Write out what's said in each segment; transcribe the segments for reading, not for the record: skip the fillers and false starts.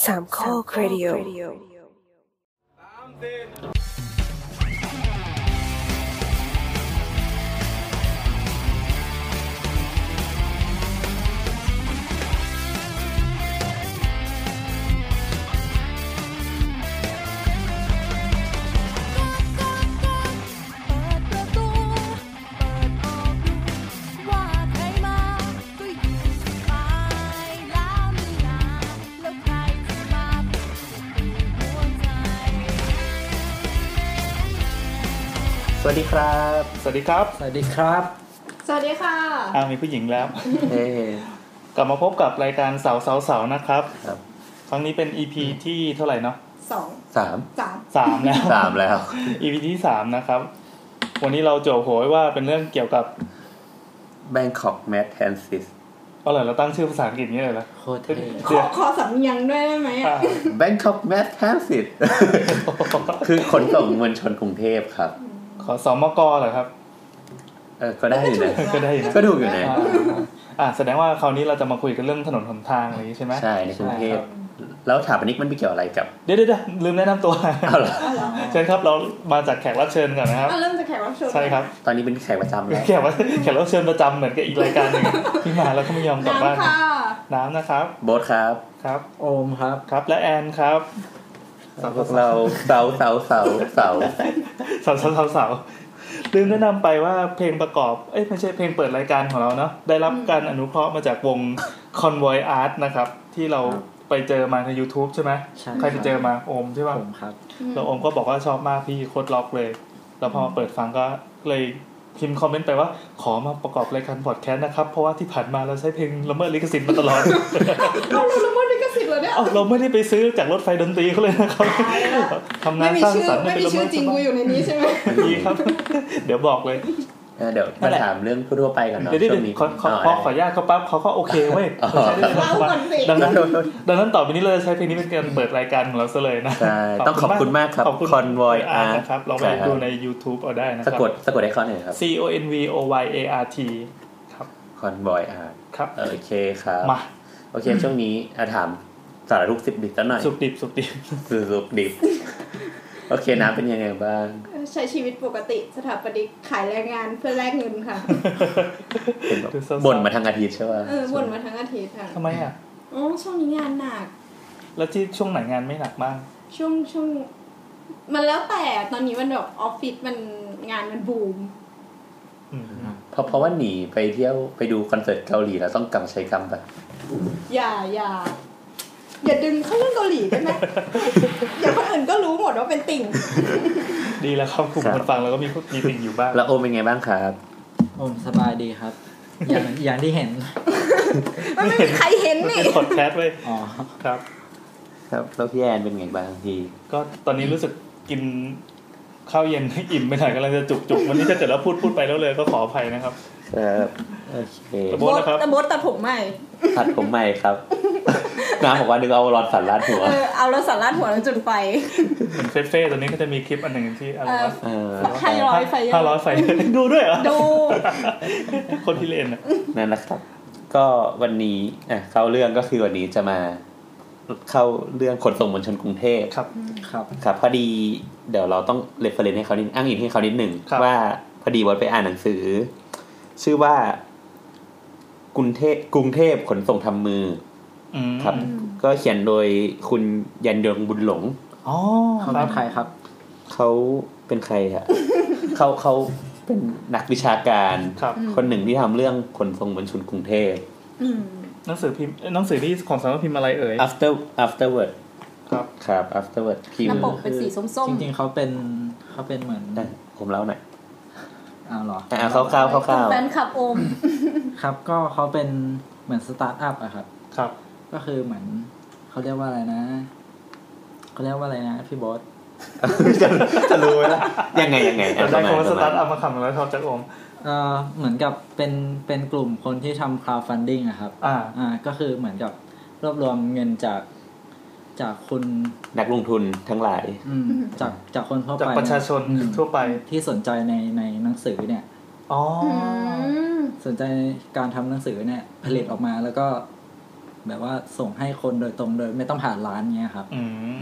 สามข้อครดิโอสวัสดีครับสวัสดีครับสวัสดีครับสวัสดีค่ะมีผู้หญิงแล้วกลับมาพบกับรายการเสานะครับครั้งนี้เป็น EP ที่เท่าไหร่เนาะ3แล้ว EP ที่3นะครับวันนี้เราโจทย์หัวไว้ว่าเป็นเรื่องเกี่ยวกับ Bangkok Math Transit เราตั้งชื่อภาษาอังกฤษงี้เลยเหรอโคตรเท่ขอสำเนียงด้วยได้ไหมอ่ะ Bangkok Math Transit คือขนส่งมวลชนกรุงเทพครับขอสมกเหรอครับก็ได้อยู่นะก็ได้นะก็ถูกอยู่นะแสดงว่าคราวนี้เราจะมาคุยกันเรื่องถนนหนทางอะไรอย่างนี้ใช่ไหมใช่ในกรุงเทพแล้วถาปนิกมันไปเกี่ยวอะไรกับเดี๋ยวลืมแนะนำตัวเชิญครับเรามาจากแขกรับเชิญก่อนนะครับเริ่มจากแขกรับเชิญใช่ครับตอนนี้เป็นแขกประจำแล้วแขกรับเชิญประจำเหมือนกับอีกรายการนึงที่มาแล้วก็ไม่ยอมกลับบ้านน้ำนะครับโบ๊ทครับโอมครับและแอนครับพวกเราเสาลืมแนะนำไปว่าเพลงประกอบไม่ใช่เพลงเปิดรายการของเราเนาะได้รับการอนุเคราะห์มาจากวง Convoy Art นะครับที่เราไปเจอมาใน YouTube ใช่ไหมใครไปเจอมาโอมใช่ป่ะผมครับแล้วโอมก็บอกว่าชอบมากพี่โคตรล็อกเลยแล้วพอมาเปิดฟังก็เลยพิมพ์คอมเมนต์ไปว่าขอมาประกอบรายการพอดแคสต์นะครับเพราะว่าที่ผ่านมาเราใช้เพลงละเมิดลิขสิทธิ์มาตลอดเราละเมิดลิขสิทธิ์เหรอเนี่ยเราไม่ได้ไปซื้อจากรถไฟดนตรีเขาเลยนะครับทำงานสร้างสรรค์ไม่มีชื่อจริงกูอยู่ในนี้ใช่ไหมดีครับเดี๋ยวบอกเลยเดี๋ยวมาถามเรื่องทั่วไปกันเนาะช่วงนี้ขออนุญาตเขาปั๊บเขาก็โอเคเว้ยดังนั้นต่อไปนี้เราจะใช้เพลงนี้เป็นการเปิดรายการของเราซะเลยนะใช่ต้องขอบคุณมากครับ Convoy Art นะครับลองไปดูใน YouTube เอาได้นะครับสะกดให้เขาหน่อยครับ CONVOYART ครับ Convoy Art ครับโอเคครับมาโอเคช่วงนี้ถามสารทุกข์10 ดิบซะหน่อยสุกดิบโอเคนะเป็นยังไงบ้างใช้ชีวิตปกติสถาปนิกขายแรงงานเพื่อแลกเงินค่ะบ่นมาทั้งอาทิตย์ใช่ป่ะบ่นมาทั้งอาทิตย์ค่ะทำไมอ่ะช่วงนี้งานหนักแล้วที่ช่วงไหนงานไม่หนักบ้างช่วงมันแล้วแต่ตอนนี้มันแบบออฟฟิศมันงานมันบูมเพราะว่าหนีไปเที่ยวไปดูคอนเสิร์ตเกาหลีแล้วต้องกำใช้กรรมแบบอย่าดึงเข้าเรื่องเกาหลีได้ไหมเดี๋ยวคนอื่นก็รู้หมดว่าเป็นติ่งดีแล้วครับกลุ่มคนฟังแล้วก็มีติ่งอยู่บ้างแล้วโอมเป็นไงบ้างครับโอมสบายดีครับอย่างที่เห็นไม่มีใครเห็นนี่เป็นพอดแคสต์เว้ยครับแล้วพี่แอนเป็นไงบ้างพี่ก็ตอนนี้รู้สึกกินข้าวเย็นให้อิ่มไปหน่อยกำลังจะจุกวันนี้ถ้าเกิดเราพูดไปแล้วเลยก็ขออภัยนะครับครับโอเคโบ๊ทตัดผมใหม่ครับน้าบอกว่านึกเอารอนสันลาดหัวเอารอนสันลาดหัวแล้วจุดไฟเหมือนเฟ่ๆตอนนี้ก็จะมีคลิปอันหนึ่งที่อะไรวะ 500 ไฟดูด้วยเหรอดูคนที่เล่นนั่นนะครับก็วันนี้เข้าเรื่องก็คือวันนี้จะมาเข้าเรื่องขนส่งมวลชนกรุงเทพครับพอดีเดี๋ยวเราต้องเรฟเฟอเรนซ์ให้เขาอ้างอิงให้เขานิดหนึ่งว่าพอดีวันไปอ่านหนังสือชื่อว่ากรุงเทพขนส่งทำมือครับก็เขียนโดยคุณยันยงบุญหลงเขาเป็นใครครับเขาเป็นใครฮะเขาเป็นนักวิชาการคนหนึ่งที่ทำเรื่องขนส่งมวลชนกรุงเทพหนังสือที่ของสำนักพิมพ์อะไรเอ่ย Afterward ครับ Afterward หน้าปกเป็นสีส้มๆจริงๆเขาเป็นเหมือนผมเล่าหน่อยเหรอคร่าวๆแฟนคลับโอมครับก็เขาเป็นเหมือนสตาร์ทอัพอะครับครับก็คือเหมือนเขาเรียกว่าอะไรนะพี่บอสจะรู้ไหมล่ะยังไงได้คำว่าสตาร์ทอัพมาคำแล้วชอบจากโอมเหมือนกับเป็นกลุ่มคนที่ทำ crowdfunding อะครับก็คือเหมือนกับรวบรวมเงินจากคุณนักลงทุนทั้งหลายจากคนทั่วไปจากประชาชนทั่วไปที่สนใจในหนังสือเนี่ยสนใจการทำหนังสือเนี่ยผลิตออกมาแล้วก็แบบว่าส่งให้คนโดยตรงโดยไม่ต้องผ่านร้านเงี้ยครับ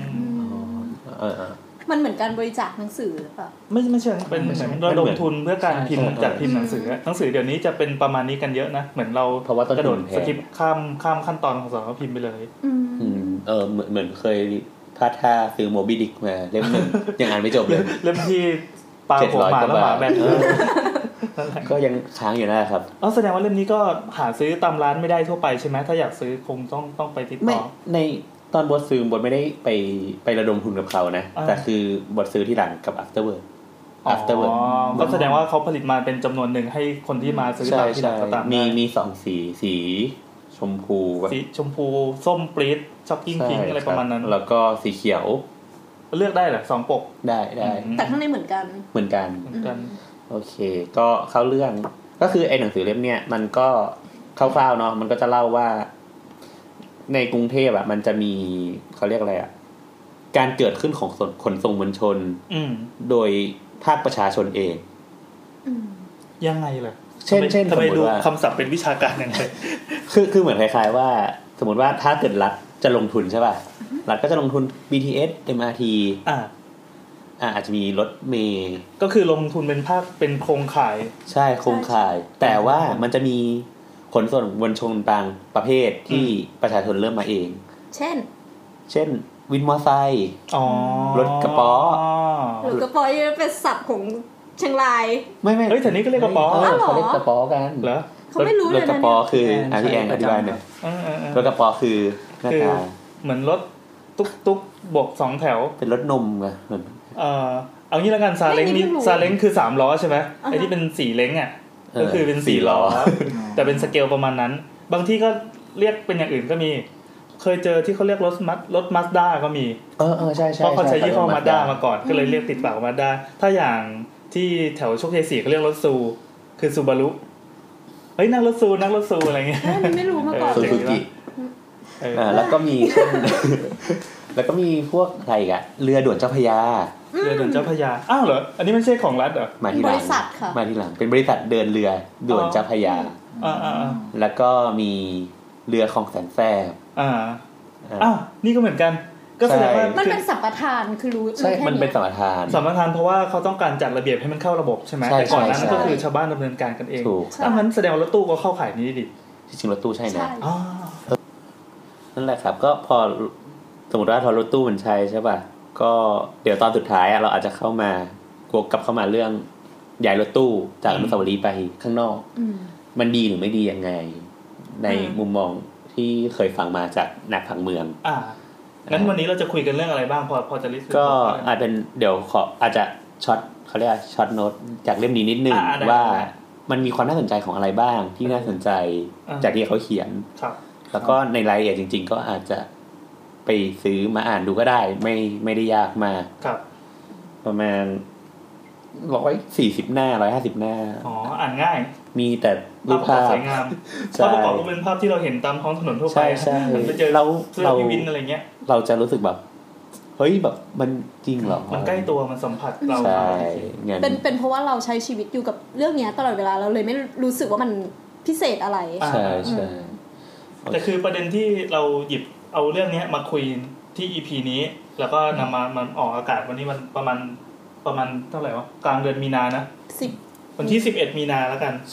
มันเหมือนการบริจาคหนังสือหรือเปล่าไม่เชิงเป็นเหมือนระดมทุนเพื่อการพิมพ์จัดพิมพ์หนังสือเดี๋ยวนี้จะเป็นประมาณนี้กันเยอะนะเหมือนเรากระโดดสกิปข้ามขั้นตอนของสำนักพิมพ์ไปเลยเหมือนเคยพลาดท่าซื้อโมบิดิกมาเล่มนึงยังอ่านไม่จบเลยเล่มที่ปลาหัวหมาแล้วหมาแบนก็ยังค้างอยู่นะครับแสดงว่าเล่มนี้ก็หาซื้อตามร้านไม่ได้ทั่วไปใช่ไหมถ้าอยากซื้อคงต้องไปติดต่อในตอนบทซื้อบทไม่ได้ไประดมทุนกับเขานะแต่คือบทซื้อที่หลังกับ afterward ก็แสดงว่าเขาผลิตมาเป็นจำนวนหนึ่งให้คนที่มาซื้อตามที่หลังก็ตามมี2สีชมพูส้มปรี๊ดช็อกกิ้งพิงค์อะไรประมาณนั้นแล้วก็สีเขียวเลือกได้เหรอ2ปกได้แต่ข้างในเหมือนกันโอเคก็เข้าเรื่องก็คือไอ้หนังสือเล่มเนี้ยมันก็คร่าวๆเนาะมันก็จะเล่าว่าในกรุงเทพอ่ะมันจะมีเขาเรียกอะไรอ่ะการเกิดขึ้นของขนส่งมวลชนโดยภาคประชาชนเองยังไงล่ะเช่นทำไมดูคำศัพท์เป็นวิชาการอย่างไรคือเหมือนคล้ายๆว่าสมมติว่าถ้าเกิดรัฐจะลงทุนใช่ป่ะรัฐก็จะลงทุน BTS MRT อาจจะมีรถเมล์ก็คือลงทุนเป็นภาคเป็นโครงข่ายใช่โครงข่ายแต่ว่ามันจะมีขนส่งมวลชนบางประเภทที่ประชาชนเริ่มมาเองเช่นวินมอเตอร์ไซค์รถกระป๋อหรือกระป๋อเป็นศัพท์ของเชียงรายไม่เฮ้ยแถวนี้ก็เรียกกระป๋อเขาเรียกกระป๋อกันเหรอเขาไม่รู้เลยนะรถกระป๋อคือพี่แองอธิบายหน่อยรถกระป๋อคือหน้าตาเหมือนรถตุ๊กบวก2แถวเป็นรถนมไงเอางี้แล้วกันซาเล้งคือ3ล้อใช่ไหมไอ้ที่เป็น4เล้งอ่ะก็คือเป็น4ล้อแต่เป็นสเกลประมาณนั้นบางที่ก็เรียกเป็นอย่างอื่นก็มีเคยเจอที่เขาเรียกรถมาสด้าก็มีใช่เพราะเขาใช้ยี่ห้อมาสด้ามาก่อนก็เลยเรียกติดปากมาสด้าถ้าอย่างที่แถวโชคชัย4เขาเรียกรถซูคือซูบารุเฮ้ยนั่งรถซูอะไรเงี้ยไม่รู้มาก่อนซูซูกิแล้วก็มีแล้วก็มีพวกอะไรอีกอะเรือด่วนเจ้าพระยาอ้าวเหรออันนี้ไม่ใช่ของรัฐเหรอบริษัทค่ะมาทีหลังเป็นบริษัทเดินเรือด่วนเจ้าพระยาแล้วก็มีเรือของแสนแสบนี่ก็เหมือนกันก็แสดงว่ามันเป็นสัมปทานคือรู้ใช่มันเป็นสัมปทานเพราะว่าเขาต้องการจัดระเบียบให้มันเข้าระบบใช่ไหมแต่ก่อนนั้นก็คือชาวบ้านดำเนินการกันเองงั้นแสดงว่ารถตู้ก็เข้าข่ายนี้ดิจริงๆรถตู้ใช่นะนั่นแหละครับก็พอสมมติว่าพอรถตู้มันใช้ใช่ป่ะก็เดี๋ยวตอนสุดท้ายเราอาจจะเข้ามากลับเข้ามาเรื่องย้ายรถตู้จากอนุสาวรีย์ไปข้างนอกมันดีหรือไม่ดียังไงในมุมมองที่เคยฟังมาจากนักผังเมืองงั้นวันนี้เราจะคุยกันเรื่องอะไรบ้างพอจะลิสต์ก็อาจเป็นเดี๋ยวอาจจะช็อตเขาเรียกช็อตโน้ตจากเล่มนี้นิดนึงว่ามันมีความน่าสนใจของอะไรบ้างที่น่าสนใจจากที่เขาเขียนแล้วก็ในรายละเอียดจริงๆก็อาจจะไปซื้อมาอ่านดูก็ได้ไม่ได้ยากมากประมาณ140 หน้า150 หน้าอ่านง่ายมีแต่รูปภาพสวยงามภาพประกอบก็เป็นภาพที่เราเห็นตามท้องถนนทั่วไปใช่ไปเจอเสื้อพิวินอะไรเงี้ยเราจะรู้สึกแบบเฮ้ยแบบมันจริงเหรอมันใกล้ตัวมันสัมผัสเราเป็นเพราะว่าเราใช้ชีวิตอยู่กับเรื่องนี้ตลอดเวลาเราเลยไม่รู้สึกว่ามันพิเศษอะไรใช่แต่คือประเด็นที่เราหยิบเอาเรื่องนี้มาคุยที่ EP นี้แล้วก็นำมาออกอากาศวันนี้มันประมาณเท่าไหร่วะกลางเดือนมีนานะวันที่11มีนาแล้วกัน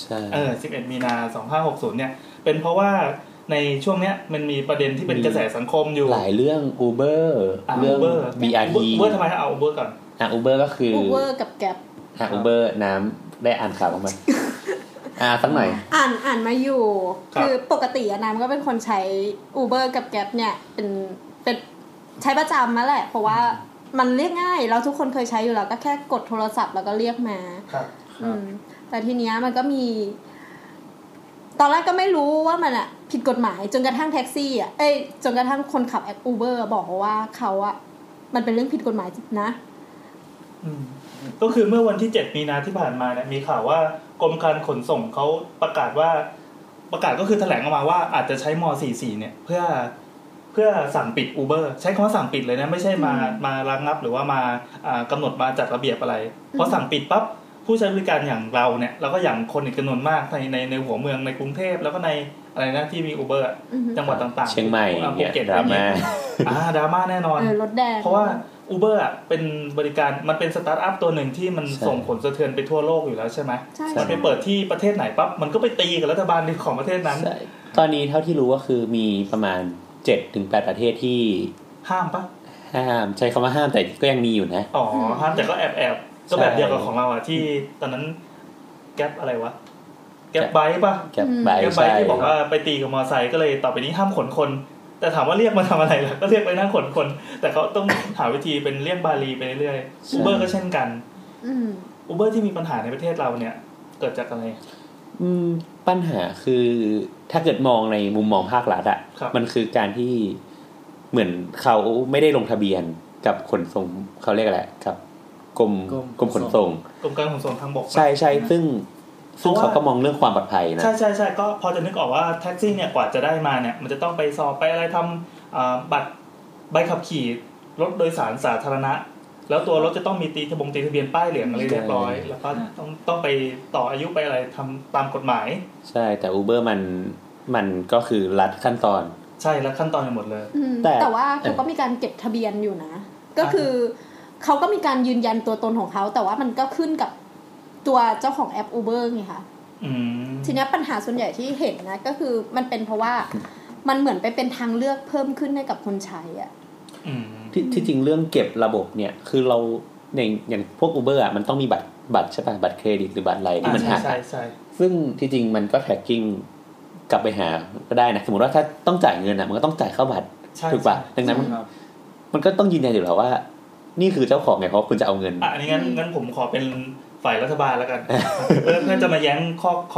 11มีนา2560เนี่ยเป็นเพราะว่าในช่วงเนี้ยมันมีประเด็นที่เป็นกระแสสังคมอยู่หลายเรื่อง Uber เรื่อง BRT Uber ทำไมเอา Uber ก่อน Uber ก็คือ Uber กับ Grab Uber น้ำได้อ่านข่าวบ้างมั้ยสักหน่อยอ่านมาอยู่คือปกติน้ำก็เป็นคนใช้ Uber กับ Grab เนี่ยเป็นใช้ประจำมาแหละเพราะว่ามันเรียกง่ายเราทุกคนเคยใช้อยู่แล้วก็แค่กดโทรศัพท์แล้วก็เรียกมาแต่ทีเนี้ยมันก็มีตอนแรกก็ไม่รู้ว่ามันผิดกฎหมายจนกระทั่งแท็กซี่จนกระทั่งคนขับแอป Uber บอกว่าเขามันเป็นเรื่องผิดกฎหมายนะก็คือเมื่อวันที่7มีนาที่ผ่านมาเนี่ยมีข่าวว่ากรมการขนส่งเขาประกาศก็คือแถลงออกมาว่าอาจจะใช้ม.44เนี่ยเพื่อสั่งปิด Uber ใช้คำว่าสั่งปิดเลยนะไม่ใช่มาระงับหรือว่ามากำหนดมาจัดระเบียบอะไรพอสั่งปิดปั๊บผู้ใช้บริการอย่างเราเนี่ยแล้วก็อย่างคนอีกจำนวนมากในหัวเมืองในกรุงเทพแล้วก็ในอะไรนะที่มี Uber จังหวัดต่างๆเชียงใหม่ภูเก็ตดราม่าแน่นอนรถแดงเพราะว่า Uber อ่ะเป็นบริการมันเป็นสตาร์ทอัพตัวหนึ่งที่มันส่งผลสะเทือนไปทั่วโลกอยู่แล้วใช่ไหมมันไปเปิดที่ประเทศไหนปั๊บมันก็ไปตีกับรัฐบาลของประเทศนั้นตอนนี้เท่าที่รู้ก็คือมีประมาณ 7-8 ประเทศที่ห้ามปะห้ามใช้คำว่าห้ามแต่ก็ยังมีอยู่นะห้ามแต่ก็แอบก็แบบเดียวกับของเราอ่ะที่ตอนนั้นแก๊ปอะไรวะแก๊ปไบค์ป่ะแก๊ปไบค์ที่บอกว่าไปตีกับมอเตอร์ไซค์ก็เลยต่อไปนี้ห้ามขนคนแต่ถามว่าเรียกมาทำอะไรล่ะก็เรียกไปนั่งขนคนแต่เขาต้องหาวิธีเป็นเรียกบาลีไปเรื่อยๆ Uber ก็เช่นกันUber ที่มีปัญหาในประเทศเราเนี่ยเกิดจากอะไรปัญหาคือถ้าเกิดมองในมุมมองภาครัฐอ่ะมันคือการที่เหมือนเขาไม่ได้ลงทะเบียนกับขนส่งเขาเรียกอะไรครับกรมขนส่งกรมการขนส่งทางบกใช่ๆซึ่งเขาก็มองเรื่องความปลอดภัยนะใช่ๆๆก็พอจะนึกออกว่าแท็กซี่เนี่ยกว่าจะได้มาเนี่ยมันจะต้องไปสอบไปอะไรทำบัตรใบขับขี่รถโดยสารสาธารณะแล้วตัวรถจะต้องมีตีทะเบียนป้ายเหลืองอะไรเรียบร้อยแล้วก็ต้องไปต่ออายุไปอะไรทำตามกฎหมายใช่แต่ Uber มันก็คือรัดขั้นตอนใช่รัดขั้นตอนหมดเลยแต่ว่าเขาก็มีการเก็บทะเบียนอยู่นะก็คือเขาก็มีการยืนยันตัวตนของเขาแต่ว่ามันก็ขึ้นกับตัวเจ้าของแอป Uber ไงคะทีนี้ปัญหาส่วนใหญ่ที่เห็นนะก็คือมันเป็นเพราะว่ามันเหมือนไปเป็นทางเลือกเพิ่มขึ้นให้กับคนใช้อ่ะที่จริงเรื่องเก็บระบบเนี่ยคือเราอย่างพวก Uber อ่ะมันต้องมีบัตรใช่ป่ะบัตรเครดิตหรือบัตรอะไรที่มันหักซึ่งที่จริงมันก็แทร็กกิ้งกลับไปหาก็ได้นะสมมติว่าถ้าต้องจ่ายเงินอ่ะมันก็ต้องจ่ายเข้าบัตรถูกป่ะดังนั้นมันก็ต้องยืนยันอยู่แล้วว่านี่คือเจ้าของไงเพราะคุณจะเอาเงินอันนี้งั้นผมขอเป็นฝ่ายรัฐบาลแล้วกันเพื่อจะมาแย้ง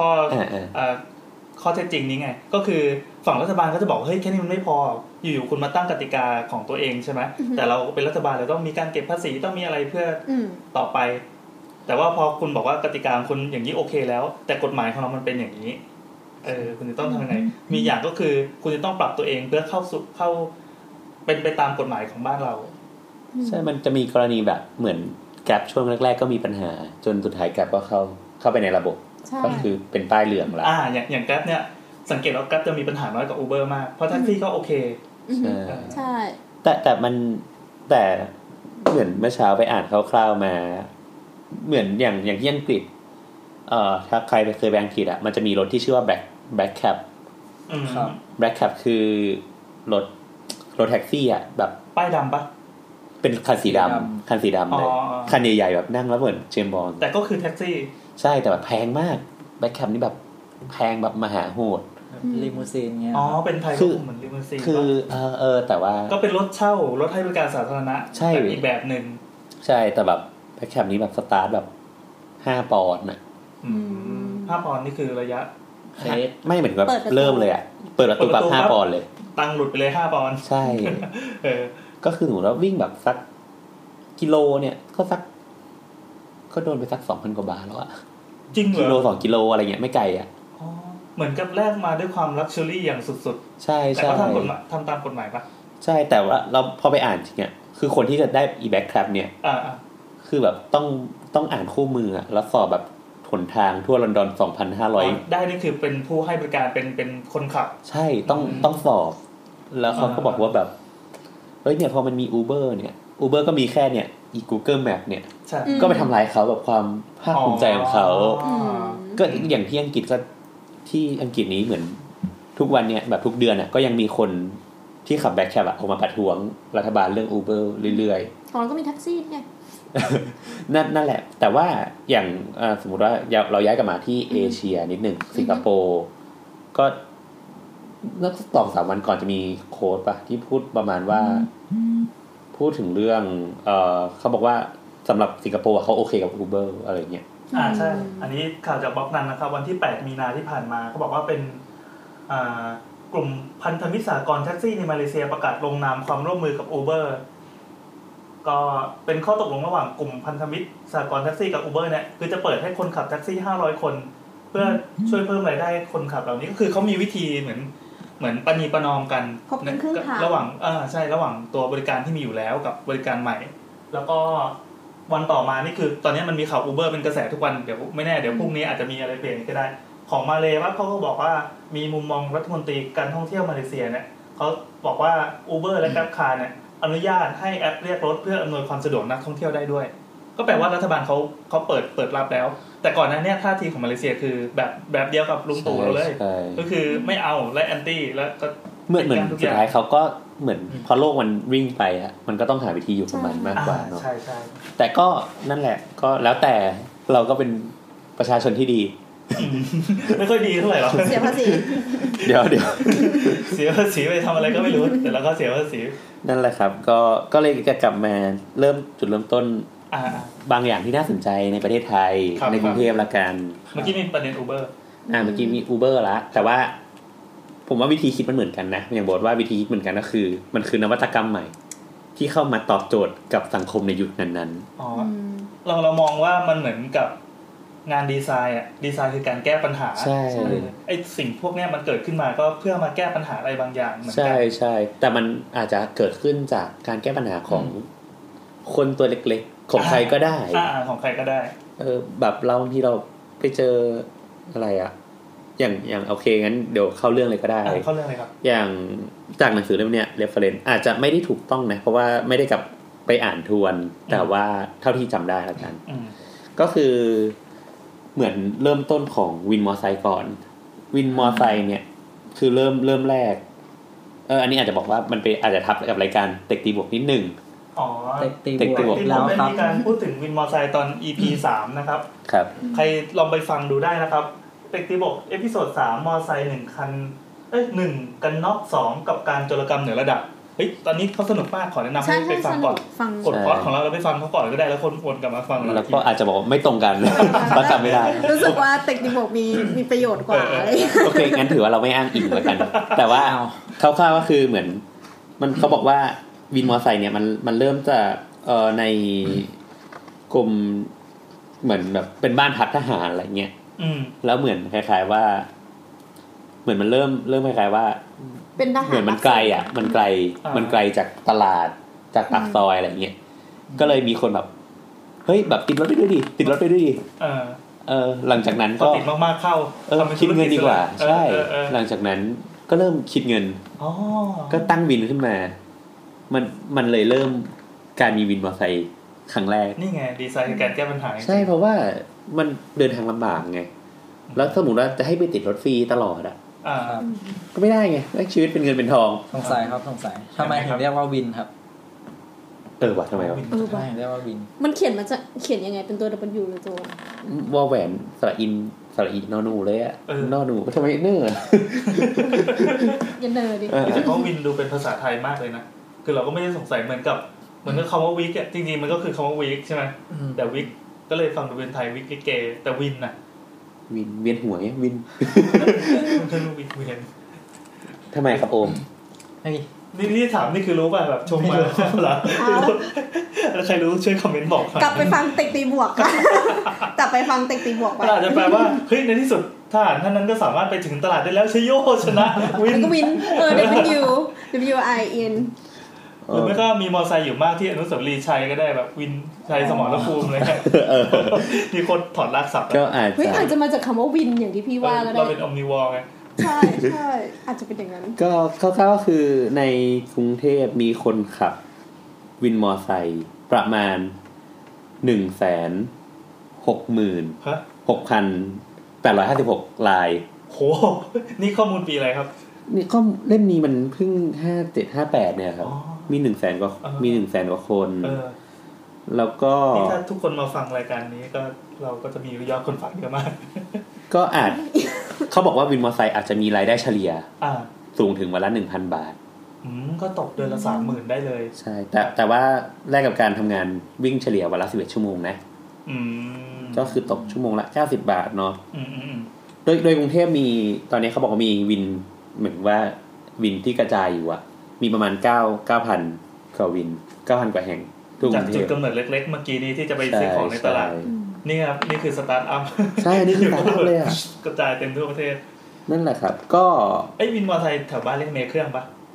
ข้อเท็จจริงนี้ไงก็คือฝั่งรัฐบาลก็จะบอกเฮ้ยแค่นี้มันไม่พออยู่ๆคุณมาตั้งกติกาของตัวเองใช่ไหมแต่เราเป็นรัฐบาลเราต้องมีการเก็บภาษีต้องมีอะไรเพื่อต่อไปแต่ว่าพอคุณบอกว่ากติกาคุณอย่างนี้โอเคแล้วแต่กฎหมายของเรามันเป็นอย่างนี้คุณจะต้องทำยังไงมีอย่างก็คือคุณจะต้องปรับตัวเองเพื่อเข้าเป็นไปตามกฎหมายของบ้านเราใช่มันจะมีกรณีแบบเหมือนแกร็บช่วงแรกๆก็มีปัญหาจนสุดท้ายแกร็บก็เข้าไปในระบบก็คือเป็นป้ายเหลืองแล้วอย่างแกร็บเนี่ยสังเกตว่าแกร็บจะมีปัญหาน้อยกว่า Uber มากเพราะแท็กซี่ก็โอเคใช่แต่เหมือนเมื่อเช้าไปอ่านคร่าวๆมาเหมือนอย่างที่อังกฤษถ้าใครเคยไปอังกฤษอ่ะมันจะมีรถที่ชื่อว่า Black Cab ครับ Black Cab คือรถแท็กซี่อ่ะแบบป้ายดำปะเป็นคันสีดำเลยคันใหญ่ๆแบบนั่งแล้วเหมือนเจมส์บอนด์แต่ก็คือแท็กซี่ใช่แต่แบบแพงมากแบ็คแคปนี่แบบแพงแบบมหาโหดลิมูซีนเงี้ยเป็นไทยก็เหมือนลิมูซีนคือแต่ว่าก็เป็นรถเช่ารถให้บริการสาธารณะแต่อีกแบบนึงใช่แต่แบบแบ็คแคปนี้แบบสตาร์ทแบบ5 ปอนด์น่ะ 5 ปอนด์นี่คือระยะไม่เหมือนแบบเริ่มเลยอ่ะเปิดประตูปั๊บ5 ปอนด์เลยตังหลุดไปเลย5 ปอนด์ใช่ก็คือหนูแล้ววิ่งแบบสักกิโลเนี่ยก็โดนไปสัก 2,000 กว่าบาทแล้วอะจริงเหรอกิโล2 กิโลอะไรเงี้ยไม่ไกลอะเหมือนกับแลกมาด้วยความลักชัวรี่อย่างสุดๆใช่ๆแต่ก็ทำตามกฎหมายปะใช่แต่ว่าเราพอไปอ่านจริงอะคือคนที่จะได้ e-back trap เนี่ยคือแบบต้องอ่านคู่มืออะแล้วสอบแบบหนทางทั่วลอนดอน 2,500 ได้นี่คือเป็นผู้ให้บริการเป็นคนขับใช่ต้องสอบแล้วเขาก็บอกว่าแบบเนี่ยพอมันมี Uber เนี่ย Uber ก็มีแค่เนี่ยอี Google Map เนี่ยก็ไปทำลายเขาแบบความภาคภูมิใจของเขาก็อย่างที่อังกฤษก็ที่อังกฤษนี้เหมือนทุกวันเนี่ยแบบทุกเดือนน่ะก็ยังมีคนที่ขับแบ็คแคปออกมาประท้วงรัฐบาลเรื่อง Uber เรื่อยๆก็มีแท็กซี่ไงนั่นแหละแต่ว่าอย่างสมมุติว่าเราย้ายกลับมาที่เอเชียนิดนึงสิงคโปร์ก็เมื่อ 2-3 วันก่อนจะมีโค้ดป่ะที่พูดประมาณว่าพูดถึงเรื่องเขาบอกว่าสำหรับสิงคโปร์เขาโอเคกับ Uber อะไรเงี้ยใช่อันนี้ข่าวจากบล็อกนั้นนะครับวันที่8 มีนาที่ผ่านมาเขาบอกว่าเป็นกลุ่มพันธมิตรสหกรณ์แท็กซี่ในมาเลเซียประกาศลงนามความร่วมมือกับ Uber ก็เป็นข้อตกลงระหว่างกลุ่มพันธมิตรสหกรณ์แท็กซี่กับ Uber เนี่ยคือจะเปิดให้คนขับแท็กซี่500 คนเพื่อช่วยเพิ่มรายได้คนขับเหล่านี้ก็คือเขามีวิธีเหมือนประนีประนอมกันระหว่างใช่ระหว่างตัวบริการที่มีอยู่แล้วกับบริการใหม่แล้วก็วันต่อมานี่คือตอนนี้มันมีข่าว Uber เป็นกระแสทุกวันเดี๋ยวไม่แน่เดี๋ยวพรุ่งนี้อาจจะมีอะไรเปลี่ยนก็ได้ของมาเลว่าเขาก็บอกว่ามีมุมมองรัฐมนตรีการท่องเที่ยวมาเลเซียเนี่ยเขาบอกว่า Uber และ GrabCar เนี่ยอนุญาตให้แอปเรียกรถเพื่ออำนวยความสะดวกนักท่องเที่ยวได้ด้วยก็แปลว่ารัฐบาลเขาเปิดรับแล้วแต่ก่อนหน้านี้ท่าทีของมาเลเซียคือแบบเดียวกับลุงตู่เราเลยก็คือไม่เอาและแอนตี้แล้วก็เหมือนสุดท้ายเขาก็เหมือนพอโลกมันวิ่งไปอ่ะมันก็ต้องหาวิธีอยู่ของมันมากกว่าเนาะใช่ๆแต่ก็นั่นแหละก็แล้วแต่เราก็เป็นประชาชนที่ดีไม่ค่อยดีเท่าไหร่หรอกเสียภาษีเดี๋ยวเสียภาษีไปทำอะไรก็ไม่รู้แต่เราก็เสียภาษีนั่นแหละครับก็เลยจะกลับมาเริ่มจุดเริ่มต้นบางอย่างที่น่าสนใจในประเทศไทยในกรุงเทพละกันเมื่อกี้มีประเด็น Uber เมื่อกี้มี Uber ละแต่ว่าผมว่าวิธีคิดมันเหมือนกันนะอย่างบอกว่าวิธีคิดเหมือนกันก็คือมันคือนวัตกรรมใหม่ที่เข้ามาตอบโจทย์กับสังคมในยุคนั้นๆเรามองว่ามันเหมือนกับงานดีไซน์อ่ะดีไซน์คือการแก้ปัญหาใช่ไอ้สิ่งพวกนี้มันเกิดขึ้นมาก็เพื่อมาแก้ปัญหาอะไรบางอย่างเหมือนกันใช่แต่มันอาจจะเกิดขึ้นจากการแก้ปัญหาของคนตัวเล็กๆของใครก็ได้ของใครก็ได้แบบเราบางทีเราไปเจออะไรอ่ะอย่างโอเคงั้นเดี๋ยวเข้าเรื่องเลยก็ได้เข้าเรื่องเลยครับอย่างจากหนังสือเล่มเนี้ย reference อาจจะไม่ได้ถูกต้องนะเพราะว่าไม่ได้กลับไปอ่านทวนแต่ว่าเท่าที่จำได้แล้วกันก็คือเหมือนเริ่มต้นของวินมอไซค์ก่อนวินมอไซค์เนี่ยคือเริ่มแรกอันนี้อาจจะบอกว่ามันเป็นอาจจะทับกับรายการเต็กตีบวกนิดนึงเต็กตีบวกแล้วครับมีการพูดถึงวินมอไซค์ตอน EP 3นะครับครับใครลองไปฟังดูได้นะครับเต็กตีบวกเอพิโซด3มอไซค์1คัน1กันน็อก2กับการโจรกรรมเหนือระดับตอนนี้เขาสนุกมากขอแนะนำให้ไปฟังก่อนกดพอดของเราไปฟังเขาก่อนก็ได้แล้วคนวนกลับมาฟังแล้วก็อาจจะบอกไม่ตรงกันก็จำไม่ได้รู้สึกว่าเต็กตีบวกมีประโยชน์กว่าโอเคงั้นถือว่าเราไม่อ้างอิงแล้วกันแต่ว่าคร่าวๆก็คือเหมือนมันเขาบอกว่าวินมอไซค์เนี่ยมันเริ่มจากในกรมเหมือนแบบเป็นบ้านพักทหารอะไรเงี้ยแล้วเหมือนคล้ายๆว่าเหมือนมันเริ่มคล้ายๆว่าเป็นทหารเหมือนมันไกลอ่ะมันไกลจากตลาดจากปากซอยอะไรเงี้ยก็เลยมีคนแบบเฮ้ยแบบติดรถไปด้วยดิหลังจากนั้นก็ติดมากๆเข้าคิดเงินดีกว่าใช่หลังจากนั้นก็เริ่มคิดเงินก็ตั้งวินขึ้นมามันเลยเริ่มการมีวินมอเตอร์ไซค์ครั้งแรกนี่ไงดีไซน์การแก้ปัญหาใช่เพราะว่ามันเดินทางลำบากไงแล้วสมมุติว่าจะให้ไปติดรถฟรีตลอดอ่ะก็ไม่ได้ไงชีวิตเป็นเงินเป็นทองสงสัยครับสงสัยทำไมถึงเรียกว่าวินครับว่ะทำไมวะใช่เรียกว่าวินมันเขียนยังไงเป็นตัว W หรือตัววอแหวนสระอินสระอีนอนูเลยอ่ะนอนูทำไมเนื้อยันเนอร์ดิแต่ก็วินดูเป็นภาษาไทยมากเลยนะคือเราก็ไม่ได้สงสัยเหมือนกับคำว่าวิกอ่ะจริงๆมันก็คือคำว่าวิกใช่ไหมแต่วิกก็เลยฟังดูเป็นไทยวิกเกแต่วินน่ะวินเวียนหัวเนี่ยวินเวียนทำไมครับโอมนี่ถามนี่คือรู้ป่ะแบบชมมาเหรอแล้วใครรู้ช่วยคอมเมนต์บอกกลับไปฟังเต็กตีบวกค่ะกลับไปฟังเต็กตีบวกไปอาจจะแปลว่าเฮ้ยในที่สุดทหารท่านนั้นก็สามารถไปถึงตลาดได้แล้วใช่โยชนะวินก็วินWIN หรือไม่ก็มีมอไซค์อยู่มากที่อนุสาวรีย์ชัยก็ได้แบบวินชัยสมรภูมิเลยมีคนถอดรากศัพท์ก็อาจจะมาจากคำว่าวินอย่างที่พี่ว่าก็ได้เราเป็นออมนิวอร์ไงใช่อาจจะเป็นอย่างนั้นก็คร่าวๆคือในกรุงเทพมีคนขับวินมอไซค์ประมาณ 166,856 รายโหนี่ข้อมูลปีอะไรครับนี่ก็เล่มนี้มันเพิ่ง57-58เนี่ยครับมี 100,000 กว่ามี 100,000 กว่าคนแล้วก็ถ้าทุกคนมาฟังรายการนี้ก็เราก็จะมียอดคนฟังเยอะมากก็อาจเขาบอกว่าวินมอเตอร์ไซค์อาจจะมีรายได้เฉลี่ยสูงถึงวันละ 1,000 บาทก็ตกเดือนละ 30,000 ได้เลยใช่แต่ว่าแลกกับการทำงานวิ่งเฉลี่ยวันละ11ชั่วโมงนะก็คือตกชั่วโมงละ90 บาทเนาะโดยกรุงเทพมีตอนนี้เขาบอกว่ามีวินเหมือนว่าวินที่กระจายอยู่อะมีประมาณ 9,000 กว่าวิน 9,000 กว่าแห่งจากจุดกำเนิดเล็กๆเมื่อกี้นี้ที่จะไปซื้อของในตลาดนี่ครับนี่คือสตาร์ทอัพใช่นี่คือสตาร์ทอัพเลยอะกระจายเต็มทั่วประเทศนั่นแหละครับก็วินมอเตอร์ไซค์แถวบ้านเรียกเมย์เครื่องปะ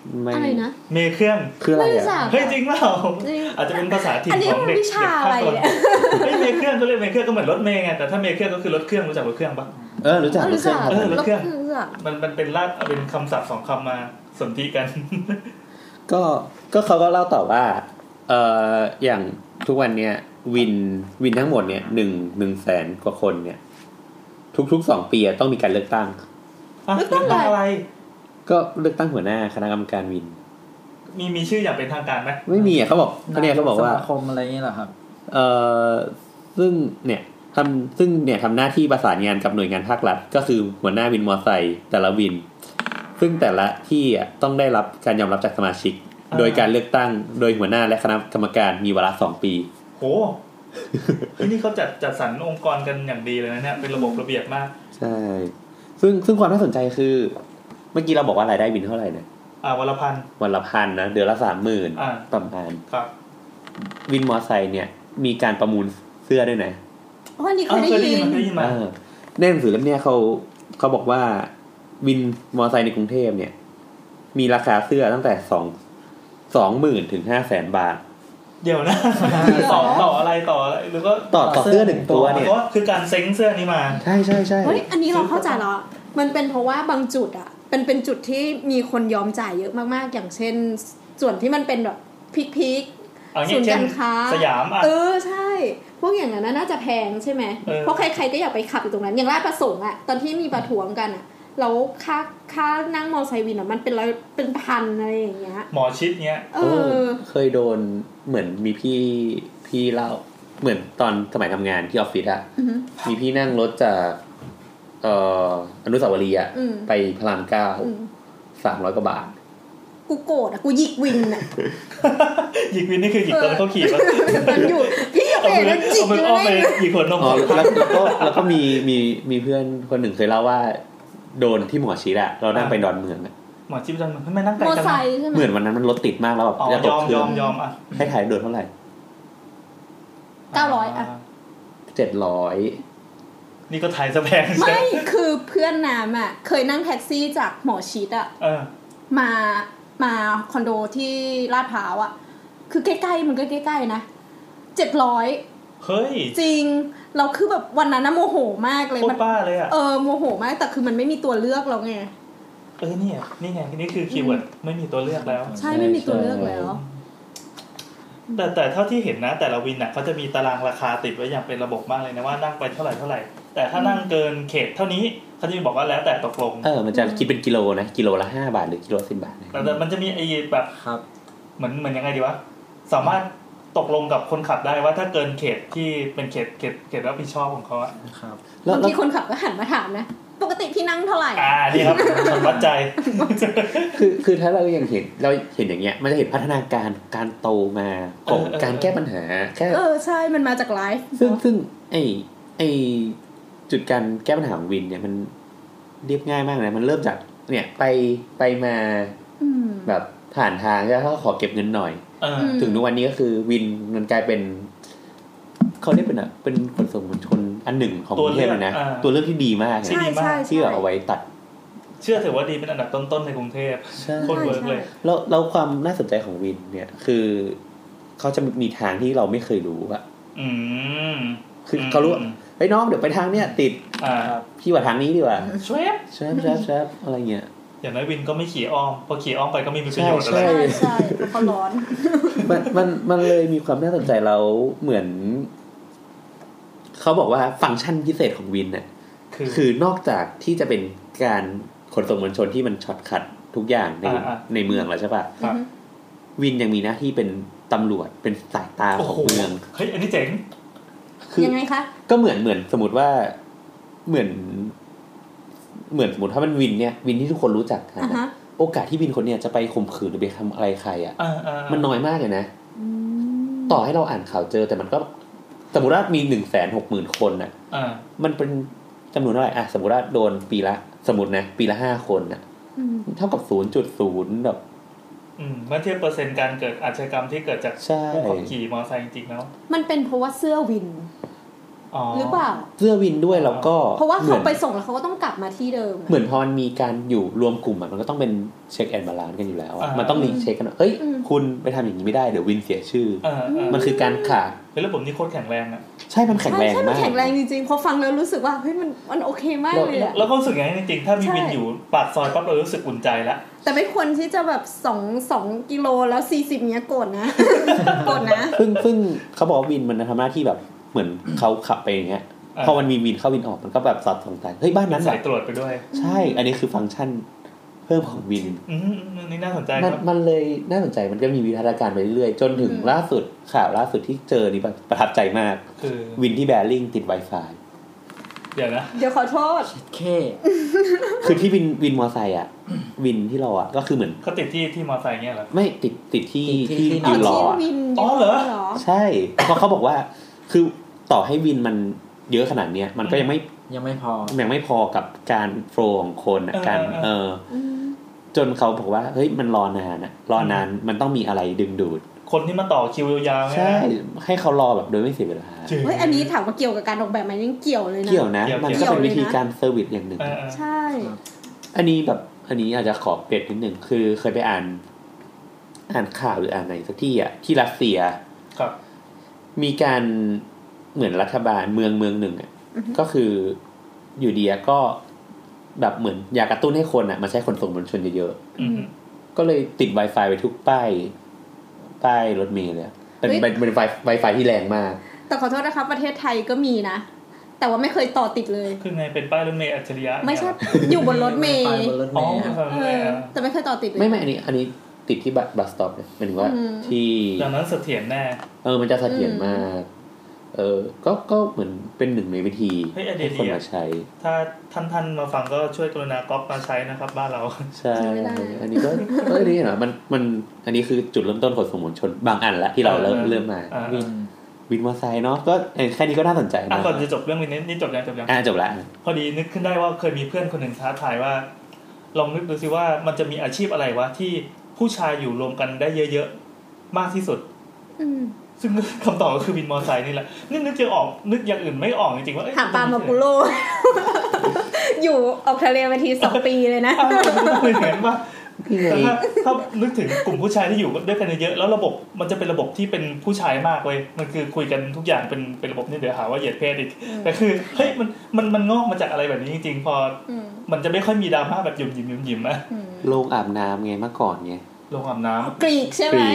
อะไรนะเมเครื่องคืออะไรอ่ะเฮ้ยจริงเปล่าอาจจะเป็นภาษาถิ่นของเด็กวิชาอะไรเนี่ยเฮ้ยเมเครื่องก็เรียกเมเครื่องก็เหมือนรถเมล์ไงแต่ถ้าเมเครื่องก็คือรถเครื่องรู้จักรถเครื่องปะรู้จักรถเครื่องรถเครื่องมันเป็นลากเป็นคำศัพท์2คำมาสนธิกันก็เขาก็เล่าต่อว่าอย่างทุกวันเนี้ยวินทั้งหมดเนี่ย100,000 กว่าคนเนี่ยทุก2 ปีต้องมีการเลือกตั้งเลือกตั้งอะไรก็เลือกตั้งหัวหน้าคณะกรรมการวินมีชื่ออย่างเป็นทางการไหมไม่มีเขาบอกเขาบอกว่าสมาคมอะไรนี่แหละครับซึ่งเนี่ยทำหน้าที่ประสานงานกับหน่วยงานภาครัฐก็คือหัวหน้าวินมอไซค์แต่ละวินซึ่งแต่ละที่ต้องได้รับการยอมรับจากสมาชิกโดยการเลือกตั้งโดยหัวหน้าและคณะกรรมการมีวาระ2 ปีโหที่นี่เขาจัดสรรองค์กรกันอย่างดีเลยนะเนี่ยเป็นระบบระเบียบมากใช่ซึ่งความน่าสนใจคือเมื่อกี้เราบอกว่ารายได้วินเท่าไหร่เนี่ยวันละ 1,000นะเดือนละ 30,000 ประมาณครับวินมอไซค์เนี่ยมีการประมูลเสื้อด้วยนะอันนี้เคยได้ยินมาในหนังสือเล่มนี้เขาบอกว่าวินมอไซค์ในกรุงเทพเนี่ยมีราคาเสื้อตั้งแต่20,000 ถึง 500,000 บาทเดี๋ยวนะต่ออะไรหรือก็ต่อเสื้อ1 ตัวเนี่ยคือการเซ็งเสื้อนี้มาใช่เฮ้ยอันนี้เราเข้าใจแล้วมันเป็นเพราะว่าบางจุดอ่ะเป็นจุดที่มีคนยอมจ่ายเยอะมากๆอย่างเช่นส่วนที่มันเป็นแบบพีคศูนย์การค้าสยามใช่พวกอย่างนั้นน่าจะแพงใช่ไหมเพราะใครๆก็อยากไปขับอยู่ตรงนั้นอย่างราชประสงค์อ่ะตอนที่มีประท้วงกันอ่ะแล้วค่านั่งมอไซค์วินอ่ะมันเป็นพันอะไรอย่างเงี้ยหมอชิดเงี้ยเคยโดนเหมือนมีพี่เล่าเหมือนตอนสมัยทำงานที่ออฟฟิศอ่ะมีพี่นั่งรถจากอนุสาวรีย์ไปพระราม 9 300 กว่าบาทกูโกรธกูหยิกวินน่ะหยิกวินนี่คือหยิกตอนเขาขี่ป่ะมันอยู่พี่ก็เป็นแล้วจิกเลยหยิกคนนมแล้วก็มีเพื่อนคนหนึ่งเคยเล่าว่าโดนที่หมอชิดอะเรานั่งไปดอนเมืองอะหมอชิดดอนเมืองไม่นั่งไกลกันเหมือนวันนั้นมันรถติดมากแล้วแบบจะตกเครื่องอ่ะให้ถ่ายโดนเท่าไหร่ 900อ่ะ 700 นี่ก็ถ่ายซะแพงไม่คือเพื่อนน้ำอ่ะเคยนั่งแท็กซี่จากหมอชิดอ่ะมาคอนโดที่ลาดพร้าวอ่ะคือใกล้ๆมันก็ใกล้ๆนะ700 เฮ้ยจริงเราคือแบบวันนั้นน่ะโมโหมากเลยมันบ้าเลยอ่ะโมโหมากแต่คือมันไม่มีตัวเลือกแล้วไงนี่ไงนี่คือคีย์เวิร์ดไม่มีตัวเลือกแล้วใช่ไม่มีตัวเลือกแล้วแต่เท่าที่เห็นนะแต่ละวินน่ะเขาจะมีตารางราคาติดไว้อย่างเป็นระบบมากเลยนะว่านั่งไปเท่าไหร่แต่ถ้านั่งเกินเขตเท่านี้เขาจะมีบอกว่าแล้วแต่ตกลงมันจะคิดเป็นกิโลนะกิโลละ5 บาทหรือกิโล10 บาทแต่มันจะมีไอ้แบบเหมือนยังไงดีวะสามารถตกลงกับคนขับได้ว่าถ้าเกินเขตที่เป็นเขตรับผิดชอบของเขาครับบางทีคนขับก็หันมาถามนะปกติพี่นั่งเท่าไหร่นี่ครับวัดใจคือถ้าเรายังเห็นอย่างเงี้ยมันจะเห็นพัฒนาการโตมาของการแก้ปัญหาแค่ใช่มันมาจากไลฟ์ซึ่งไอจุดการแก้ปัญหาของวินเนี่ยมันเรียบง่ายมากเลยมันเริ่มจากเนี่ยไปมาแบบผ่านทางแล้วเขาขอเก็บเงินหน่อยถึงทุกวันนี้ก็คือวินมันกลายเป็นเขาเรียกเป็นขนส่งมวลชนอันหนึ่งของกรุงเทพเลยนะตัวเลือกที่ดีมากที่เอาไว้ตัดเชื่อถือว่าดีเป็นอันดับต้นๆในกรุงเทพโคตรเวิร์กเลยแล้วความน่าสนใจของวินเนี่ยคือเขาจะมีทางที่เราไม่เคยรู้อะคือเขารู้ไอ้น้องเดี๋ยวไปทางเนี้ยติดพี่ว่าทางนี้ดีกว่าแชบอะไรเงี้ยอย่างน้อยวินก็ไม่ขี่อ้อมพอขี่อ้อมไปก็ไม่มีประโยชน์อะไรใช่เขาร้อนมันเลยมีความน่าสนใจแล้วเหมือนเขาบอกว่าฟังก์ชันพิเศษของวินเนี่ยคือนอกจากที่จะเป็นการขนส่งมวลชนที่มันช็อตคัททุกอย่างในเมืองแล้วใช่ป่ะวินยังมีหน้าที่เป็นตำรวจเป็นสายตาของเมืองเฮ้ยอันนี้เจ๋งยังไงคะก็เหมือนสมมติว่าเหมือนสมมติถ้ามันวินเนี่ยวินที่ทุกคนรู้จักนะโอกาสที่วินคนเนี่ยจะไปข่มขืนหรือไปทำอะไรใครอ่ะมันน้อยมากเลยนะต่อให้เราอ่านข่าวเจอแต่มันก็สมมติว่ามี 160,000 คนน่ะมันเป็นจำนวนเท่าไหร่สมมติว่าโดนปีละ5 คนน่ะเท่ากับ 0.0 แบบเมื่อเทียบเปอร์เซ็นต์การเกิดอาชญากรรมที่เกิดจากผู้ขับขี่มอเตอร์ไซค์จริงๆแล้วมันเป็นเพราะว่าเสื้อวินหรือเปล่าเสื้อวินด้วยแล้วก็เพราะว่าเขาไปส่งแล้วเขาก็ต้องกลับมาที่เดิมเหมือนพอมันมีการอยู่รวมกลุ่มมันก็ต้องเป็นเช็คแอนด์บาลานซ์กันอยู่แล้วมันต้องรีเช็คกันเฮ้ยคุณไปทำอย่างนี้ไม่ได้เดี๋ยววินเสียชื่อมันคือการขาดแล้วผมนี่โคตรแข็งแรงอ่ะใช่มันแข็งแรงมากแข็งแรงจริงๆพอฟังแล้วรู้สึกว่าเฮ้ยมันโอเคมากเลยแล้วก็รู้สึกอย่างนี้จริงๆถ้ามีวินอยู่ปากซอยปั๊บเรารู้สึกอุ่นใจแล้วแต่ไม่ควรที่จะแบบ2กิโลแล้ว40เนี้ยโกรธนะโกรธนะซึ่งเขาบอกว่าวินมันทำหน้าที่แบบเหมือนเขาขับไปอย่างเงี้ยพอมันมีวินเข้าวินออกมันก็แบบสอดส่องใจเฮ้ยบ้านนั้นใส่ตรวจไปด้วยใช่อันนี้คือฟังก์ชันเพิ่มของวินนี่น่าสนใจครับมันเลยน่าสนใจมันก็มีวิวัฒนาการไปเรื่อยๆจนถึงล่าสุดข่าวล่าสุดที่เจอนี่ประทับใจมากคือวินที่แบริ่งติด Wi-Fi เดี๋ยวนะเดี๋ยวขอโทษคือที่วินมอไซค์อ่ะวินที่เราอ่ะก็คือเหมือนเขาติดที่มอไซค์เงี้ยเหรอไม่ติดที่ยืนรอเหรอใช่เพราะเขาบอกว่าคือต่อให้วินมันเยอะขนาดเนี้ยมันก็ยังไม่พอกับการโฟลว์ของคนอ่ะการจนเขาบอกว่าเฮ้ยมันรอนานมันต้องมีอะไรดึงดูดคนที่มาต่อคิวยาวๆใช่ให้เขารอแบบโดยไม่เสียเวลาเฮ้ยอันนี้ถามว่าเกี่ยวกับการออกแบบมันยังเกี่ยวเลยนะเกี่ยวนะมันก็เป็นวิธีการเซอร์วิสอย่างหนึ่งใช่อันนี้อาจจะขอเปรียบนิดนึงคือเคยไปอ่านข่าวหรืออ่านไหนสักที่อ่ะที่รัสเซียครับมีการเหมือนรัฐบาลเมืองหนึ่งอ่ะก็คืออยู่ดีก็แบบเหมือนอยากกระตุ้นให้คนอ่ะมาใช้ขนส่งมวลชนเยอะๆก็เลยติด Wi-Fi ไปทุกป้ายรถเมล์เลยเป็น Wi-Fi ที่แรงมากแต่ขอโทษนะครับประเทศไทยก็มีนะแต่ว่าไม่เคยต่อติดเลยคือไงเป็นป้ายรถเมล์อัจฉริยะไม่ใช่อยู่บนรถเมล์แต่ไม่เคยต่อติดเลยไม่อันนี้ติดที่บัสสต็อปเนี่ยหมายถึงว่าที่ดังนั้นเสถียรแน่มันจะเสถียรมากก็เหมือนเป็นหนึ่งในวิธีให้คนมาใช้ถ้าท่านมาฟังก็ช่วยกรุณาก๊อปมาใช้นะครับบ้านเราใช่อันนี้ก็นี่เหรอมันอันนี้คือจุดเริ่มต้นขนส่งมวลชนบางอันละที่เราเริ่มมาวินมอเตอร์ไซค์เนาะก็แค่นี้ก็น่าสนใจนะก่อนจะจบเรื่องวินนี่จบยังจบแล้วพอดีนึกขึ้นได้ว่าเคยมีเพื่อนคนหนึ่งท้าทายว่าลองนึกดูสิว่ามันจะมีอาชีพอะไรวะที่ผู้ชายอยู่รวมกันได้เยอะๆมากที่สุดซึ่งคำตอบก็คือวินมอเตอร์ไซค์นี่แหละนึกจะออกนึกอย่างอื่นไม่ออกจริงๆว่าหาปลามาปุโรอยู่ออกทะเลมาที2 ปีเลยนะเห็นป่ะถ้านึกถึงกลุ่มผู้ชายที่อยู่ด้วยกันเยอะแล้วระบบมันจะเป็นระบบที่เป็นผู้ชายมากเลยมันคือคุยกันทุกอย่างเป็นระบบนี่เดี๋ยวหาว่าเหยียดเพศอีกแต่คือเฮ้ยมันงอกมาจากอะไรแบบนี้จริงๆพอมันจะไม่ค่อยมีดราม่าแบบหยุ่มๆนะโรงอาบน้ำไงเมื่อก่อนไงโรงอาบน้ำกรีกใช่ไหม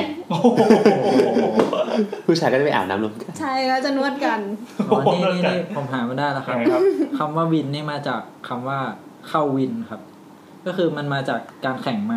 ผู้ชายก็จะไปอาบน้ำรวมกันใช่ก็จะนวดกันนี่ผมหามาได้แล้วครับคำว่าวินนี่มาจากคำว่าเข้าวินครับก็คือมันมาจากการแข่งมา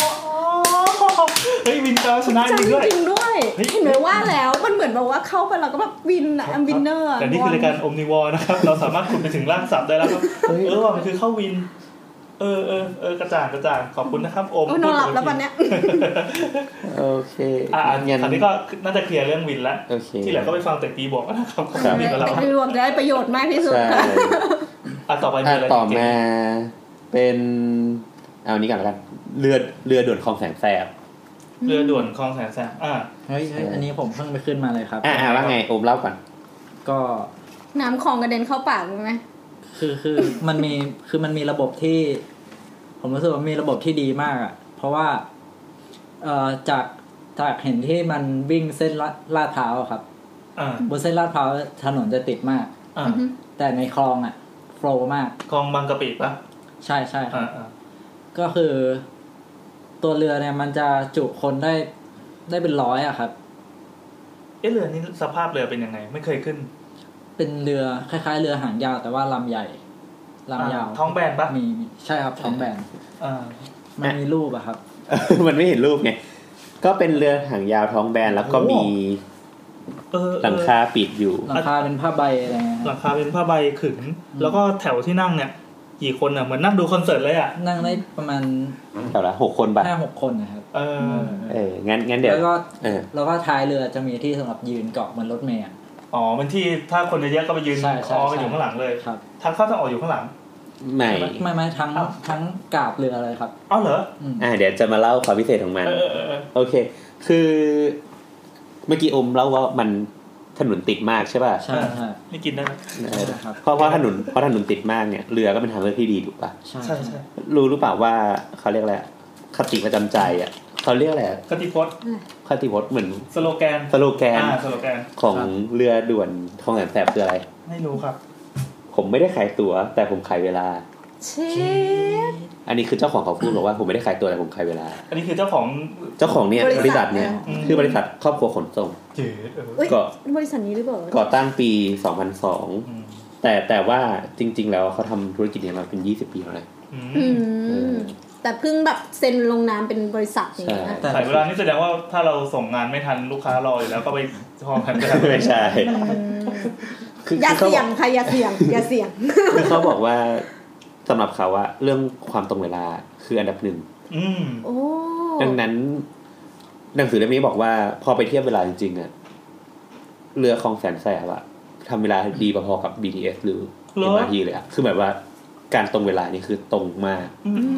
เฮ้ยวินเตอร์ชนะจริงด้วยเห็นไหมว่าแล้วมันเหมือนแบบว่าเข้าไปเราก็แบบวินอ่ะวินเนอร์แต่นี่คือรายการโอมนิวอร์นะครับเราสามารถขุดไปถึงรากศัพท์ได้แล้วครับว่ามันคือเข้าวินกระจ่างขอบคุณนะครับโอมนอนหลับแล้ววันเนี้ยโอเคงั้นนี้ก็น่าจะเคลียร์เรื่องวินแล้วที่เหลือก็ไปฟังแต่ตีบอกนะครับแต่ตีบอกได้ประโยชน์มากที่สุดค่ะต่อไปมีอะไรต่อมาเป็นเอานี้ก่อนแล้วกันเรือด่วนคลองแสนแสบเรือด่วนคลองแสนแสบเฮ้ยอันนี้ผมเพิ่งไปขึ้นมาเลยครับว่าไงโอมเล่าก่อนก็น้ำคลองกระเด็นเข้าปากไหมคือมันมีระบบที่ผมรู้สึกว่ามีระบบที่ดีมากอ่ะเพราะว่าจากเห็นที่มันวิ่งเส้นลาดพร้าวครับบนเส้นลาดพร้าวถนนจะติดมากแต่ในคลองอ่ะโฟล์มากคลองบางกะปิป่ะใช่ครับก็คือตัวเรือเนี่ยมันจะจุคนได้เป็น100อ่ะครับเรือนี้สภาพเรือเป็นยังไงไม่เคยขึ้นเป็นเรือคล้ายๆเรือหางยาวแต่ว่าลำใหญ่ลำยาวท้องแบนปะมีใช่ครับท้องแบนมันมีรูปอะครับมันไม่เห็นรูปไงก็เป็นเรือหางยาวท้องแบนแล้วก็มีหลังคาปิดอยู่หลังคาเป็นผ้าใบอะไรหลังคาเป็นผ้าใบขึงแล้วก็แถวที่นั่งเนี่ยกี่คนอ่ะเหมือนนั่งดูคอนเสิร์ตเลยอ่ะนั่งได้ประมาณแถวละ6 คนป่ะ 5-6 คนนะครับงั้นเดี๋ยวแล้วก็ท้ายเรือจะมีที่สำหรับยืนเกาะเหมือนรถเมล์มันที่ถ้าคนเยอะก็ไปยืนคอกันอยู่ข้างหลังเลยทางเข้าทางออกอยู่ข้างหลังไม่ทั้งกาบเรือเลยครับเหรอเดี๋ยวจะมาเล่าความพิเศษของมันโอเคคือเมื่อกี้อมเล่าว่ามันถนนติดมากใช่ป่ะใช่นี่กินได้ไหมเพราะถนนติดมากเนี่ยเรือก็เป็นทางเลือกที่ดีถูกป่ะใช่ใช่รู้หรือเปล่าว่าเขาเรียกอะไรคติประจำใจอ่ะเขาเรียกอะไรคติพจน์เหมือนสโลแกนของเรือด่วนคลองแสนแสบคืออะไรไม่รู้ครับผมไม่ได้ขายตั๋วแต่ผมขายเวลาอันนี้คือเจ้าของเขาพูดบอกว่าผมไม่ได้ขายตั๋วแต่ผมขายเวลาอันนี้คือเจ้าของเนี่ยบริษัทเนี่ยคือบริษัทครอบครัวขนส่งก็บริษัทนี้หรือเปล่าก่อตั้งปี2002แต่ว่าจริงๆแล้วเขาทำธุรกิจนี้มาเป็น20ปีแล้วนะแต่เพิ่งแบบเซ็นลงนามเป็นบริษัทอย่างเงี้ยขายเวลานี่แสดงว่าถ้าเราส่งงานไม่ทันลูกค้ารออยู่แล้วก็ไปห้องกันไม่ใช่อย่าเสี่ยงค่ะอย่าเสี่ยงคือเขาบอกว่าสำหรับเขาอะเรื่องความตรงเวลาคืออันดับหนึ่งดังนั้นหนังสือเล่มนี้บอกว่าพอไปเทียบเวลาจริงๆอะเรือคลองแสนแสบอะทำเวลาดีพอๆกับ BTS หรือ MRT เลยอะคือแบบว่าการตรงเวลานี่คือตรงมาก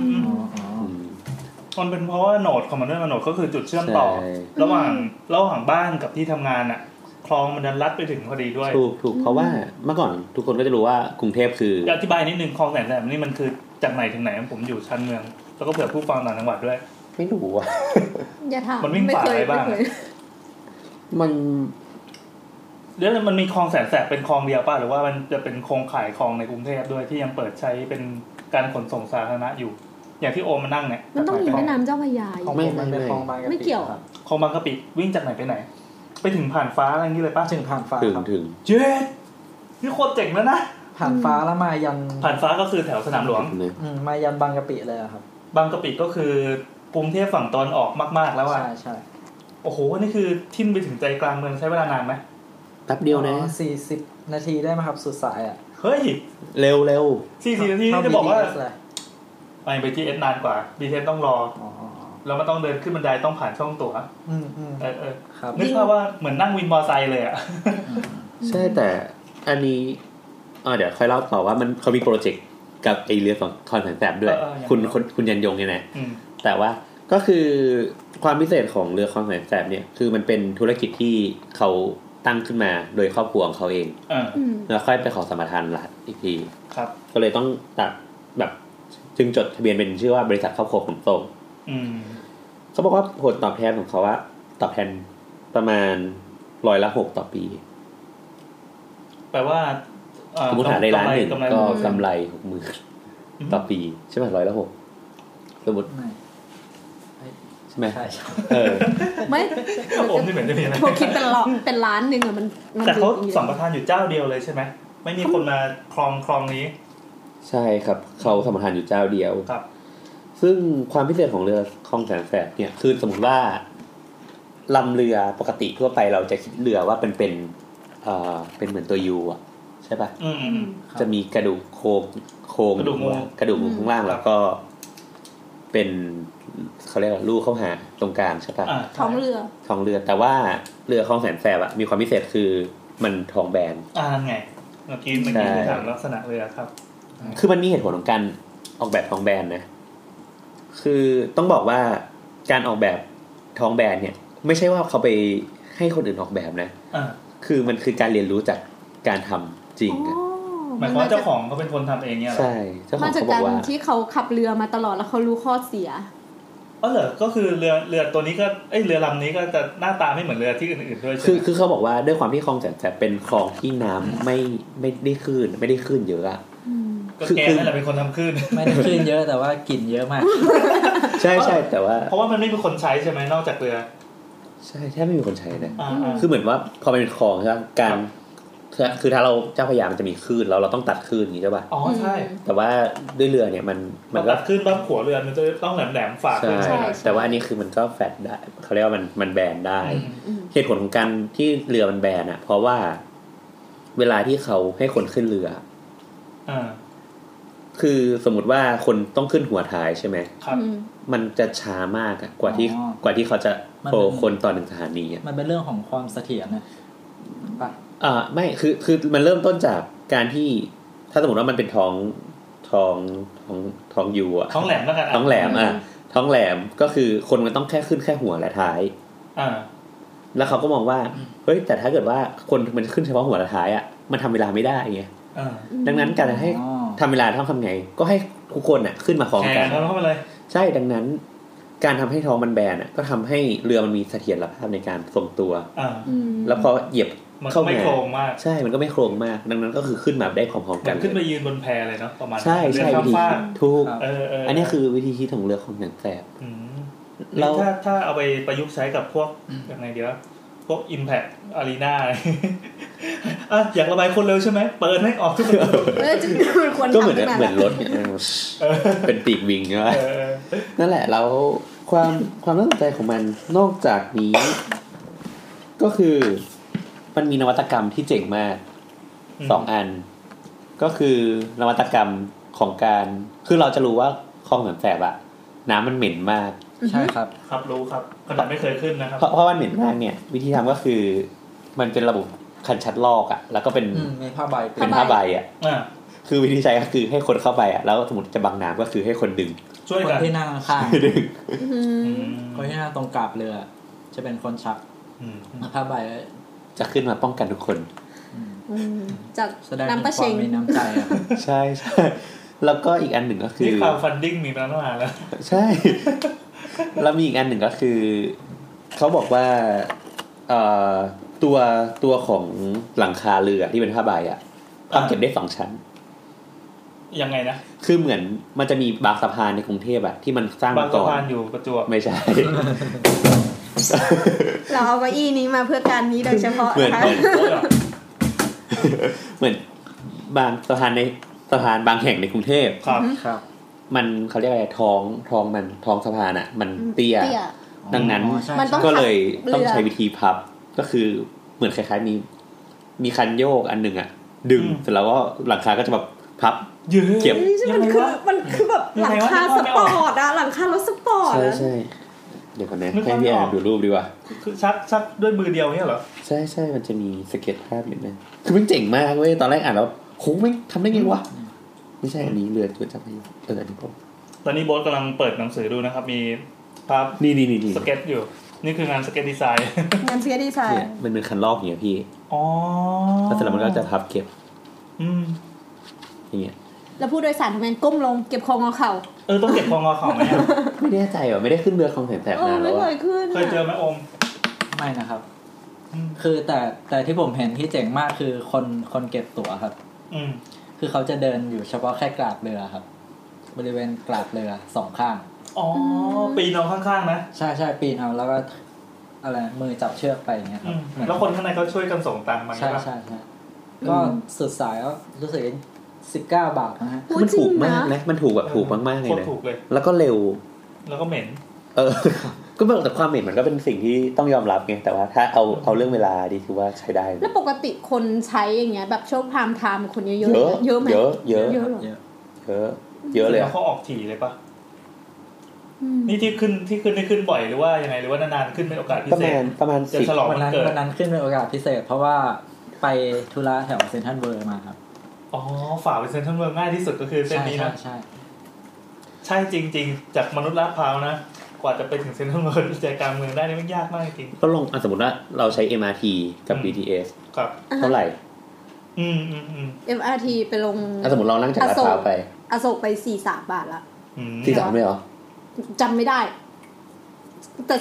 มันเป็นเพราะว่าโหนดของมันด้วยโหนดก็คือจุดเชื่อมต่อระหว่างบ้านกับที่ทำงานอะคลองมันดันลัดไปถึงพอดีด้วยถูกเพราะว่าเมื่อก่อนทุกคนก็จะรู้ว่ากรุงเทพคืออธิบายนิดนึงคลองแสนแสบนี่มันคือจากไหนถึงไหนผมอยู่ชั้นเมืองแล้วก็เผื่อผู้ฟังต่างจังหวัดด้วยไม่รู้อ่ะอย่าถามมันวิ่งฝ่าอะไรบ้างมันเดี๋ยวมันมีคลองแสนแสบเป็นคลองเดียวป่ะหรือว่ามันจะเป็นโครงข่ายคลองในกรุงเทพด้วยที่ยังเปิดใช้เป็นการขนส่งสาธารณะอยู่อย่างที่โอมมานั่งเนี่ยมันต้องมีแม่น้ำเจ้าพระยาไม่ไม่เกี่ยวคลองบางกะปิวิ่งจากไหนไปไหนไปถึงผ่านฟ้าอะไรอย่างนี้เลยป่ะถึงผ่านฟ้าครับถึงเจ๊นี่โคตรเจ๋งแล้วนะผ่านฟ้าแล้วมายันผ่านฟ้าก็คือแถวสนามหลวงมายันบางกะปิเลยครับบางกะปิก็คือกรุงเทพฝั่งตอนออกมากๆแล้วอ่ะใช่โอ้โหนี่คือทิ่มไปถึงใจกลางเมืองใช้เวลานานไหมแป๊บเดียวนะ 40 นาทีได้ไหมครับสุดสายอ่ะเฮ้ยเร็ว 40 นาทีจะบอกว่าไป BTS นานกว่า BTS ต้องรอแล้วมันต้องเดินขึ้นบันไดต้องผ่านช่องตั๋วนึกภาพว่าเหมือนนั่งวินมอไซค์เลยอ่ะใช่แต่อันนี้เดี๋ยวค่อยเล่าต่อว่ามันเขามีโปรเจกต์กับไอเรือของคอนแสนแสบด้วยคุณยันยงเนี่ยนะแต่ว่าก็คือความพิเศษของเรือคอนแสนแสบเนี่ยคือมันเป็นธุรกิจที่เขาตั้งขึ้นมาโดยครอบครัวของเขาเองแล้วค่อยไปขอสัมปทานรัฐอีกทีก็เลยต้องตัดแบบจึงจดทะเบียนเป็นชื่อว่าบริษัทครอบครัวขนส่งเขาบอกว่าผลตอบแทนของเขาว่าตอบแทนประมาณ6%ต่อปีแปลว่าสมมติหาได้ล้านหนึ่งก็กำไร 60,000 ต่อปีใช่ไหม6%สมมติใช่ไหมไม่ผมนี่เหมือนจะมีอะไรผมคิดเป็นล้านหนึ่งอะมันแต่เขาสัมปทานอยู่เจ้าเดียวเลยใช่ไหมไม่มีคนมาครองนี้ใช่ครับเขาสัมปทานอยู่เจ้าเดียวครับซึ่งความพิเศษของเรือคลองแสนแสบเนี่ยคือสมมติว่าลำเรือปกติทั่วไปเราจะคิดเรือว่าเป็นเหมือนตัวยูอ่ะใช่ป่ะจะมีกระดูกโครงกระดูกข้างล่างแล้วก็เป็นเขาเรียกว่าลูกเข้าหาตรงกลางใช่ป่ะท้องเรือแต่ว่าเรือคลองแสนแสบอ่ะมีความพิเศษคือมันทองแบนไงเมื่อกี้ถามลักษณะเรือครับคือมันมีเหตุผลของการออกแบบทองแบนนะคือต้องบอกว่าการออกแบบทองแบนเนี่ยไม่ใช่ว่าเขาไปให้คนอื่นออกแบบนะคือมันคือการเรียนรู้จากการทำจริงหมายความว่าเจ้าของเขาเป็นคนทำเองเนี่ยหรอใช่เจ้าของเขาบอกว่าที่เขาขับเรือมาตลอดแล้วเขารู้ข้อเสียเหรอก็คือเรือตัวนี้ก็เรือลำนี้ก็จะหน้าตาไม่เหมือนเรือที่อื่นๆด้วยใช่ไหมคือเขาบอกว่าด้วยความที่คลองแสนแสบเป็นคลองที่น้ำไม่ได้คลื่นเยอะอะก็แกนั่นแหละเป็นคนทำคลื่นไม่ได้คลื่นเยอะแต่ว่ากลิ่นเยอะมากใช่แต่ว่าเพราะว่ามันไม่มีคนใช้ใช่ไหมนอกจากเรือใช่แค่ไม่มีคนใช้นะคือเหมือนว่าพอเป็นคลองใช่ไหมการคือถ้าเราเจ้าพระยามันจะมีคลื่นแล้วเราต้องตัดคลื่นอย่างนี้ใช่ป่ะใช่แต่ว่าด้วยเรือเนี่ยมันตัดคลื่นบ้างหัวเรือมันจะต้องแหลมฝากใช่แต่ว่าอันนี้คือมันก็แฟลตได้เขาเรียกว่ามันแบนได้เหตุผลของการที่เรือมันแบนอ่ะเพราะว่าเวลาที่เขาให้คนขึ้นเรือคือสมมติว่าคนต้องขึ้นหัวท้ายใช่ไหมครับมันจะช้ามากกว่าที่เขาจะโผล่คนต่อหนึ่งสถานีมันเป็นเรื่องของความเสถียรนะไม่คือมันเริ่มต้นจากการที่ถ้าสมมติว่ามันเป็นท้องยูอ่ะท้องแหลมแล้วกันท้องแหลมก็คือคนมันต้องแค่ขึ้นแค่หัวและท้ายแล้วเขาก็มองว่าเฮ้ยแต่ถ้าเกิดว่าคนมันขึ้นเฉพาะหัวท้ายอ่ะมันทำเวลาไม่ได้ไงดังนั้นการให้ทำเวลาต้องทำไงก็ให้ทุกคนอ่ะขึ้นมาพร้อมกันเข้ามาเลยใช่ดังนั้นการทำให้ท้องมันแบนอ่ะก็ทำให้เรือมันมีเสถียรภาพในการทรงตัวแล้วพอเหยียบเข้าไม่โครงมากใช่มันก็ไม่โครงมากดังนั้นก็คือขึ้นมาได้พร้อมๆกันขึ้นไปยืนบนแพเลยเนาะประมาณใช่วิธีถูกอันนี้คือวิธีคิดของเรือของหนังแสบแล้วถ้าเอาไปประยุกต์ใช้กับพวกอย่างไรเดียวพวก Impact Arena อยากระบายคนเร็วใช่ไหมเปิดให้ออกทุกคนก็เหมือนรถเป็นปีกวิงใช่ไหมนั่นแหละแล้วความน่าสนใจของมันนอกจากนี้ก็คือมันมีนวัตกรรมที่เจ๋งมาก2อันก็คือนวัตกรรมของการคือเราจะรู้ว่าคลองแหลมแสบอะน้ำมันเหม็นมากใช่ครับครับรู้ครับขนาดไม่เคยขึ้นนะครับเพราะว่าเหม็นมากเนี่ยวิธีทำก็คือมันเป็นระบบคันชัดลอกอะแล้วก็เป็นผ้าใบเป็นผ้าใบอะคือวิธีใช้ก็คือให้คนเข้าไปอะแล้วสมมติจะบังน้ำก็คือให้คนดึงช่วยกันที่นั่งข้างคนที่นั่งตรงกาบเรือจะเป็นคนชักผ้าใบจะขึ้นมาป้องกันทุกคนจากน้ำประเชงมีน้ำใจอ่ะใช่ใช่แล้วก็อีกอันหนึ่งก็คือ crowd funding มีมาตั้งนานแล้วใช่แล้วมีอีกอันหนึ่งก็คือเขาบอกว่าตัวของหลังคาเรือที่เป็นผ้าใบอ่ะทำเก็บได้2ชั้นยังไงนะคือเหมือนมันจะมีบางสะพานในกรุงเทพอ่ะที่มันสร้างมาก่อนบางสะพานอยู่ประจวบไม่ใช่เราเอาเก้าอี้นี้มาเพื่อการนี้โดยเฉพาะนะคะเหมือนบางสะพานบางแห่งในกรุงเทพครับมันเขาเรียกอะไรท้องสะพานอ่ะมันเตี้ยดังนั้นก็เลยต้องใช้วิธีพับก็คือเหมือนคล้ายๆมีคันโยกอันหนึ่งอ่ะดึงเสร็จแล้วก็หลังคาก็จะแบบพับเก็บมันคือแบบหลังคาสปอร์ตอะหลังคารถสปอร์ตใช่เดี๋ยวก่อนนะให้พี่แอนดูรูปดีกว่าคือชักด้วยมือเดียวเนี่ยเหรอใช่มันจะมีสเก็ตภาพอยู่นะคือมันเจ๋งมากเว้ยตอนแรกอ่านแล้วโหไม่ทำได้ไงวะไม่ใช่อันนี้เรือเกิดจากอะไรอันนี้ผมตอนนี้โบ๊ทกำลังเปิดหนังสือดูนะครับมีภาพนี่สเก็ตอยู่นี่คืองานสเก็ตดีไซน์งานสเก็ตดีไซน์มันเป็นคันลอกอย่างเงี้ยพี่อ๋อแล้วเสร็จแล้วมันก็จะพับเก็บอย่างเงี้ยแล้วผู้โดยสารทำไมก้มลงเก็บคองอเข่าต้องเก็บคองอเข่าไหมไม่แน่ใจไม่ได้ขึ้นเรือคลองแสนแสบนานแล้วไม่เคยขึ้นเคยเจอไหมอมไม่นะครับคือแต่ที่ผมเห็นที่เจ๋งมากคือคนเก็บตั๋วครับคือเขาจะเดินอยู่เฉพาะแค่กราบเรือครับบริเวณกราบเรือ2ข้างปีนเอาข้างๆนะใช่ปีนเอาแล้วก็อะไรมือจับเชือกไปอย่างเงี้ยครับแล้วคนข้างในเขาช่วยกันส่งตังค์มาใช่ก็สุดสายก็รู้สึก19 บาทนะฮะมันถูกมากนะมันถูกแบบถูกมากๆเลยแล้วก็เร็วแล้วก็เหม็นก็แบบแต่ความเหม็นมันก็เป็นสิ่งที่ต้องยอมรับไงแต่ว่าถ้าเอาเรื่องเวลาดีคือว่าใช้ได้แล้วปกติคนใช้อย่างเงี้ยแบบช่วงพามไทม์คนเยอะไหมเยอะเลยเขาออกถี่เลยปะนี่ที่ขึ้นบ่อยหรือว่ายังไงหรือว่านานๆขึ้นเป็นโอกาสพิเศษประมาณจะฉลองวันเกิดวันนั้นขึ้นเป็นโอกาสพิเศษเพราะว่าไปธุระแถวเซ็นทรัลเวิลด์มาครับฝ่าไปเซ็นทรัลเวิลด์ง่ายที่สุดก็คือเส้นนี้นะใช่จริงๆจากมนุษย์ลาดพร้าวนะกว่าจะไปถึงเซ็นทรัลเวิลด์ใจกลางเมืองได้นี่มันยากมากจริงก็ลงสมมติว่าเราใช้ MRT กับ BTS ครับเท่าไหร่ MRT ไปลงสมมติเรานั่งจากลาดพร้าวไปอโศกไป43 บาทละ 43เลยเหรอจำไม่ได้แต่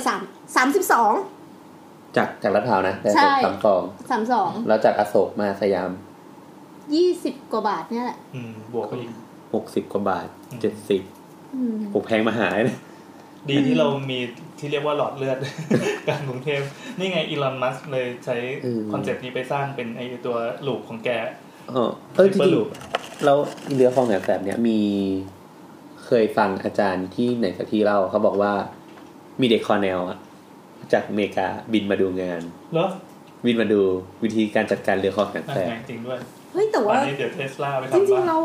32 จากลาดพร้าวนะแต่32แล้วจากอโศกมาสยาม 20 กว่าบาทเนี่ยแหละบวกไปอีก 60 กว่าบาท70ผมแพงมาหาเลยดีที่เรามีที่เรียกว่าหลอดเลือดการกรุงเทพนี่ไงอีลอนมัสก์เลยใช้คอนเซ็ปต์นี้ไปสร้างเป็นไอตัวลูปของแกจริงๆแล้วเรือคลองแหลมแสบเนี่ยมีเคยฟังอาจารย์ที่ไหนสักที่เล่าเขาบอกว่ามีเด็กคอร์เนลจากอเมริกาบินมาดูงานเหรอบินมาดูวิธีการจัดการเรือคลองแหลมแสบจริงด้วยเฮ้ยแต่ว่าเดี๋ยวเทสลาไปทำจริงๆเรา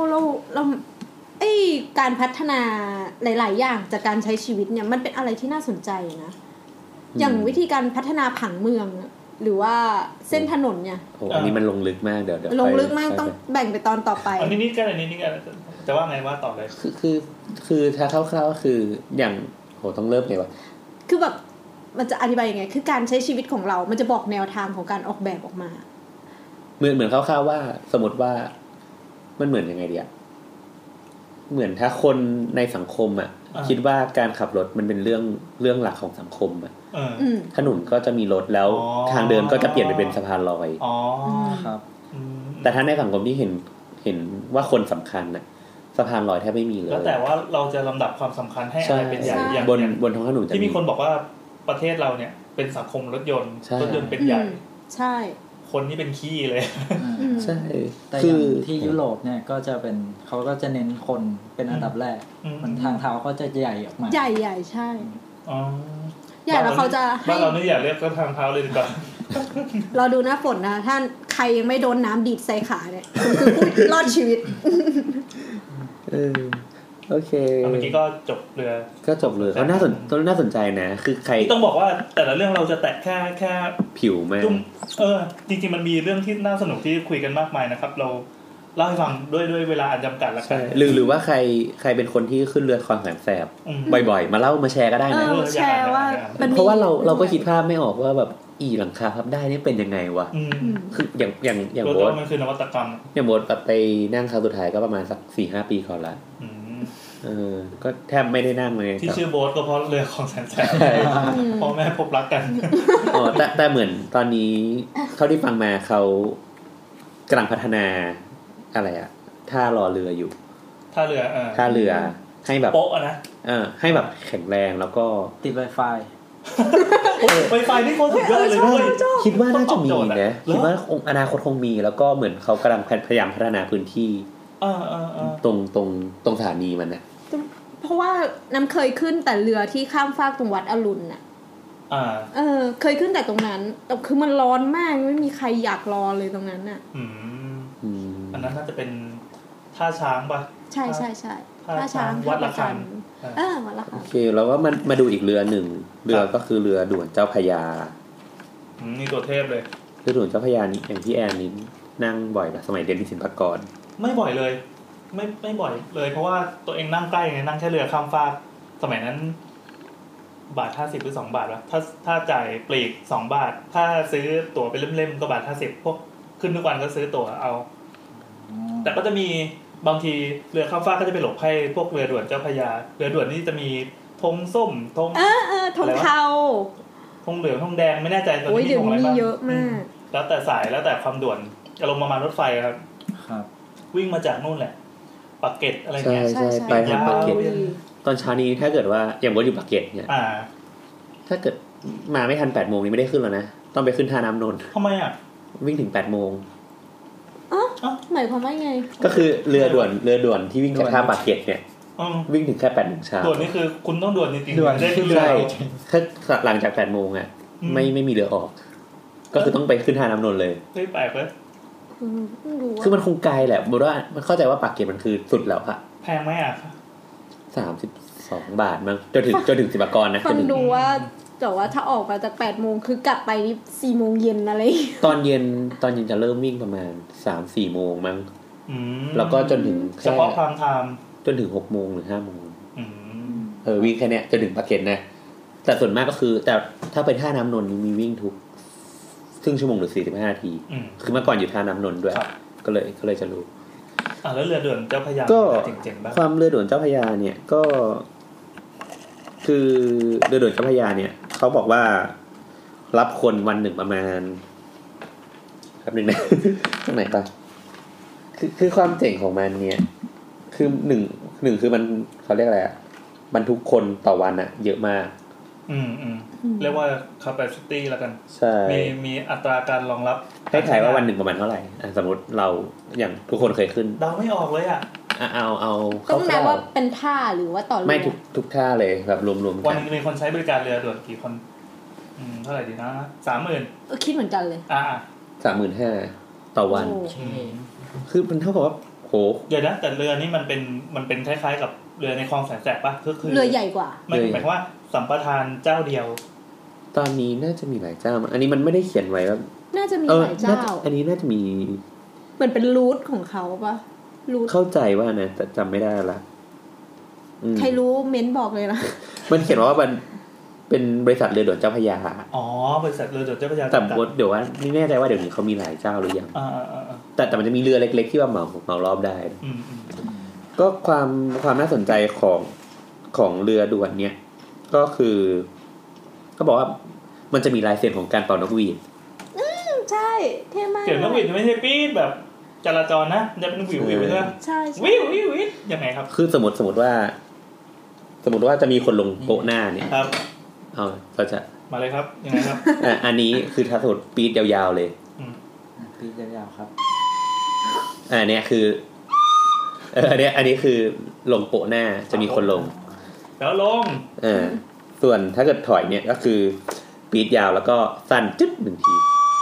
การพัฒนาหลายๆอย่างจากการใช้ชีวิตเนี่ยมันเป็นอะไรที่น่าสนใจนะอย่างวิธีการพัฒนาผังเมืองหรือว่าเส้นถนนเนี่ยอันนี้มันลงลึกมากเดี๋ยวลงลึกมากต้องแบ่งไปตอนต่อไปอันนี้กันจะว่าไงว่าต่อเลยคือถ้าคร่าวๆก็คืออย่างโหต้องเริ่มไงวะคือแบบมันจะอธิบายยังไงคือการใช้ชีวิตของเรามันจะบอกแนวทางของการออกแบบออกมาเหมือนคร่าวๆว่าสมมติว่ามันเหมือนยังไงดีอะเหมือนถ้าคนในสังคมอ่ะคิดว่าการขับรถมันเป็นเรื่องหลักของสังคมอ่ะถนนก็จะมีรถแล้วทางเดินก็จะเปลี่ยนไปเป็นสะพานลอยอ๋อครับแต่ถ้าในสังคมที่เห็นว่าคนสำคัญน่ะสะพานลอยแทบไม่มีเลยแล้วแต่ว่าเราจะลำดับความสำคัญให้อะไรเป็นใหญ่อย่างบนท้องถนนที่มีคนบอกว่าประเทศเราเนี่ยเป็นสังคมรถยนต์เป็นใหญ่ใช่คนนี่เป็นขี้เลยใช่แต่อย่างที่ยุโรปเนี่ยก็จะเป็นเขาก็จะเน้นคนเป็นอันดับแรกมันทางเท้าก็จะใหญ่ออกมาใหญ่ๆใช่อ๋อใหญ่แล้วเขาจะบ้านเรานี่อย่าเรียกก็ทางเท้าเลยดีกว่าเราดูหน้าฝนนะถ้าใครยังไม่โดนน้ำดีดใส่ขาเนี่ยคือผู้รอดชีวิตโอเคเมื่อกี้ก็จบเรือก็น่าสนใจนะคือใครต้องบอกว่าแต่ละเรื่องเราจะแตะแค่ผิวแม่จริงๆมันมีเรื่องที่น่าสนุกที่คุยกันมากมายนะครับเราเล่าให้ฟังด้วยเวลาอันจำกัดละกันหรือว่าใครเป็นคนที่ขึ้นเรือคลองแสนแสบบ่อยๆมาเล่ามาแชร์ก็ได้นะแชร์ว่าเพราะว่าเราก็คิดภาพไม่ออกว่าแบบหลังคาพับได้นี่เป็นยังไงวะคืออย่างโบ๊ทมันคือนวัตกรรมอย่างโบ๊ทไปนั่งครั้งสุดท้ายก็ประมาณสัก 4-5 ปีก่อนละก็แทบไม่ได้นั่งเลยที่ชื่อโบ๊ทก็เพราะเรือของแสนแสบพ่อแม่พบรักกันแต่เหมือนตอนนี้เท่าที่ฟังมาเขากำลังพัฒนาอะไรอะท่ารอเรืออยู่ท่าเรือให้แบบโป๊ะนะให้แบบแข็งแรงแล้วก็ติด Wi-Fi Wi-Fi นี่โคตรสุดยอดเลยด้วยคิดว่าน่าจะมีนะคิดว่าอนาคตคงมีแล้วก็เหมือนเขากำลังพยายามพัฒนาพื้นที่ตรงสถานีมันนะเพราะว่าน้ำเคยขึ้นแต่เรือที่ข้ามฟากตรงวัดอรุณน่ะเคยขึ้นแต่ตรงนั้นแต่คือมันร้อนมากไม่มีใครอยากรอเลยตรงนั้นน่ะอันนั้นน่าจะเป็นท่าช้างป่ะใช่ท่าช้างวัดละคันวัดละคันโอเคแล้วก็มาดูอีกเรือหนึ่งเรือก็คือเรือด่วนเจ้าพระยานี่ตัวเทพเลยเรือด่วนเจ้าพระยานี่อย่างที่แอนนี่นั่งบ่อยป่ะสมัยเรียนที่ศิลปากรไม่บ่อยเลยไม่บ่อยเลยเพราะว่าตัวเองนั่งใกล้ไงนั่งแค่เรือข้ามฟากสมัยนั้นบาท50หรือ2 บาทวะถ้าจ่ายปลีก2 บาทถ้าซื้อตั๋วเป็นเล่มๆก็บาท50พวกขึ้นทุกวันก็ซื้อตั๋วเอาแต่ก็จะมีบางทีเรือข้ามฟากก็จะไปหลบให้พวกเรือด่วนเจ้าพระยาเรือด่วนนี่จะมีธงส้มธงธงเทาธงเหลืองธงแดงไม่แน่ใจตอนนี้มีธงอะไรบ้างเยอะมากแล้วแต่สายแล้วแต่ความด่วนอารมณ์ประมาณรถไฟครับวิ่งมาจากนู่นแหละปากเกร็ดอะไรเงี้ยใช่ไปทางปากเกร็ดตอนเช้านี้ถ้าเกิดว่าอย่างว่าอยู่ปากเกร็ดเนี่ยถ้าเกิดมาไม่ทัน 8:00 นนี่ไม่ได้ขึ้นแล้วนะต้องไปขึ้นท่าน้ำนนท์ทำไมอ่ะวิ่งถึง 8:00 นหมายความว่าไงก็คือเรือด่วนที่วิ่งจากท่าปากเกร็ดเนี่ยวิ่งถึงแค่ 8:00 นเช้าด่วนนี่คือคุณต้องด่วนจริงๆด่วนได้เรือถ้าหลังจาก 8:00 นอ่ะไม่มีเรือออกก็คือต้องไปขึ้นท่าน้ำนนท์เลยไม่แปลกเลยคือมันคงไกลแหละบอกว่ามันเข้าใจว่าปากเกร็ดมันคือสุดแล้วอะแพงไหมอ่ะ 32 บาทมั้งจนถึงศิลปากรนะคนดูว่าแต่ว่าถ้าออกมาจาก 8:00 นคือกลับไปนี่ 4:00 นอะไรตอนเย็นจะเริ่มวิ่งประมาณ 3-4 โมงมั้งแล้วก็จนถึงเฉพาะไทม์จนถึง 6 โมงหรือ 5 โมงวิ่งแค่เนี้ยจนถึงปากเกร็ดนะแต่ส่วนมากก็คือแต่ถ้าไปท่าน้ำนนท์มีวิ่งทุกครึ่งชั่วโมงหรือ45 นาทีคือเมื่อก่อนอยู่ท่าน้ำนนท์ด้วยก็เลยจะรู้แล้วเรือด่วนเจ้าพระยาเจ๋งๆบ้างความเรือด่วนเจ้าพระยาเนี่ยก็คือเรือด่วนเจ้าพระยาเนี่ยเขาบอกว่ารับคนวันหนึ่งประมาณครับนึงนะตรงไหนปะคือความเจ๋งของมันเนี่ยคือหนึ่งคือมันเขาเรียกอะไรอะบรรทุกคนต่อวันอะเยอะมากเรียกว่า capacity แล้วกันใช่มีอัตราการรองรับให้ถ่ายว่าวันหนึ่งประมาณเท่าไหร่สมมติเราอย่างทุกคนเคยขึ้นเดาไม่ออกเลยอ่ะเอาต้องนับว่าเป็นท่าหรือว่าต่อเรือไม่ทุกท่าเลยแบบรวมๆกันวันนึงมีคนใช้บริการเรือด่วนกี่คนเท่าไหร่ดีนะ 30,000 คิดเหมือนกันเลย 35,000 ต่อวันคือมันเท่ากับว่าโหเดี๋ยวนะแต่เรือนี่มันเป็นคล้ายๆกับเรือในคลองแสนแสบป่ะคือเรือใหญ่กว่ามันหมายความว่าสัมปทานเจ้าเดียวตอนนี้น่าจะมีหลายเจ้าอันนี้มันไม่ได้เขียนไว้ว่าน่าจะมีหลายเจ้าอันนี้น่าจะมีเหมือนเป็นรูทของเขาป่ะรูทเข้าใจว่านะแต่จำไม่ได้ละใครรู้เม้นบอกเลยนะมันเขียนว่าเป็นบริษัทเรือด่วนเจ้าพระยาอ๋อบริษัทเรือด่วนเจ้าพระยาแต่เดี๋ยวว่าไม่แน่ใจว่าเดี๋ยวนี้เขามีหลายเจ้าหรือยังแต่มันจะมีเรือเล็กๆที่ว่าเหมารอบได้ก็ความน่าสนใจของเรือด่วนเนี่ยก็คือก็บอกว่ามันจะมีลายเซ็นของการเป่านกหวีดใช่เท่มากเกี่ยวนกหวีดไม่ใช่ปี๊ดแบบจราจรนะจะเป็นวิวใช่ไหมใช่วิวยังไงครับคือสมมติว่าจะมีคนลงโปะหน้าเนี่ยครับเราจะมาเลยครับยังไงครับอันนี้คือถ้าสมมติปี๊ดยาวๆเลยปี๊ดยาวๆครับอันนี้คืออันนี้คือลงโปะหน้าจะมีคนลงแล้วลงส่วนถ้าเกิดถอยเนี่ยก็คือปี๊ดยาวแล้วก็สั้นจึ๊บ1ที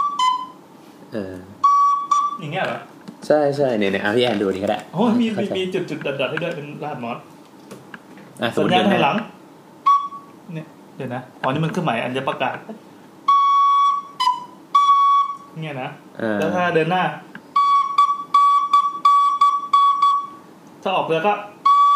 อย่างเงี้ยเหรอใช่ๆเนี่ยพี่แอนดูนี่ก็ได้โอ้มีจุดๆดัดๆให้ด้วยเป็นรหัสมอสสัญญาณถอยหลังเนี่ยเดี๋ยวนะนี่มันเครื่องหมายอัญประกาศเนี่ยนะแล้วถ้าเดินหน้าถ้าออกเรือก็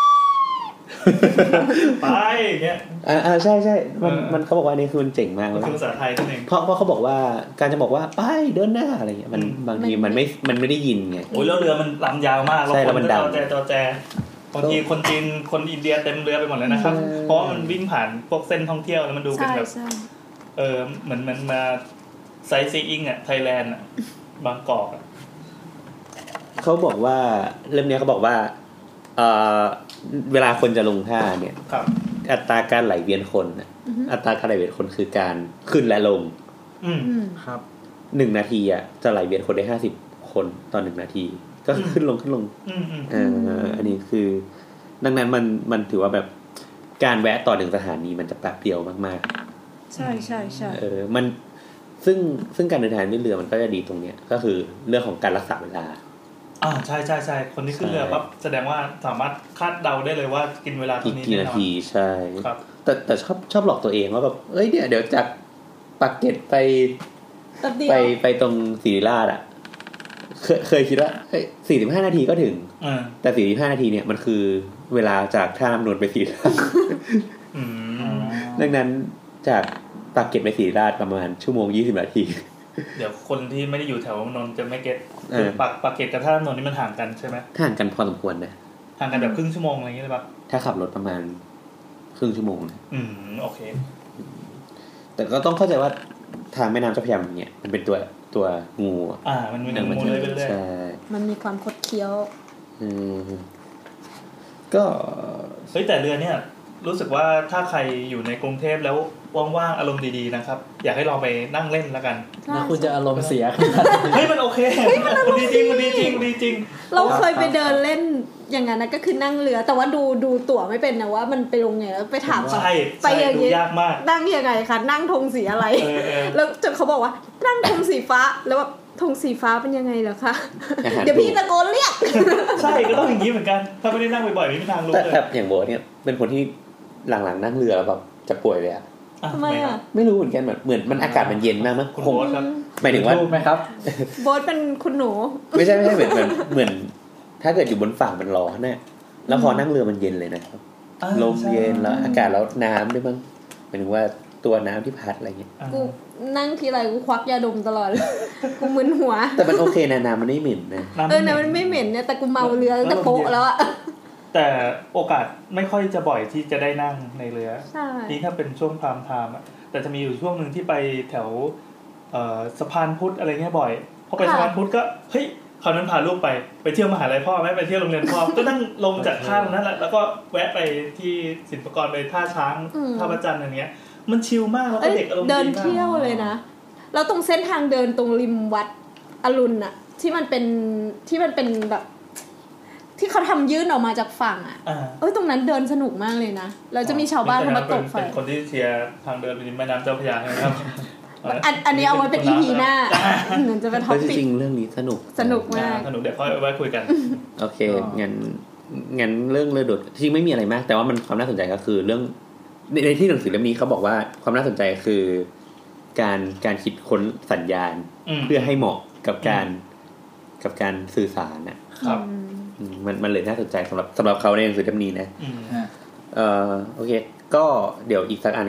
ไปอย่างเงี้ยใช่มันเขาบอกว่านี่คือมันเจ๋งมากเลยคือภาษาไทยนั่นเองเพราะเขาบอกว่าการจะบอกว่าไปเดินหน้าอะไรเงี้ยมันบางทีมันไม่ได้ยินไงโอ้ยแล้วเรือมันลำยาวมากแล้วคนก็จอแจบางทีคนจีนคนอินเดียเต็มเรือไปหมดเลยนะครับเพราะมันวิ่งผ่านพวกเส้นท่องเที่ยวแล้วมันดูเป็นแบบเหมือนมันมาไซต์ซีอิ้งไทยแลนด์บางกอกเขาบอกว่าเล่มนี้เขาบอกว่าเวลาคนจะลงท่าเนี่ยอัตราการไหลเวียนคนอัตราการไหลเวียนคนคือการขึ้นและลงครับ 1 นาทีจะไหลเวียนคนได้50 คนต่อ1 นาทีก็ขึ้นลงอันนี้คือดังนั้นมันถือว่าแบบการแวะต่อ1 สถานีมันจะแป๊บเดียวมากๆใช่มันซึ่งการเดินทางด้วยเรือมันก็จะดีตรงเนี้ยก็คือเรื่องของการรักษาเวลาใช่คนที่ขึ้นเรือปั๊บแสดงว่าสามารถคาดเดาได้เลยว่ากินเวลาตรงนี้กี่นาทีใช่แต่ชอบหลอกตัวเองว่าแบบเดี๋ยวจากปากเกร็ดไปตรงศิริราชเคยคิดว่า45 นาทีก็ถึงแต่45 นาทีเนี่ยมันคือเวลาจากท่าน้ำนนท์ไปศิริราชดังนั้นจากปากเกร็ดไปศิริราชประมาณชั่วโมง20 นาทีเดี๋ยวคนที่ไม่ได้อยู่แถวนนท์จะไม่เก็ตปากเกร็ดกับท่าน้ำนนท์นี่มันห่างกันใช่ไหมห่างกันพอสมควรนะห่างกันแบบครึ่งชั่วโมงอะไรอย่างเงี้ยเลยป่ะถ้าขับรถประมาณครึ่งชั่วโมงนะโอเคแต่ก็ต้องเข้าใจว่าทางแม่น้ำเจ้าพระยาเนี่ยมันเป็นตัวงูมันมีงูเลยเป็นเรื่อยมันมีความคดเคี้ยวก็แต่เรือเนี่ยรู้สึกว่าถ้าใครอยู่ในกรุงเทพแล้วว่างๆอารมณ์ดีๆนะครับอยากให้ลองไปนั่งเล่นแล้วกันแล้วคุณจะอารมณ์เสียมันโอเคมันดีจริงเราเคยไปเดินเล่นอย่างนั้นนะก็คือนั่งเรือแต่ว่าดูตั๋วไม่เป็นนะว่ามันไปลงไงแล้วไปถามเขาไปอย่างนี้นั่งยังไงคะนั่งธงสีอะไรแล้วจนเขาบอกว่านั่งธงสีฟ้าแล้วแบบธงสีฟ้าเป็นยังไงเหรอคะเดี๋ยวพี่ตะโกนเรียกใช่ก็ต้องอย่างนี้เหมือนกันถ้าไม่ได้นั่งบ่อยๆไม่มีทางรู้เลยแต่อย่างโบเนี่ยเป็นคนที่หลังๆนั่งเรือแล้วแบบจะป่วยเลยทำไมไม่รู้เหมือนกันเหมือนมันอากาศมันเย็นมากมั้งคงหมายถึงว่าไหมครับโบ๊ทเป็นคุณหนูไม่ใช่เหมือนถ้าเกิดอยู่บนฝั่งมันร้อนเนี่ยแล้วพอนั่งเรือมันเย็นเลยนะครับลมเย็นแล้วอากาศแล้วน้ำด้วยมั้งหมายถึงว่าตัวน้ำที่พัดอะไรเงี้ยกูนั่งทีไรกูควักยาดมตลอดกูมึนหัวแต่มันโอเคนะน้ำมันไม่เหม็นนะน้ำมันไม่เหม็นเนี่ยแต่กูเมาเรือตั้งแต่โป๊ะแล้วอะแต่โอกาสไม่ค่อยจะบ่อยที่จะได้นั่งในเรือนี่ถ้าเป็นช่วงพามไทม์แต่จะมีอยู่ช่วงนึงที่ไปแถวสะพานพุทธอะไรเงี้ยบ่อยพอไปสะพานพุทธก็เฮ้ยคราวนั้นพาลูกไปเที่ยวมหาลัยพ่อไม่ไปเที่ยวโรงเรียนพ่อก็นั่งลงจากท่านั้นแหละแล้วก็แวะไปที่ศิลปากรไปท่าช้างท่าพระจันทร์อย่างเงี้ยมันชิลมากแล้วก็เด็กอารมณ์ดีมากเดินเที่ยวเลยนะแล้วตรงเส้นทางเดินตรงริมวัดอรุณน่ะที่มันเป็นแบบที่เขาทำยื่นออกมาจากฝั่งตรงนั้นเดินสนุกมากเลยนะแล้วจะมีชาวบ้านมาตกไฟเป็นคนที่เชียร์ทางเดินริมแม่น้ำเจ้าพระยาใช่ไหมครับอันนี้เอาไว้เป็น EP หน้าเหมือนจะเป็นท็อปิกจริงเรื่องนี้สนุกมากสนุกเดี๋ยวค่อยไว้คุยกันโอเคงั้นเรื่องเรือโดดจริงไม่มีอะไรมากแต่ว่ามันความน่าสนใจก็คือเรื่องในที่หนังสือเล่มนี้เขาบอกว่าความน่าสนใจคือการคิดค้นสัญญาณเพื่อให้เหมาะกับการสื่อสารนะครับมันเลยน่าสนใจสำหรับเขาในหนังสือเล่มนี้นะโอเคก็เดี๋ยวอีกสักอันก็ได้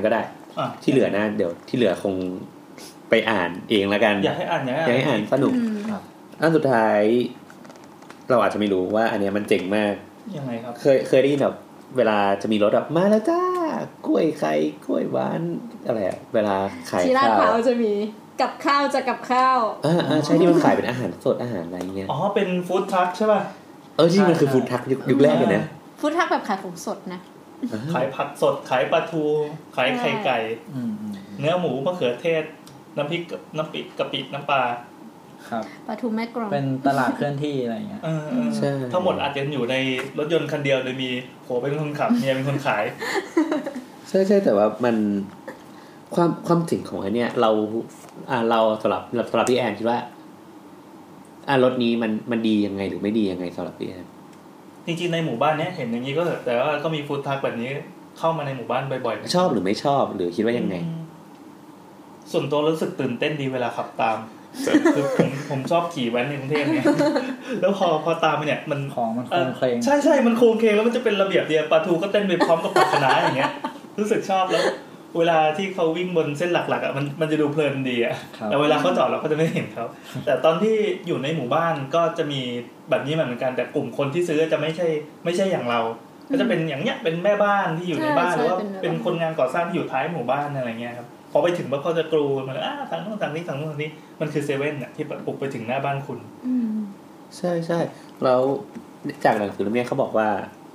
ที่เหลือนะเดี๋ยวที่เหลือคงไปอ่านเองแล้วกันอยากให้อ่านสนุกอันสุดท้ายเราอาจจะไม่รู้ว่าอันเนี้ยมันเจ๋งมากยังไงครับเคยได้ยินแบบเวลาจะมีรถแบบมาแล้วจ้ากล้วยไข่กล้วยหวานอะไรอะเวลาขายข้าวที่ร้านเขาจะมีกับข้าวจะกับข้าวใช่ที่มันขายเป็นอาหารสดอาหารอะไรเงี้ยเป็นฟู้ดทรัคใช่ป่ะที่มันคือฟู้ดทรัคยุคแรกเลยนะฟู้ดทรัคแบบขายของสดนะขายผักสดขายปลาทูขายไข่ไก่เนื้อหมูมะเขือเทศน้ำพริกน้ำปิกะปิน้ำปลาครับปลาทูแม่กลองเป็นตลาดเคลื่อนที่อะไรเงี้ยใช่ทั้งหมดอาจจะอยู่ในรถยนต์คันเดียวโดยมีผัวเป็นคนขับเมียเป็นคนขายใช่แต่ว่ามันความจริงของอันเนี้ยเราสำหรับพี่แอนคิดว่ารถนี้มันดียังไงหรือไม่ดียังไงสำหรับพี่แอนจริงๆในหมู่บ้านเนี้ยเห็นอย่างนี้ก็แต่ว่าก็มีฟู้ดทรัคแบบนี้เข้ามาในหมู่บ้านบ่อยๆชอบหรือไม่ชอบหรือคิดว่ายังไงส่วนตัวรู้สึกตื่นเต้นดีเวลาขับตามคือผมชอบขี่แว้นในกรุงเทพเนี่ยแล้วพอตามไปเนี่ยมันของมันโค้งเคลงใช่มันโค้งเคลงแล้วมันจะเป็นระเบียบเดียวปลาทูก็เต้นไปพร้อมกับผักคะน้าอย่างเงี้ยรู้สึกชอบแล้วเวลาที่เขาวิ่งบนเส้นหลักๆอ่ะมันจะดูเพลินดีอ่ะแต่เวลาเขาจอดเราก็จะไม่เห็นเขาแต่ตอนที่อยู่ในหมู่บ้านก็จะมีแบบนี้เหมือนกันแต่กลุ่มคนที่ซื้อจะไม่ใช่อย่างเราก็จะเป็นอย่างเงี้ยเป็นแม่บ้านที่อยู่ในบ้านหรือว่าเป็นคนงานก่อสร้างที่อยู่ท้ายหมู่บ้านอะไรเงี้ยครับพอไปถึงเขาจะกรูมาทางโน้นทางนี้ทางโน้นทางนี้มันคือเซเว่นน่ะที่ปลุกไปถึงหน้าบ้านคุณใช่แล้วจากหนังสือเล่มนี้เขาบอกว่า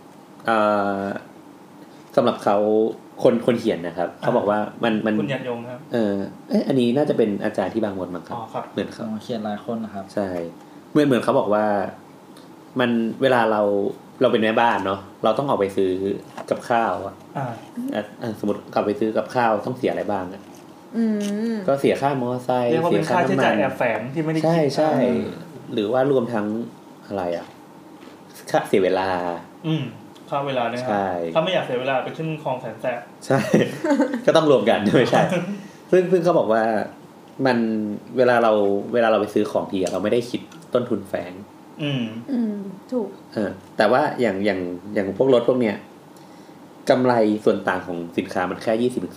สำหรับเขาคนเขียนนะครับเขาบอกว่ามันคุณยันยงครับอันนี้น่าจะเป็นอาจารย์ที่บางมดมั้งครับเหมือนเขาเขียนหลายคนนะครับใช่เหมือนเขาบอกว่ามันเวลาเราเป็นแม่บ้านเนาะเราต้องออกไปซื้อกับข้าวสมมติกลับไปซื้อกับข้าวต้องเสียอะไรบ้างก็เสียค่ามอไซค์เสียค่าใช้จ่ายแอบแฝงที่ไม่ได้คิดใช่หรือว่ารวมทั้งอะไรค่าเสียเวลาค่าเวลาเนี่ยถ้าไม่อยากเสียเวลาไปขึ้นคลองแสนแสบใช่ก็ต้องรวมกันไม่ใช่ซึ่งเขาบอกว่ามันเวลาเราไปซื้อของทีเราไม่ได้คิดต้นทุนแฝงถูกแต่ว่าอย่างพวกรถพวกเนี้ยกำไรส่วนต่างของสินค้ามันแค่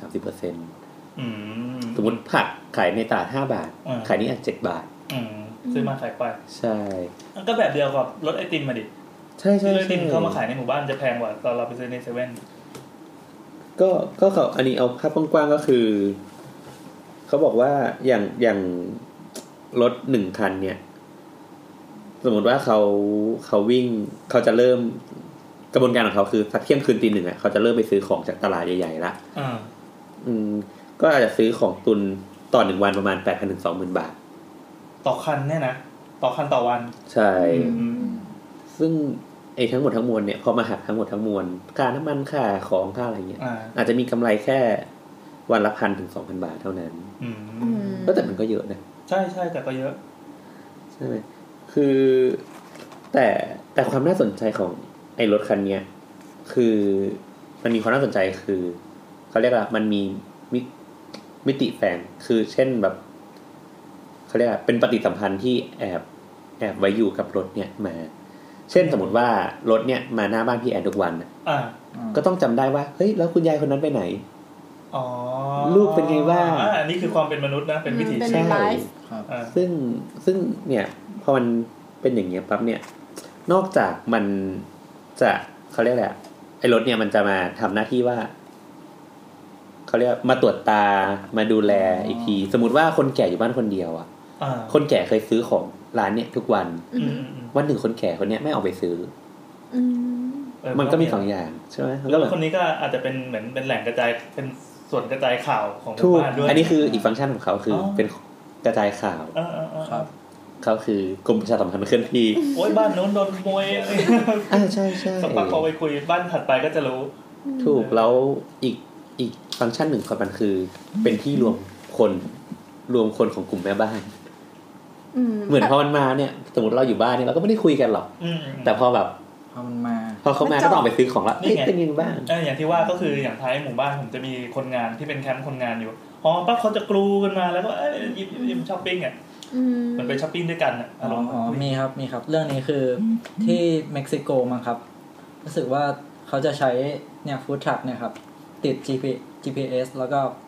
20-30% สมมติผักขายในตลาด5 บาทขายนี่อาจ7 บาทซื้อมาขายไปใช่ก็แบบเดียวกับรถไอติมมาดิใช่รถไอติมเข้ามาขายในหมู่บ้านจะแพงกว่าตอนเราไปซื้อในเซเว่นก็เขาอันนี้เอาภาพกว้างๆก็คือเขาบอกว่าอย่างรถ1 คันเนี่ยสมมติว่าเขาวิ่งเขาจะเริ่มกระบวนการของเขาคือสักเที่ยงคืนตี 1เขาจะเริ่มไปซื้อของจากตลาดใหญ่ๆละก็อาจจะซื้อของตุนต่อ1 วันประมาณ 8,000 ถึง 20,000 บาทต่อคันเนี่ยนะต่อคันต่อวันใช่ซึ่งไอ้ทั้งหมดทั้งมวลเนี่ยพอมาหักทั้งหมดทั้งมวลค่าน้ำมันค่าของค่าอะไรเงี้ยอาจจะมีกำไรแค่วันละ 1,000 ถึง 2,000 บาทเท่านั้นก็แต่มันก็เยอะนะใช่แต่ก็เยอะใช่ไหมคือแต่ความน่าสนใจของไอ้รถคันเนี้ยคือมันมีความน่าสนใจคือเขาเรียกว่ามันมีมิติแฝงคือเช่นแบบเขาเรียกว่าเป็นปฏิสัมพันธ์ที่แอบไว้อยู่กับรถเนี่ยมาเช่นสมมติว่ารถเนี่ยมาหน้าบ้านพี่แอนทุกวันก็ต้องจำได้ว่าเฮ้ยแล้วคุณยายคนนั้นไปไหนลูกเป็นไงบ้างอันนี้คือความเป็นมนุษย์นะเป็นวิถีชีวิตซึ่งเนี่ยพอมันเป็นอย่างเงี้ยปั๊บเนี่ยนอกจากมันจะเขาเรียกอะไรไอ้รถเนี่ยมันจะมาทำหน้าที่ว่าเขาเรียกมาตรวจตามาดูแลอีกทีสมมติว่าคนแก่อยู่บ้านคนเดียวคนแก่เคยซื้อของร้านเนี่ยทุกวันวันหนึ่งคนแก่คนเนี้ยไม่ออกไปซื้อมันก็มี2 อย่างใช่ไหมแล้วคนนี้ก็อาจจะเป็นเหมือนเป็นแหล่งกระจายเป็นส่วนกระจายข่าวของหมู่บ้านด้วยอันนี้คืออีกฟังก์ชันของเขาคือเป็นกระจายข่าวครับเขาคือกรมประชาสัมพันธ์เคลื่อนที่โอ๊ยบ้านโน้นโดนขโมยใช่สักพักพอไปคุยบ้านถัดไปก็จะรู้ถูกแล้วอีกฟังก์ชันหนึ่งของมันคือเป็นที่รวมคนของกลุ่มแม่บ้านเหมือนพอมันมาเนี่ยสมมติเราอยู่บ้านเนี่ยเราก็ไม่ได้คุยกันหรอกแต่พอแบบพอเขามาก็ต้องไปซื้อช้อปปิ้งละเป็นยังไงบ้างอย่างที่ว่าก็คืออย่างท้ายหมู่บ้านผมจะมีคนงานที่เป็นแคมป์คนงานอยู่ปั๊บเขาจะกรูกันมาแล้วก็หยิบช้อปปิ้งมันไปช้อปปิ้งด้วยกันมีครับเรื่องนี้คือที่เม็กซิโกมั้งครับรู้สึกว่าเขาจะใช้เนี่ยฟู้ดทรัคเนี่ยครับติด GPS แล้วก็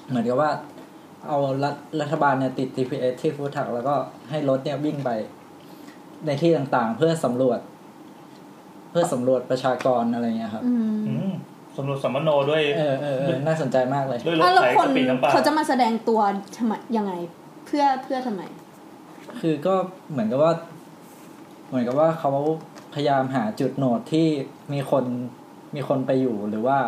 เหมือนกับว่าเอารัฐบาลเนี่ยติด GPS ที่ฟู้ดทรัคแล้วก็ให้รถเนี่ยวิ่งไปในที่ต่างๆเพื่อสำรวจประชากรอะไรเงี้ยครับสำรวจสัมมโนด้วยน่าสนใจมากเลยด้วยรถไถกระปิน้ำปลาเขาจะมาแสดงตัวทำไมยังไงเพื่อทำไมคือก็เหมือนกับว่าเขาพยายามหาจุดโหนดที่มีคนไปอยู่หรือว่า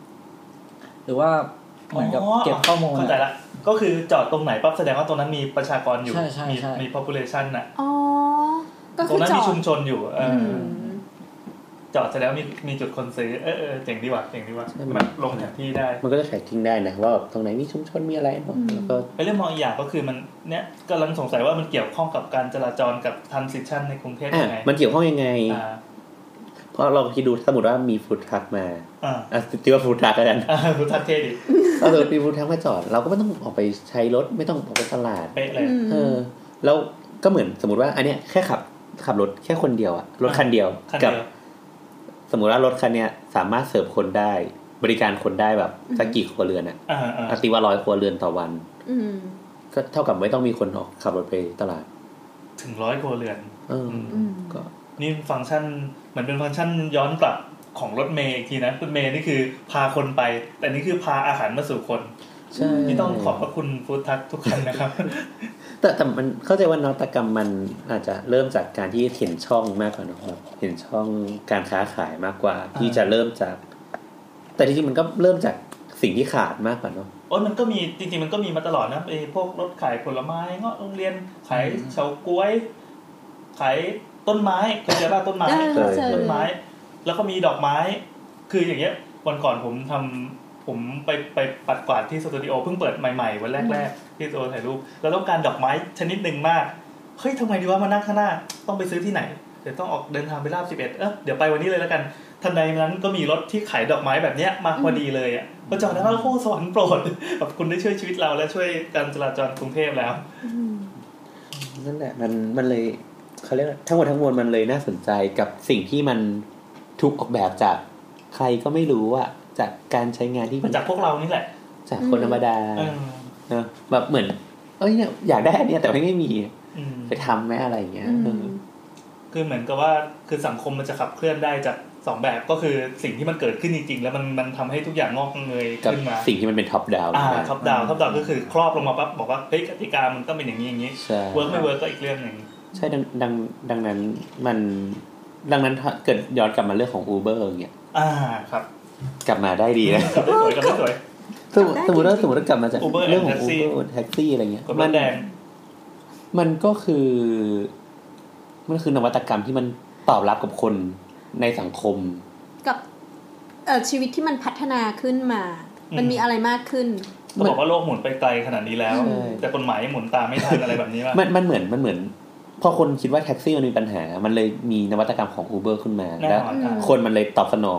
เหมือนกับเก็บข้อมูลเข้าใจละก็คือจอดตรงไหนปั๊บแสดงว่าตรงนั้นมีประชากรอยู่มี population น่ะก็คือตรงนั้นมีชุมชนอยู่จอดแสดงว่ามีจุดคนซื้อเจ๋งดีว่ะมันลงแผนที่ได้มันก็จะแทร็กทิ้งได้นะว่าตรงไหนมีชุมชนมีอะไรแล้วก็ไปเรื่องมองอีกอย่างก็คือมันเนี่ยกำลังสงสัยว่ามันเกี่ยวข้องกับการจราจรกับ transition ในกรุงเทพยังไงมันเกี่ยวข้องยังไงเพราะเราคิดดูสมมติว่ามีฟู้ดทรัคมาที่ว่าฟู้ดทรัคกันฟู้ดทรัคเท่ดิถ้าเรามีฟู้ดทรัคมาจอดเราก็ไม่ต้องออกไปใช้รถไม่ต้องออกไปตลาดเป๊ะเลยแล้วก็เหมือนสมมติว่าอันเนี้ยแค่ขับรถแค่คนเดียวอะรถคันเดียวกับสมมติว่ารถคันเนี้ยสามารถเสิร์ฟคนได้บริการคนได้แบบสักกี่ครัวเรือนอะตีว่า100ครัวเรือนต่อวันก็เท่ากับไม่ต้องมีคนออกขับรถไปตลาดถึง100ครัวเรือนก็นี่ฟังก์ชันเหมือนเป็นฟังก์ชันย้อนกลับของรถเมล์อีกทีนะรถเมล์นี่คือพาคนไปแต่นี่คือพาอาหารมาสู่คนใช่นี่ต้องขอบพระคุณฟู้ดทรัคทุกคันนะครับแต่มันเข้าใจว่านวัตกรรมมันอาจจะเริ่มจากการที่เห็นช่องมากกว่านะครับเห็นช่องการค้าขายมากกว่าที่จะเริ่มจากแต่จริงๆมันก็เริ่มจากสิ่งที่ขาดมากกว่าเนาะมันก็มีจริงๆมันก็มีมาตลอดนะพวกรถขายผลไม้เงาะโรงเรียนขายเฉาก๊วยขายต้นไม้เคยเจอป่ะต้นไม้แล้วก็มีดอกไม้คืออย่างเงี้ยวันก่อนผมไปปัดกวาดที่สตูดิโอเพิ่งเปิดใหม่ๆวันแรกๆที่สตูดิโอถ่ายรูปเราต้องการดอกไม้ชนิดนึงมากเฮ้ยทำไมดีว่ามานั่งข้างหน้าต้องไปซื้อที่ไหนเดี๋ยวต้องออกเดินทางไปลาด11เดี๋ยวไปวันนี้เลยแล้วกันทันใดนั้นก็มีรถที่ขายดอกไม้แบบเนี้ยมาพอดีเลยอ่ะพอจอดแล้วโอ้สวรรค์โปรดแบบคุณได้ช่วยชีวิตเราและช่วยการจราจรกรุงเทพแล้วนั่นแหละมันเลยเขาเรียกทั้งหมดทั้งมวลมันเลยน่าสนใจกับสิ่งที่มันถูกออกแบบจากใครก็ไม่รู้อ่ะจากการใช้งานที่จากพวกเรานี่แหละจากคนธรรมดาเนอะแบบเหมือนเนี่ยอยากได้อันนี้แต่ไม่มีไปทำไหมอะไรอย่างเงี้ยคือเหมือนกับว่าคือสังคมมันจะขับเคลื่อนได้จาก2แบบก็คือสิ่งที่มันเกิดขึ้นจริงๆแล้วมันทำให้ทุกอย่างงอกเงยขึ้นมาสิ่งที่มันเป็นท็อปดาวน์ท็อปดาวน์ก็คือครอบลงมาปั๊บบอกว่าเฮ้ยกติกามันต้องเป็นอย่างนี้อย่างนี้เวิร์กไม่เวิร์กก็อีกเรื่องนึงใช่ดังนั้นเกิดย้อนกลับมาเรื่องของ Uber อย่างเงี้ยครับกลับมาได้ดีนะกลับได้สวยสมมติว่ากลับมาจากเรื่องของ Uber แท็กซี่อะไรเงี้ยมันก็คือนวัตกรรมที่มันตอบรับกับคนในสังคมกับชีวิตที่มันพัฒนาขึ้นมามันมีอะไรมากขึ้นก็บอกว่าโลกหมุนไปไกลขนาดนี้แล้วแต่กฎหมายหมุนตามไม่ทันอะไรแบบนี้ว่ามันเหมือนพอคนคิดว่าแท็กซี่มันมีปัญหามันเลยมีนวัตกรรมของ Uber ขึ้นมาแล้วคนมันเลยตอบสนอง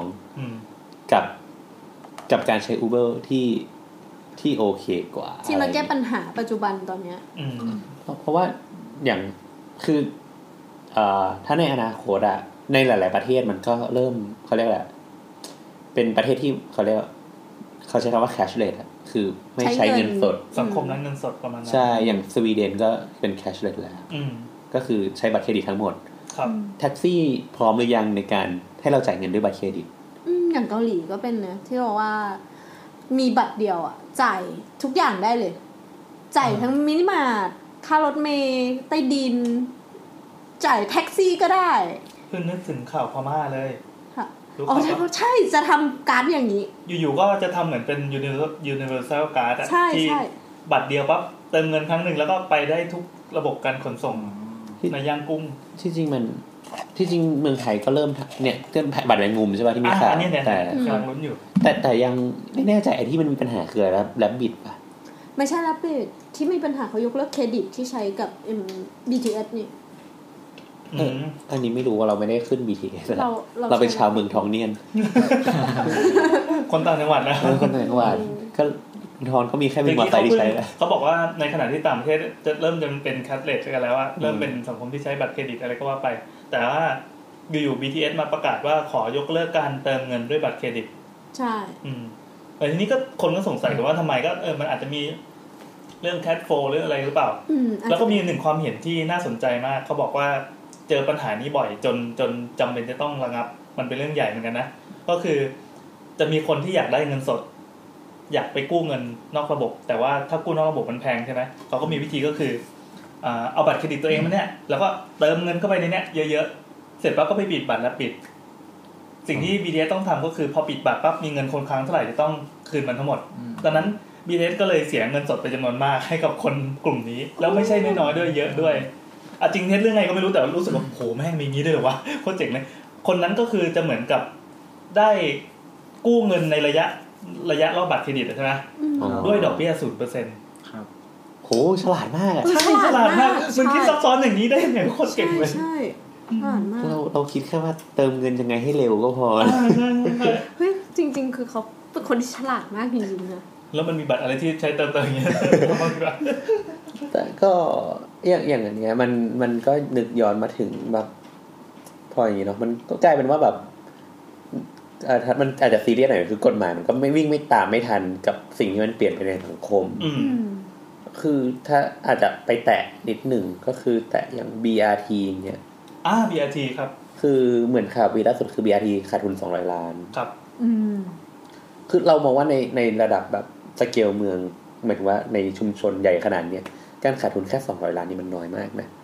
กับการใช้ Uber ที่โอเคกว่าที่มาแก้ปัญหาปัจจุบันตอนเนี้ยเพราะว่าอย่างคือถ้าในอนาคตอะในหลายๆประเทศมันก็เริ่มเขาเรียกอะไรเป็นประเทศที่เขาเรียกเขาใช้คำว่า cashless อะคือไม่ใช้เงินสดสังคมนั้นเงินสดประมาณนั้นใช่อย่างสวีเดนก็เป็น cashless แล้วก็คือใช้บัตรเครดิตทั้งหมดแท็กซี่พร้อมหรือยังในการให้เราจ่ายเงินด้วยบัตรเครดิตอย่างเกาหลีก็เป็นนะที่บอกว่ามีบัตรเดียวอ่ะจ่ายทุกอย่างได้เลยจ่ายทั้งมินิมาร์ทค่ารถเมล์ใต้ดินจ่ายแท็กซี่ก็ได้เพิ่งนึกถึงข่าวพม่าเลยค่ะใช่จะทำการ์ดอย่างนี้อยู่ๆก็จะทำเหมือนเป็น universal card อ่ะที่บัตรเดียวปั๊บเติมเงินครั้งนึงแล้วก็ไปได้ทุกระบบการขนส่งในย่างกุ้งที่จริงเมืองไทยก็เริ่มเนี่ยเรื่องบัตรแมงมุมใช่ป่ะที่มีข่าวแต่กำลังลุ้นอยู่แต่ยังไม่แน่ใจไอ้ที่มันมีปัญหาคืออะไรแรปบิดป่ะไม่ใช่แรปบิดที่มีปัญหาเขายกเลิกเครดิตที่ใช้กับ BTS นี่อันนี้ไม่รู้ว่าเราไม่ได้ขึ้น BTS เราเป็นชาวเมืองทองเนียนคนต่างจังหวัดนะคนต่างจังหวัดก็ทอนก็มีแค่เป็นมอเตอร์ไซค์ที่ใช้เขาบอกว่าในขณะที่ต่างประเทศจะเริ่มจะเป็นแคชเลสกันแล้วว่าเริ่มเป็นสังคมที่ใช้บัตรเครดิตอะไรก็ว่าไปแต่ว่าอยู่ BTS มาประกาศว่าขอยกเลิกการเติมเงินด้วยบัตรเครดิตใช่ทีนี้ก็คนก็สงสัยกันว่าทำไมก็มันอาจจะมีเรื่อง cat flow หรืออะไรหรือเปล่าแล้วก็มีหนึ่งความเห็นที่น่าสนใจมากเขาบอกว่าเจอปัญหานี้บ่อยจนจำเป็นจะต้องระงับมันเป็นเรื่องใหญ่เหมือนกันนะก็คือจะมีคนที่อยากได้เงินสดอยากไปกู้เงินนอกระบบแต่ว่าถ้ากู้นอกระบบมันแพงใช่ไหมเขาก็มีวิธีก็คือเอาบัตรเครดิตตัวเองมาเนี่ยแล้วก็เติมเงินเข้าไปในเนี้ยเยอะๆเสร็จปั๊บก็ไปปิดบัตรแล้วปิดสิ่งที่ BTS ต้องทำก็คือพอปิดบัตรปั๊บมีเงินคงค้างเท่าไหร่จะต้องคืนมันทั้งหมดดังนั้น BTS ก็เลยเสียเงินสดไปจำนวนมากให้กับคนกลุ่มนี้แล้วไม่ใช่น้อยๆด้วยเยอะด้วยจริงเท็จเรื่องไงก็ไม่รู้แต่รู้สึกว่าโหแม่งมีงี้ด้วยเหรอวะโคตรเจ๋งเลยคนนั้นก็คือจะเหมือนกับได้กู้เงินในระยะรอบบัตรเครดิตใช่ไหมด้วยดอกเบี้ย 0% ครับโหฉลาดมากใช่ฉลาดมากมันคิดซับซ้อนอย่างนี้ได้ยังไงโคตรเก่งเลยใช่ฉลาดมากเราคิดแค่ว่าเติมเงินยังไงให้เร็วก็พอเฮ้ยจริงๆคือเขาเป็นคนที่ฉลาดมากจริงๆนะแล้วมันมีบัตรอะไรที่ใช้เติมอย่างเงี้ยแต่ก็อย่างอันเนี้ยมันก็นึกย้อนมาถึงแบบพออย่างนี้เนาะมันก็กลายเป็นว่าแบบมันอาจจะซีเรียสหน่อยคือกฎหมายมันก็ไม่วิ่งไม่ตามไม่ทันกับสิ่งที่มันเปลี่ยนไปในสังคมคือถ้าอาจจะไปแตะนิดหนึ่งก็คือแตะอย่าง BRT เนี่ย BRT ครับคือเหมือนข่าวปีล่าสุดคือ BRT ขาดทุน200 ล้านครับคือเรามองว่าในระดับแบบสเกลเมืองหมายถึงว่าในชุมชนใหญ่ขนาดนี้การขาดทุนแค่200 ล้านนี่มันน้อยมากนะ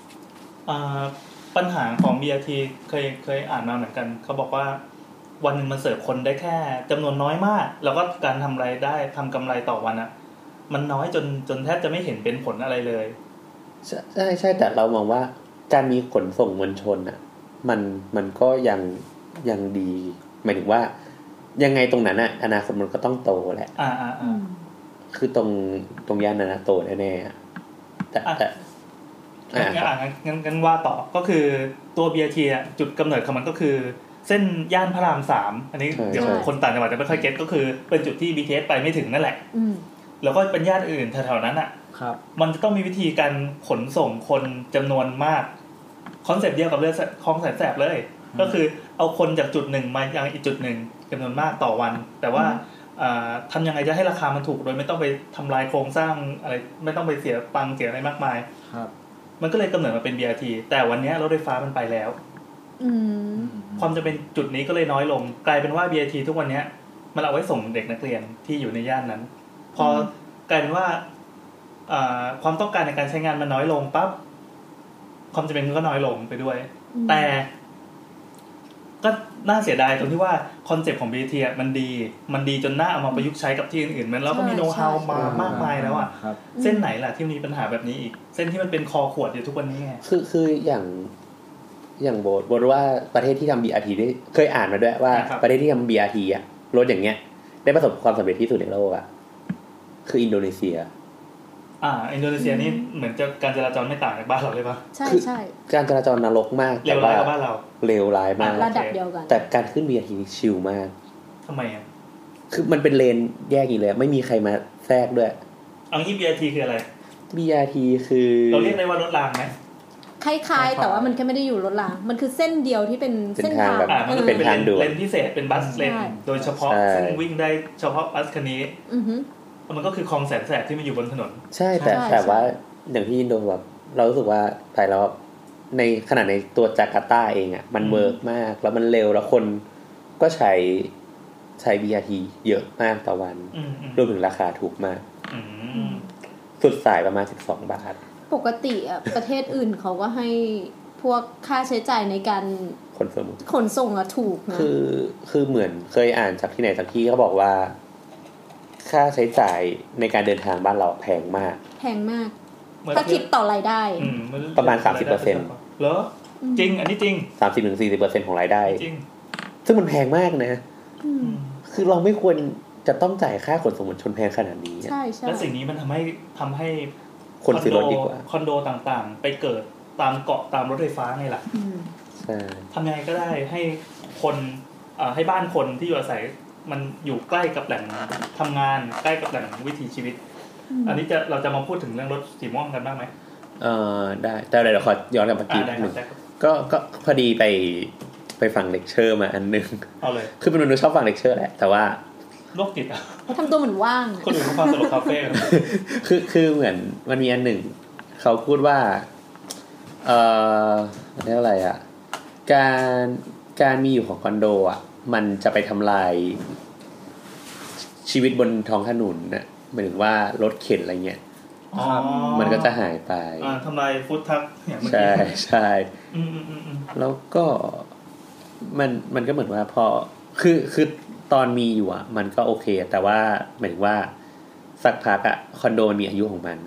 ปัญหาของ BRT เคยอ่านมาเหมือนกันเขาบอกว่าวันนึงมันเสิร์ฟคนได้แค่จำนวนน้อยมากแล้วก็การทำรายได้ทำกำไรต่อวันอะมันน้อยจนแทบจะไม่เห็นเป็นผลอะไรเลยใช่แต่เรามองว่าการมีขนส่งมวลชนอะมันก็ยังดีหมายถึงว่ายังไงตรงนั้นอะอนาคตมันก็ต้องโตแหละคือตรงย่านนั้นโตแน่ๆแต่งั้นว่าต่อก็คือตัว BRT อ่ะจุดกำเนิดของมันก็คือเส้นย่านพระราม3อันนี้เดี๋ยวคนต่างจังหวัดจะไม่ค่อยเก็ตก็คือเป็นจุดที่ BTS ไปไม่ถึงนั่นแหละแล้วก็เป็นย่านอื่นแถวๆนั้นอ่ะมันจะต้องมีวิธีการขนส่งคนจำนวนมากคอนเซ็ปต์เดียวกับเรือคลองแสนแสบเลยก็คือเอาคนจากจุดหนึ่งมายังอีกจุดหนึ่งจำนวนมากต่อวันแต่ว่าทำยังไงจะให้ราคามันถูกโดยไม่ต้องไปทำลายโครงสร้างอะไรไม่ต้องไปเสียตังค์เสียอะไรมากมายมันก็เลยกำเนิดมาเป็น BRT แต่วันนี้รถไฟฟ้ามันไปแล้วความจะเป็นจุดนี้ก็เลยน้อยลงกลายเป็นว่า BRT ทุกวันนี้มันเอาไว้ส่งเด็กนักเรียนที่อยู่ในย่านนั้นพอกลายเป็นว่าความต้องการในการใช้งานมันน้อยลงปั๊บความจำเป็นมันก็น้อยลงไปด้วยแต่ก็น่าเสียดายตรงที่ว่าคอนเซ็ปต์ของ BRT มันดีจนน่าเอามาประยุกต์ใช้กับที่อื่นๆมันแล้วก็มีโน้ตฮาวมามากมายแล้วอ่ะเส้นไหนล่ะที่มีปัญหาแบบนี้อีกเส้นที่มันเป็นคอขวดอยู่ทุกวันนี้ไงคืออย่างโบสว่าประเทศที่ทำ BRT ได้เคยอ่านมาด้วยว่าประเทศที่ทำ BRT อ่ะรถอย่างเงี้ยได้ประสบความสำเร็จที่สุดในโลกอ่ะคืออินโดนีเซียอินโดนีเซียนี่เหมือนจะการจราจรไม่ต่างจากบ้านเราเลยป่ะใช่การจราจรนรกมากเลวร้ายกว่าบ้านเราเลวร้ายมากระดับเดียวกันแต่การขึ้น BRT นี่ชิลมากทำไมอ่ะคือมันเป็นเลนแยกอีกเลยไม่มีใครมาแทรกด้วยเอางี้ BRT คืออะไร BRT คือเราเรียกได้ว่ารถรางไหมคล้ายๆแต่ว่ามันแค่ไม่ได้อยู่รถรางมันคือเส้นเดียวที่เป็นเส้นทางแบบเป็นทางด่วนเลนพิเศษเป็นบัสเลนโดยเฉพาะซึ่งวิ่งได้เฉพาะบัสคันนี้มันก็คือคลองแสนแสบที่มันอยู่บนถนนใช่แต่ว่าอย่างที่อินโดแบบเรารู้สึกว่าไปแล้วในขนาดในตัวจาการ์ตาเองอ่ะมันเวิร์กมากแล้วมันเร็วแล้วคนก็ใช้ BRT เยอะมากต่อวันรวมถึงราคาถูกมากสุดสายประมาณ12 บาทปกติอ่ะประเทศอื่นเขาก็ให้พวกค่าใช้จ่ายในการขนส่งอ่ะถูกนะคือเหมือนเคยอ่านจากที่ไหนสักที่เขาบอกว่าค่าใช้จ่ายในการเดินทางบ้านเราแพงมากถ้าคิดต่อรายได้ประมาณ 30% เหรอจริงอันนี้จริง 30-40% ของรายได้จริงซึ่งมันแพงมากนะคือเราไม่ควรจะต้องจ่ายค่าขนส่งมวลชนแพงขนาดนี้ใช่และสิ่งนี้มันทำให้คนซื้อรถดีกว่าคอนโดต่างๆไปเกิดตามเกาะตามรถไฟฟ้าไงล่ะใช่ทำยังไงก็ได้ให้คนให้บ้านคนที่อยู่อาศัยมันอยู่ใกล้กับแหล่งทำงานใกล้กับแหล่งวิถีชีวิตอันนี้เราจะมาพูดถึงเรื่องรถสีม่วงกันบ้างไหมได้แต่เดี๋ยวขอย้อนกลับมาอีกนิดนึงก็พอดีไปฟังเลคเชอร์มาอันนึงเอาเลยคือเป็นคนชอบฟังเลคเชอร์แหละแต่ว่าโรคจิตอ่ะทำตัวเหมือนว่างคนอื่นเขาฟังตลกคาเฟ่คือเหมือนมันมีอันหนึ่งเขาพูดว่าเรียกอะไรอ่ะการมีอยู่ของคอนโดอ่ะมันจะไปทำลายชีวิตบนท้องถนนน่ะหมายถึงว่ารถเข็นอะไรเงี้ยมันก็จะหายไปทำลายฟู้ดทรัคอย่างเมื่อกี้ใช่แล้วก็มันก็เหมือนว่าพอคือตอนมีอยู่อ่ะมันก็โอเคแต่ว่าหมายถึงว่าสักพักอ่ะคอนโดมันมีอายุของมัน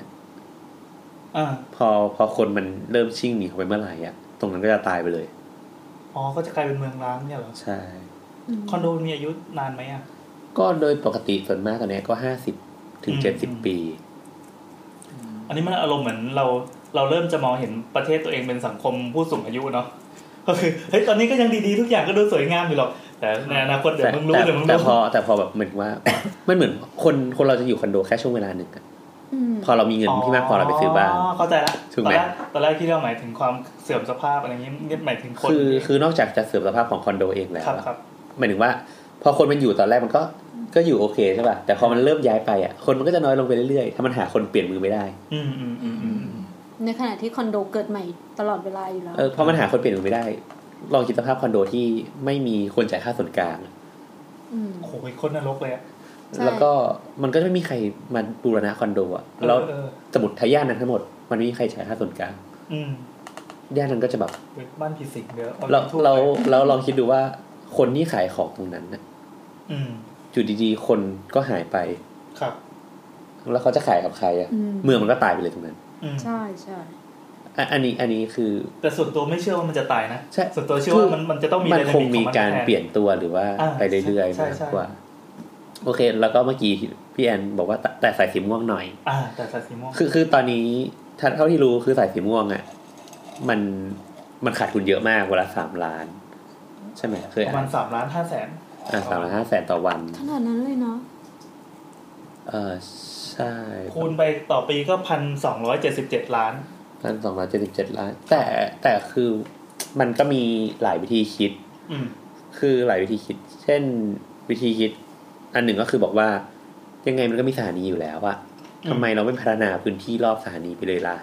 พอคนมันเริ่มชิ่งหนีเข้าไปเมื่อไหร่อ่ะตรงนั้นก็จะตายไปเลยก็จะกลายเป็นเมืองร้างเนี่ยเหรอใช่คอนโดมีอายุนานไหมอ่ะก็โดยปกติส่วนมากตอนนี้ก็50 ถึง 70 ปีอันนี้มันอารมณ์เหมือนเราเริ่มจะมองเห็นประเทศตัวเองเป็นสังคมผู้สูงอายุเนาะก็คือเฮ้ยตอนนี้ก็ยังดีๆทุกอย่างก็ดูสวยงามอยู่หรอกแต่ในอนาคตเดี๋ยวมึงรู้แต่พอแบบเหมือนว่ามันเหมือนคนเราจะอยู่คอนโดแค่ช่วงเวลาหนึ่งอะพอเรามีเงินที่มากพอเราไปซื้อบ้านเข้าใจละตอนแรกที่เราหมายถึงความเสื่อมสภาพอะไรอย่างนี้หมายถึงคนคือนอกจากจะเสื่อมสภาพของคอนโดเองแล้วหมายถึงว่าพอคนมันอยู่ตอนแรกมันก็อยู่โอเคใช่ป่ะแต่พอมันเริ่มย้ายไปอ่ะคนมันก็จะน้อยลงไปเรื่อยๆถ้ามันหาคนเปลี่ยนมือไม่ได้ในขณะที่คอนโดเกิดใหม่ตลอดเวลาอยู่แล้วพอมันหาคนเปลี่ยนมือไม่ได้ลองคิดสภาพคอนโดที่ไม่มีคนจ่ายค่าส่วนกลางโอ้โหคนนรกเลยอ่ะแล้วก็มันก็ไม่มีใครมาบูรณะคอนโดอ่ะแล้วสมุดทะย่านนั้นทั้งหมดมันไม่มีใครจ่ายค่าส่วนกลางย่านนั้นก็จะแบบบ้านผีสิงเยอะเราลองคิดดูว่าคนที่ขายของตรงนั้นนะอยู่ดีๆคนก็หายไปครับแล้วเขาจะขายกับใครอ่ะเมืองมันก็ตายไปเลยตรงนั้นใช่ใช่อันนี้คือแต่ส่วนตัวไม่เชื่อว่ามันจะตายนะส่วนตัวเชื่อว่ามันจะต้องมีมันคงมีการเปลี่ยนตัวหรือว่าไปเรื่อยๆมากกว่าโอเคแล้วก็เมื่อกี้พี่แอนบอกว่าแต่สายสีม่วงหน่อยแต่สายสีม่วงคือตอนนี้เท่าที่รู้คือสายสีม่วงอ่ะมันขาดทุนเยอะมากเวลา3 ล้านใช่ไหมเคยประมาณ3,500,000 3,500,000ต่อวันขนาดนั้นเลยเนาะใช่คูณไปต่อปีก็1,277 ล้าน 1,277 ล้านแต่คือมันก็มีหลายวิธีคิดคือหลายวิธีคิดเช่นวิธีคิดอันหนึ่งก็คือบอกว่ายังไงมันก็มีสถานีอยู่แล้วอะทำไมเราไม่พัฒนาพื้นที่รอบสถานีไปเลยล่ะ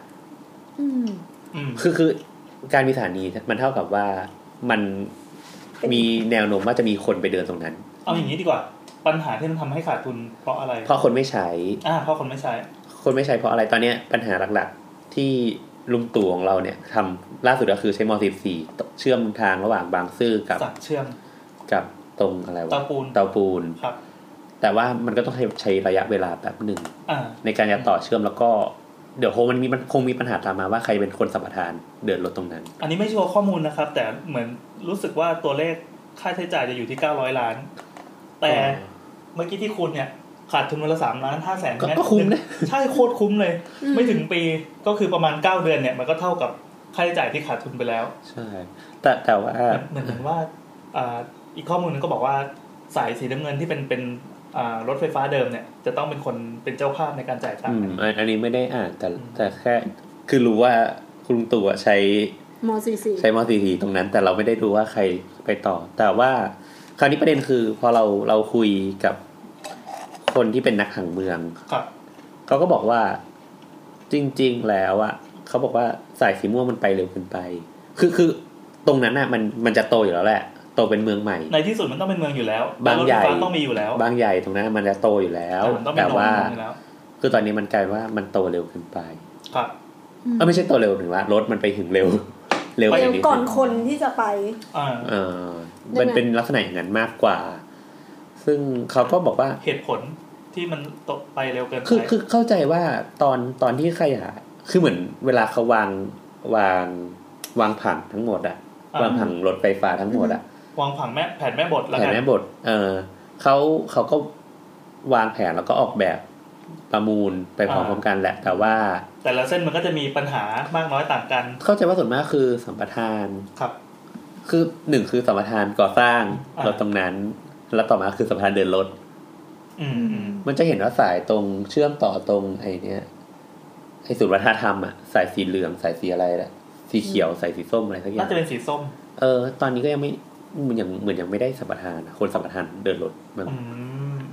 คือการมีสถานีมันเท่ากับว่ามันมีแนวโน้มว่าจะมีคนไปเดินตรงนั้นเอาอย่างนี้ดีกว่าปัญหาที่มันทำให้ขาดทุนเพราะอะไรเพราะคนไม่ใช้เพราะคนไม่ใช้เพราะอะไรตอนนี้ปัญหาหลักๆที่ลุงตู่ของเราเนี่ยทำล่าสุดก็คือใช้ม.14 เชื่อมทางระหว่างบางซื่อกับเชื่อมกับตรงอะไรวะเตาปูนครับแต่ว่ามันก็ต้องใช้ระยะเวลาแบบนึงในการจะต่อเชื่อมแล้วก็เดี๋ยวคงมีปัญหาตามมาว่าใครเป็นคนสัมปทานเดินรถตรงนั้นอันนี้ไม่ชัวร์ข้อมูลนะครับแต่เหมือนรู้สึกว่าตัวเลขค่าใช้จ่ายจะอยู่ที่900 ล้านแต่เมื่อกี้ที่คุณเนี่ยขาดทุนวันละ3,500,000 ก็คุ้มนะใช่โคตรคุ้มเลยไม่ถึงปีก็คือประมาณ9 เดือนเนี่ยมันก็เท่ากับค่าใช้จ่ายที่ขาดทุนไปแล้วใช่แต่ว่าเหมือนว่าอีกข้อมูลนึงก็บอกว่าสายสีน้ำเงินที่เป็นรถไฟฟ้าเดิมเนี่ยจะต้องเป็นคนเป็นเจ้าภาพในการจ่ายตังค์อันนี้ไม่ได้อ่านแต่แค่คือรู้ว่าคุณลุงตู่ใช้ม .44 ตรงนั้นแต่เราไม่ได้รู้ว่าใครไปต่อแต่ว่าคราวนี้ประเด็นคือพอเราคุยกับคนที่เป็นนักผังเมืองเขาก็บอกว่าจริงๆแล้วอ่ะเขาบอกว่าสายสีม่วงมันไปเร็วเกินไปคือตรงนั้นน่ะมันจะโตอยู่แล้วแหละโตเป็นเมืองใหม่ในที่สุดมันต้องเป็นเมืองอยู่แล้วบางใหญ่ต้องมีอยู่แล้วบางใหญ่ตรงนั้นมันจะโตอยู่แล้วแต่ว่าคือตอนนี้มันกลายว่ามันโตเร็วเกินไปครับไม่ใช่โตเร็วถึงว่ารถมันไปถึงเร็วก่อนคนที่จะไปมันเป็นลักษณะอย่างนั้นมากกว่าซึ่งเขาก็บอกว่าเหตุผลที่มันตกไปเร็วเกินไปคือเข้าใจว่าตอนที่ขยายคือเหมือนเวลาเขาวางผังทั้งหมดอะวางผังรถไฟฟ้าทั้งหมดอะวางผังแผนแม่บทแล้วกันแผนแม่บทเขาก็วางแผนแล้วก็ออกแบบประมูลไปพร้อมๆกันแหละแต่ว่าแต่ละเส้นมันก็จะมีปัญหามากน้อยต่างกันเข้าใจว่าส่วนมากคือสัมปทานครับคือ1คือสัมปทานก่อสร้างรถตรงนั้นแล้วต่อมาคือสัมปทานเดินรถมันจะเห็นว่าสายตรงเชื่อมต่อตรงไอ้เนี้ยไอ้ศูนย์วัฒนธรรมอ่ะสายสีเหลืองสายสีอะไรแหละสีเขียวสายสีส้มอะไรสักอย่างน่าจะเป็นสีส้มตอนนี้ก็ยังไม่เหมือนยังไม่ได้สัมปทานคนสัมปทานเดินรถมัน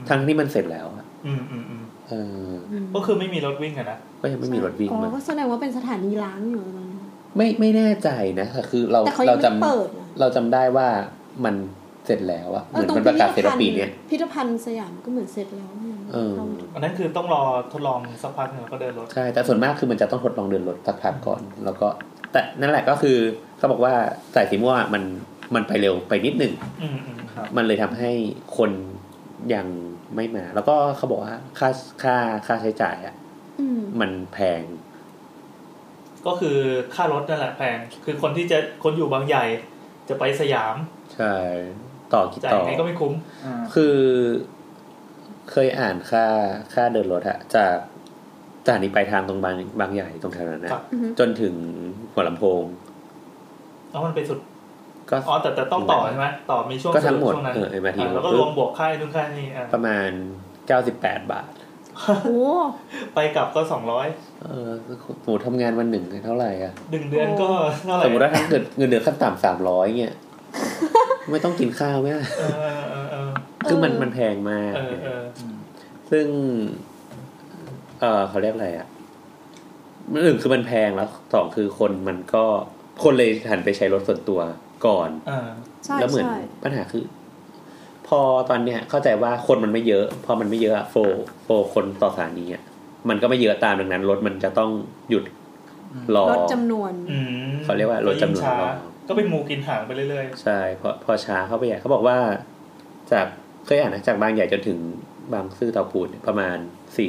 ทั้งที่มันเสร็จแล้วก็คือไม่มีรถวิ่งอะนะก็ยังไม่มีรถวิ่งอ๋อก็แสดงว่าเป็นสถานีล้างอยู่ตอนนี้ไม่แน่ใจนะคือเราจำได้ว่ามันเสร็จแล้วอะเหมือนมันประกาศเสร็จปีนี้พิพิธภัณฑ์สยามก็เหมือนเสร็จแล้วอันนั้นคือต้องรอทดลองสักพักนึงแล้วก็เดินรถใช่แต่ส่วนมากคือมันจะต้องทดลองเดินรถสักพักก่อนแล้วก็แต่นั่นแหละก็คือเขาบอกว่าสายสีม่วงมันไปเร็วไปนิดนึงมันเลยทำให้คนยังไม่มาแล้วก็เขาบอกว่าค่าใช้จ่ายอ่ะมันแพงก็คือค่ารถนั่นแหละแพงคือคนอยู่บางใหญ่จะไปสยามใช่ต่อกี่ต่อไงก็ไม่คุ้มคือเคยอ่านค่าเดินรถอะจากสถานีปลายทางตรงบางใหญ่ตรงแถวนั้นนะจนถึงหัวลำโพงมันไปสุดก็แต่ต้องต่อใช่ไหมต่อมีช่วงก็ทั้งหมดแล้วก็รวมบวกค่านู่นค่านี่ประมาณ98 บาทโอ้ไปกลับก็200 สมมุติทำงานวันหนึ่งเท่าไหร่อ่ะ 1เดือนก็เท่าไหร่สมมุติว่าถ้าเกิดเงินเดือนขั้นต่ำ300เงี้ยไม่ต้องกินข้าวไหมคือมันแพงมากซึ่งเขาเรียกอะไรอ่ะหนึ่งคือมันแพงแล้วสองคือคนเลยหันไปใช้รถส่วนตัวก่อนแล้วเหมือนปัญหาคือพอตอนเนี้ยเข้าใจว่าคนมันไม่เยอะพอมันไม่เยอะโฟคนต่อสถานีอ่ะมันก็ไม่เยอะตามดังนั้นรถมันจะต้องหยุดรอลดจำนวนเขาเรียกว่าลดจำนวนรอก็เป็นหมู่กินห่างไปเรื่อยๆใช่พอช้าเข้าไปใหญ่เขาบอกว่าจากเคยอ่านนะจากบางใหญ่จนถึงบางซื่อเตาปูนประมาณ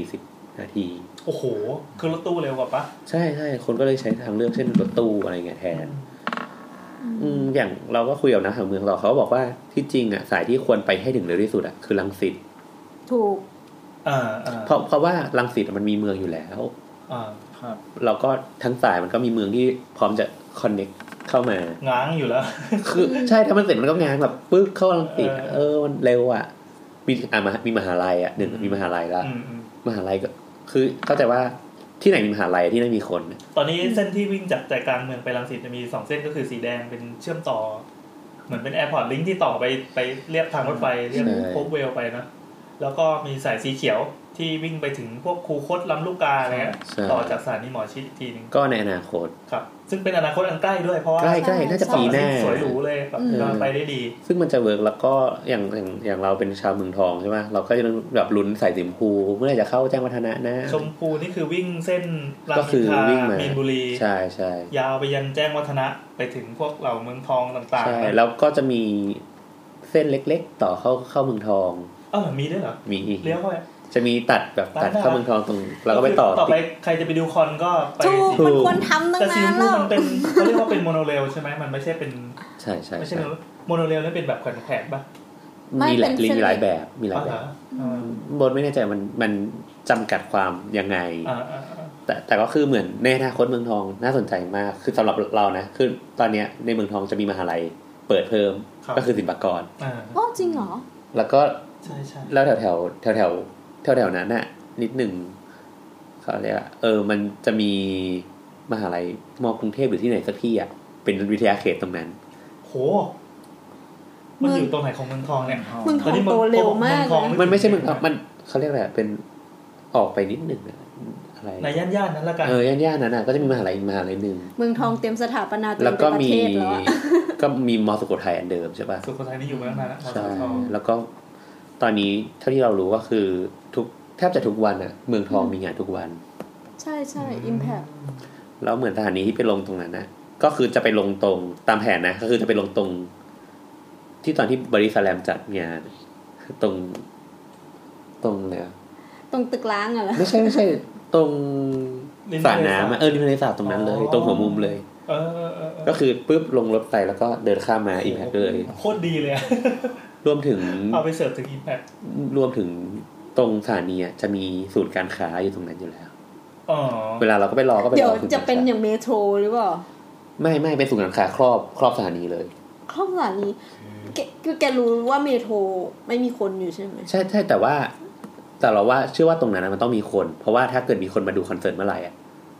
40 นาทีโอ้โหคือรถตู้เร็วกว่าปะใช่คนก็เลยใช้ทางเลือกเช่นรถตู้อะไรเงี้ยแทนอย่างเราก็คุยกับนักข่าวเมืองเราเขาบอกว่าที่จริงอ่ะสายที่ควรไปให้ถึงเร็วที่สุดอ่ะคือรังสิตถูกเพราะว่ารังสิตมันมีเมืองอยู่แล้วครับเราก็ทั้งสายมันก็มีเมืองที่พร้อมจะคอนเนคเข้ามาง้างอยู่แล้วคือใช่ถ้ามันเสร็จมันก็ง้างแบบปึ๊กเข้ารังสิตมันเร็วอ่ะมีมหาลัยอ่ะหนึ่งมีมหาลัยแล้วมหาลัยก็คือเข้าใจว่าที่ไหนมีมหาลัยที่ไหนมีคนตอนนี้เส้นที่วิ่งจากใจกลางเมืองไปรังสิตจะมี2เส้นก็คือสีแดงเป็นเชื่อมต่อเหมือนเป็นแอร์พอร์ตลิงก์ที่ต่อไปเรียบทางรถไฟเรียบโคบเวลไปนะแล้วก็มีสายสีเขียวที่วิ่งไปถึงพวกคูคตลำลูกกาอะไรเงี้ยต่อจากสถานีหมอชิดอีกทีนึงก็ในอนาคตครับซึ่งเป็นอนาคตอันใกล้ด้วยเพราะว่าใกล้ๆน่าจะปีหน้าสวยหรูเลยแบบไปได้ดีซึ่งมันจะเวิร์กแล้วก็อย่างเราเป็นชาวเมืองทองใช่ไหมเราก็จะแบบลุ้นสายสีชมพูเมื่อไหร่จะเข้าแจ้งวัฒนะนะชมพูนี่คือวิ่งเส้นรามอินทรามีนบุรีใช่ยาวไปยันแจ้งวัฒนะไปถึงพวกเหล่าเมืองทองต่างๆใช่แล้วก็จะมีเส้นเล็กๆต่อเข้าเมืองทองมีด้วยเหรอมีเลี้ยวเข้าไปจะมีตัดเข้าเมืองทองตรงแล้วก็ไปต่อไปใครจะไปดูคอนก็ไปมันควรทำตั้งนานแล้วแต่มันเป็นเขาเรียกว่าเป็นโมโนเรลใช่ไหมมันไม่ใช่เป็นใช่ไม่ใช่โมโนเรลนั่นเป็นแบบแขวนๆป่ะมีหลายแบบบนไม่แน่ใจมันจำกัดความยังไงแต่ก็คือเหมือนในอนาคตเมืองทองน่าสนใจมากคือสำหรับเรานะคือตอนนี้ในเมืองทองจะมีมหาลัยเปิดเพิ่มก็คือศิลปากรอ๋อจริงเหรอแล้วก็แล้วแถวนั้นน่ะนิดหนึ่งเขาเรียกมันจะมีมหาลัยมอกรุงเทพหรือที่ไหนสักที่อ่ะเป็นวิทยาเขตตรงนั้นโหมันอยู่ตรงไหนของเมืองทองเนี่ยเมืองทองโตเร็วมากมันไม่ใช่เมืองทองมันเขาเรียกอะไรเป็นออกไปนิดหนึ่งอะไรในย่านนั้นละกันย่านนั้นน่ะก็จะมีมหาลัยนึงเมืองทองเตรียมสถาปนาตัวเป็นประเทศแล้วก็มีม.สุโขทัยอันเดิมใช่ป่ะสุโขทัยนี่อยู่มาตั้งนานแล้วใช่แล้วก็ตอนนี้เท่าที่เรารู้ก็คือแทบจะทุกวันอ่ะเมืองทองมีงานทุกวันใช่ๆ Impact แล้วเหมือนสถานีที่ไปลงตรงนั้นนะก็คือจะไปลงตรงตามแผนนะก็คือจะไปลงตรงที่ตอนที่บริษัทแรมจัดงานตรงเลยตรงตึกล้างอ่ะเหรอไม่ใช่ตรงสระน้ำริมทะเลสาบตรงนั้นเลยตรงหัวมุมเลยก็คือปุ๊บลงรถไปแล้วก็เดินข้ามมา Impact เลยโคตรดีเลยรวมถึงเอาไปเสิร์ฟถึง Impact รวมถึงตรงสถานีจะมีศูนย์การค้าอยู่ตรงนั้นอยู่แล้วเวลาเราก็ไปรอก็ไปรอเดี๋ยวจะเป็นอย่างเมโทรหรือเปล่าไม่เป็นศูนย์การค้าครอบสถานีเลยครอบสถานีคือแกรู้ว่าเมโทรไม่มีคนอยู่ใช่ไหมใช่แต่เราว่าเชื่อว่าตรงนั้นมันต้องมีคนเพราะว่าถ้าเกิดมีคนมาดูคอนเสิร์ตเมื่อไหร่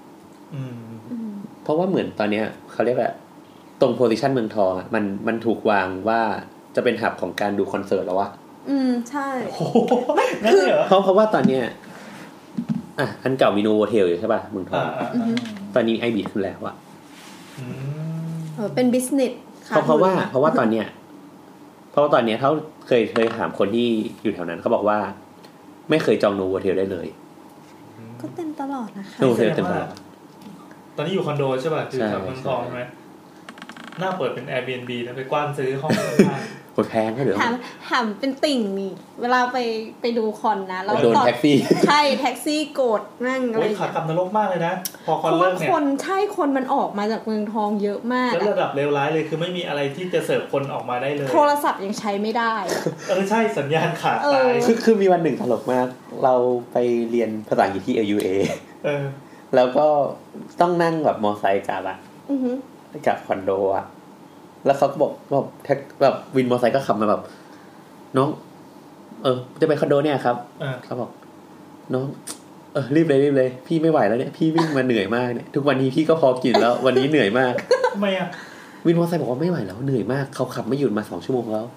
เพราะว่าเหมือนตอนเนี้ยเขาเรียกว่าตรงโพซิชันเมืองทองมันถูกวางว่าจะเป็นหับของการดูคอนเสิร์ตแล้ววะใช่คือเพราะว่าตอนเนี้ยอันเก่ามีโนโวเทลอยู่ใช่ป่ะเมืองทองตอนนี้ไอบีขึ้นแล้วอ่ะเป็นบิสเนสเพราะว่าตอนเนี้ยเขาเคยถามคนที่อยู่แถวนั้นเขาบอกว่าไม่เคยจองโนโวเทลได้เลยก็เต็มตลอดนะคะโนโวเทลเต็มตลอดตอนนี้อยู่คอนโดใช่ป่ะอยู่แถวเมืองทองใช่ไหมน่าเปิดเป็น Airbnb นะไปกว้านซื้อห้องกดแพงก็เดี๋ยวถามเป็นติ่งนี่เวลาไปดูคอนนะเราโดนแท็กซี่ใช่แท็กซี่โกรธนั่งอะไรขากลับนรกมากเลยนะพอคอนเลิกเนี่ยคนมันออกมาจากเมืองทองเยอะมากแล้วระดับเลวร้ายเลยคือไม่มีอะไรที่จะเสิร์ฟคนออกมาได้เลยโทรศัพท์ยังใช้ไม่ได้ใช่สัญญาณขาดตายคือมีวันหนึ่งตลกมากเราไปเรียนภาษาอังกฤษที่ LUA แล้วก็ต้องนั่งแบบมอไซค์กลับกับคอนโดอ่ะแล้วเขาก็บอกแบบวินมอเตอร์ไซค์ก็ขับมาแบบน้องจะไปคอนโดเนี่ยครับเขาบอกน้องรีบเลยพี่ไม่ไหวแล้วเนี่ยพี่วิ่งมาเหนื่อยมากเนี่ยทุกวันนี้พี่ก็พอกินแล้ววันนี้เหนื่อยมากทำไมอ่ะวินมอเตอร์ไซค์บอกว่าไม่ไหวแล้วเหนื่อยมากเขาขับไม่หยุดมา2 ชั่วโมงแล้ว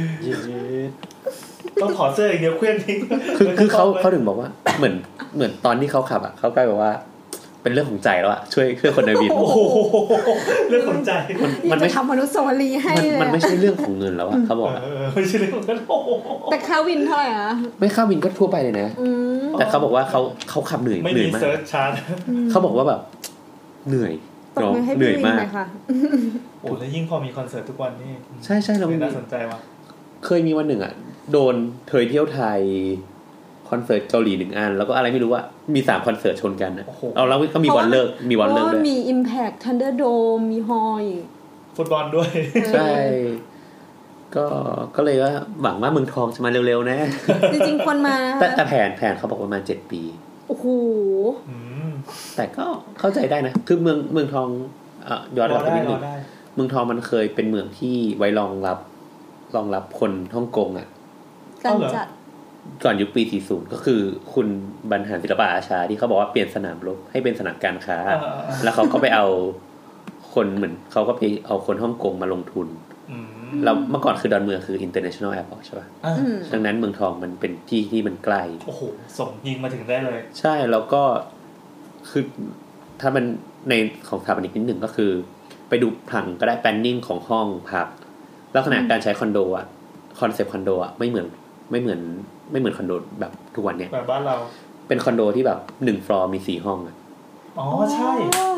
ต้องถอดเสื้ออีกเดียวเคลื่อนทิ้งคือเขาถึงบอกว่าเหมือนตอนที่เขาขับอ่ะเขาใกล้บอกว่าเป็นเรื่องของใจแล้วอะช่วยคนในวินเรื่องของใจมันไม่ทำอนุสาวรีย์ให้มันไม่ใช่เรื่องของเงินแล้วอะเขาบอกไม่ใช่เรื่องของเงินแต่ค่าวินเท่าไหร่อะไม่ค่าวินก็ทั่วไปเลยนะแต่เขาบอกว่าเขาขับเหนื่อยมากไม่มีเซิร์ชชาร์ตเขาบอกว่าแบบเหนื่อยเหนื่อยมากโอ้แล้วยิ่งพอมีคอนเสิร์ตทุกวันนี่ใช่เราน่าสนใจว่ะเคยมีวันหนึ่งอะโดนเทยเที่ยวไทยคอนเสิร์ตเกาหลี1 อันแล้วก็อะไรไม่รู้ว่ามี3 คอนเสิร์ตชนกันนะเอาแล้วก็มีวันเลิกด้วยมี Impact Thunderdome มีฮอยฟุตบอลด้วยใช่ก็เลยว่าหวังว่าเมืองทองจะมาเร็วๆนะจริงๆคนมาแต่แผนเขาบอกประมาณ7 ปีโอ้โหแต่ก็เข้าใจได้นะคือเมืองทองย้อนกลับไปนิดนึงเมืองทองมันเคยเป็นเมืองที่ไว้รองรับคนฮ่องกงอ่ะการจัดก่อนยุคปี40ก็คือคุณบรรหารศิลปะอาชาที่เขาบอกว่าเปลี่ยนสนามรบให้เป็นสนามการค้าแล้วเขาก็ไปเอาคนเหมือนเขาก็ไปเอาคนฮ่องกงมาลงทุนแล้วเมื่อก่อนคือดอนเมืองคือ international airport ใช่ป่ะดังนั้นเมืองทองมันเป็นที่มันใกล้โอ้โหส่งยิงมาถึงได้เลยใช่แล้วก็คือถ้ามันในของสถาปนิกนิดหนึ่งก็คือไปดูผังก็ได้ planning ของห้องพักลักษณะการใช้คอนโดอ่ะคอนเซปต์คอนโดอ่ะไม่เหมือนคอนโดแบบทุกวันเนี่ยแบบบ้านเราเป็นคอนโดที่แบบ1 ฟลอร์มี4 ห้องอ่ะอ๋อใช่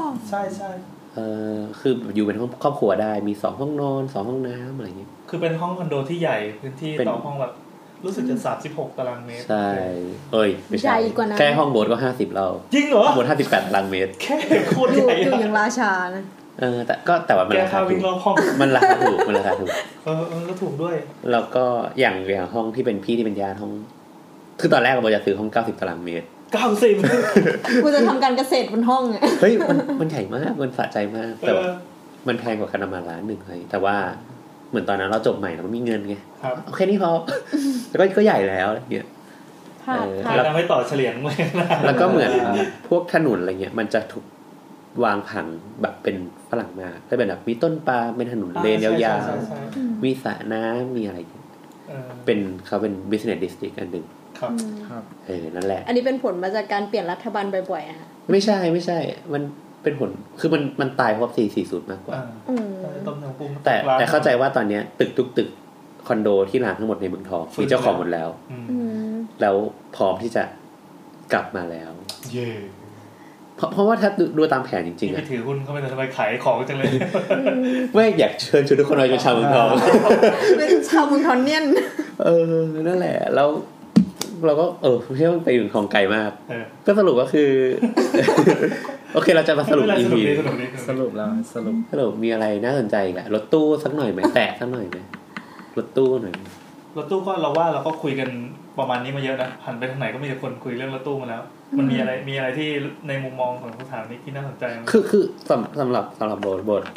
คืออยู่เป็นครอบครัวได้มี2 ห้องนอน2 ห้องน้ำอะไรอย่างเงี้ยคือเป็นห้องคอนโดที่ใหญ่พื้นที่ต่อห้องแบบรู้สึกจะ36 ตารางเมตรใช่ไม่ใช่แค่ห้องโบสถ์ก็50เราจริงเหรอโบสถ์58 ตารางเมตรแค่โคตรใหญ่อยู่อย่างราชานะแต่ว่ามันราคาถูกมันราคาถูกแล้วถูกด้วยแล้วก็อย่างห้องที่เป็นพี่ที่เป็นญาติห้องคือตอนแรกเราจะซื้อห้อง90 ตารางเมตร 90 กูจะทำการเกษตรบนห้องอ่ะเฮ้ยมันใหญ่มากมันสะใจมากแต่มันแพงกว่าคานามา1 ล้านเลยแต่ว่าเหมือนตอนนั้นเราจบใหม่เรามีเงินไงโอเคนี่พอแล้วก็ใหญ่แล้วอะไรเงี้ยแล้วไม่ต่อเฉลี่ยงเลยแล้วก็เหมือนพวกถนนอะไรเงี้ยมันจะถูกวางผังแบบเป็นฝรั่งมาถ้าเป็นแบบมีต้นปาล์มเป็นถนนเลนยาวๆมีสระน้ำมีอะไรเป็นเขาเป็น business district อันนึงครับนั่นแหละอันนี้เป็นผลมาจากการเปลี่ยนรัฐบาลบ่อยๆอ่ะไม่ใช่มันเป็นผลคือมันตายเพราะ440มากกว่าแต่เข้าใจว่าตอนนี้ตึกทุกตึกคอนโดที่ร้างทั้งหมดในเมืองทองมีเจ้าของหมดแล้วแล้วพร้อมที่จะกลับมาแล้วเพราะว่าถ้าดูตามแผนจริงๆอ่ะถือหุ้นเข้าไปทำไมขายของจังเลยไม่อยากเชิญทุกคนมาเป็นชาวเมืองทองเป็นชาวเมืองทองเนี่ยนั่นแหละแล้วเราก็เที่ยวไปถึงของไกลมากก็สรุปก็คือโอเคเราจะมาสรุป EP สรุปมีอะไรน่าสนใจอีกอ่ะรถตู้สักหน่อยไหมแตะสักหน่อยไหมรถตู้หน่อยรถตู้ก็เราก็คุยกันประมาณนี้มาเยอะนะหันไปทางไหนก็มีแต่คนคุยเรื่องรถตู้มาแล้วมันมีอะไรที่ในมุมมองของสถานีที่น่าสนใจมั้ยคือสำหรับโบท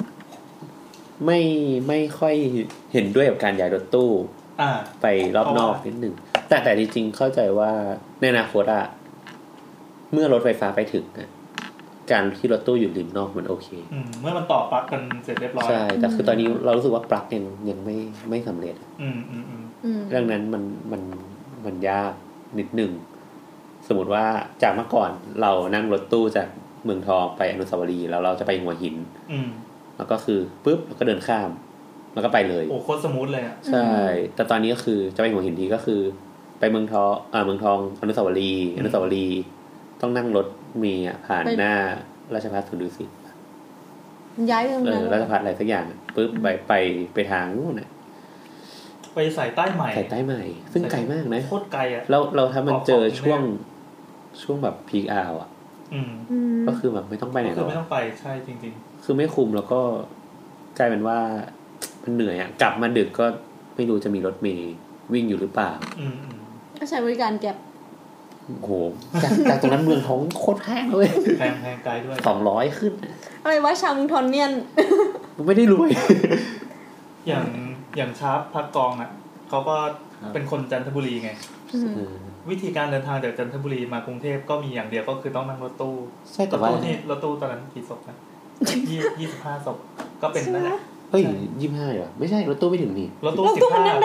ไม่ค่อยเห็นด้วยกับการย้ายรถตู้ไปรอบนอกนิดนึงแต่จริงๆเข้าใจว่าในอนาคตอะเมื่อรถไฟฟ้าไปถึงการที่รถตู้อยู่ริมนอกมันโอเคเมื่อมันต่อปลั๊กกันเสร็จเรียบร้อยใช่แต่คือตอนนี้เรารู้สึกว่าปลั๊กยังไม่สำเร็จเรื่องนั้นมันยากนิดนึงสมมติว่าจากเมื่อก่อนเรานั่งรถตู้จากเมืองทองไปอนุสาวรีย์แล้วเราจะไปหัวหินแล้วก็คือปุ๊บแล้วก็เดินข้ามแล้วก็ไปเลยโอ้โคตรสมูทเลยอ่ะใช่แต่ตอนนี้ก็คือจะไปหัวหินทีก็คือไปเมืองทองอนุสาวรีย์ต้องนั่งรถเมล์ผ่านหน้าราชภัฏสุนทรศิษย์ย้ายไปตรงนั้นราชภัฏอะไรสักอย่างปุ๊บไปทางนู้นน่ะไปสายใต้ใหม่ซึ่งไกลมากนะโคตรไกลอ่ะเราถ้ามันเจอช่วงแบบพีคอาวอ่ะก็คือแบบไม่ต้องไปไหนหรอกคือไม่ต้องไปใช่จริงๆคือไม่คุ้มแล้วก็กลายเป็นว่ามันเหนื่อยอ่ะกลับมาดึกก็ไม่รู้จะมีรถเมล์วิ่งอยู่หรือเปล่าก็ใช้บริการแก็บโอ้โหจากตรงนั้นเมืองท้องโคตรแพงเลยแพงไกลด้วย 200ขึ้นอะไรวะชาวเมืองทนเนี่ยไม่ได้รวยอย่างชาร์ปพักกองอ่ะเขาก็เป็นคนจันทบุรีไงวิธีการเดินทางจากจันทบุรีมากรุงเทพก็มีอย่างเดียวก็คือต้องนั่งรถตู้ใช่แต่ว่ารถตู้ตอนนั้นกี่ศพนะ25ศพก็เป็นนั่นแหละเฮ้ย25เหรอไม่ใช่รถตู้ไม่ถึงนี่รถตู้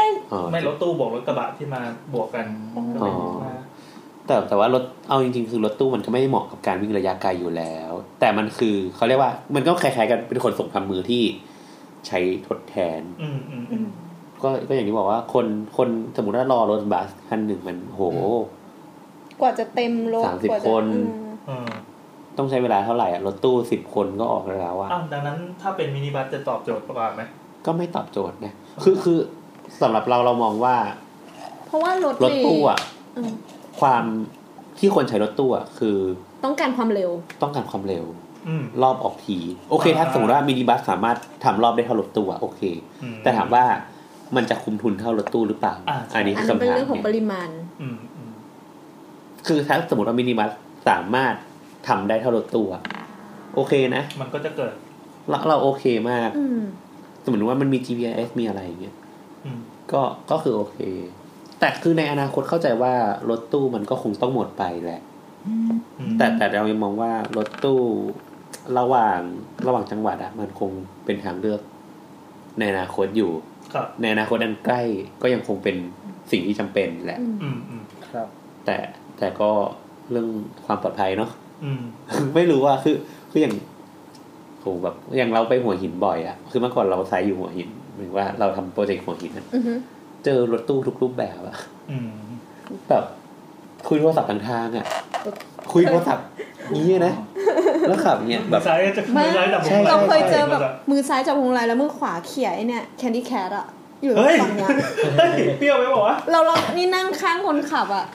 15ไม่รถตู้บวกรถกระบะที่มาบวกกันก็เป็นแต่ว่ารถเอาจริงๆคือรถตู้มันก็ไม่ได้เหมาะกับการวิ่งระยะไกลอยู่แล้วแต่มันคือเขาเรียกว่ามันก็คล้ายๆกันเป็นขนส่งทางมือที่ใช้ทดแทนก็อย่างที่บอกว่าคนสมมุติว่ารอรถบัสคันหนึ่งมันโหกว่าจะเต็มรถ 30 คนต้องใช้เวลาเท่าไหร่อ่ะรถตู้10 คนก็ออกแล้วอ่ะดังนั้นถ้าเป็นมินิบัสจะตอบโจทย์ประมาณไหมก็ไม่ตอบโจทย์นะคือสำหรับเรามองว่าเพราะว่ารถตู้อ่ะความที่คนใช้รถตู้อ่ะคือต้องการความเร็วรอบออกทีโอเคถ้าสมมติว่ามินิบัสสามารถทำรอบได้เท่ารถตู้อ่ะโอเคแต่ถามว่ามันจะคุ้มทุนเท่ารถตู้หรือเปล่าอันนี้คือคำถามเป็นเรื่องของปริมาณคือถ้าสมมติว่ามินิบัสสามารถทำได้เท่ารถตู้อ่ะโอเคนะมันก็จะเกิดเราโอเคมากสมมติว่ามันมี GPS มีอะไรอย่างเงี้ยก็คือโอเคแต่คือในอนาคตเข้าใจว่ารถตู้มันก็คงต้องหมดไปแหละแต่เรายังมองว่ารถตู้ระหว่างจังหวัดอ่ะมันคงเป็นทางเลือกในอนาคตอยู่ในอนาคตอันใกล้ก็ยังคงเป็นสิ่งที่จำเป็นแหละครับแต่ก็เรื่องความปลอดภัยเนาะไม่รู้ว่าคืออย่างโหแบบอย่างเราไปหัวหินบ่อยอ่ะคือเมื่อก่อนเราใช้อยู่หัวหินหมายว่าเราทำโปรเจกต์หัวหินนะเจอรถตู้ทุกรูปแบบอ่ะแบบคุยโทรศัพท์ทางอ่ะคุยโทรศัพท์นี้นะแล้วขับเนี่ยแบบซ้ายจะมือซ้ายจับพวงมาลัยเราเคยเจอแบบมือซ้ายจับพวงมาลัยแล้วมือขวาเขี่ยไอ้เนี่ยแคนดี้แคทอ่ะอยู่ฝั่งเนี้ยเปรี้ยวไหมบอกว่าเรานี่นั่งข้างคนขับอ่ะ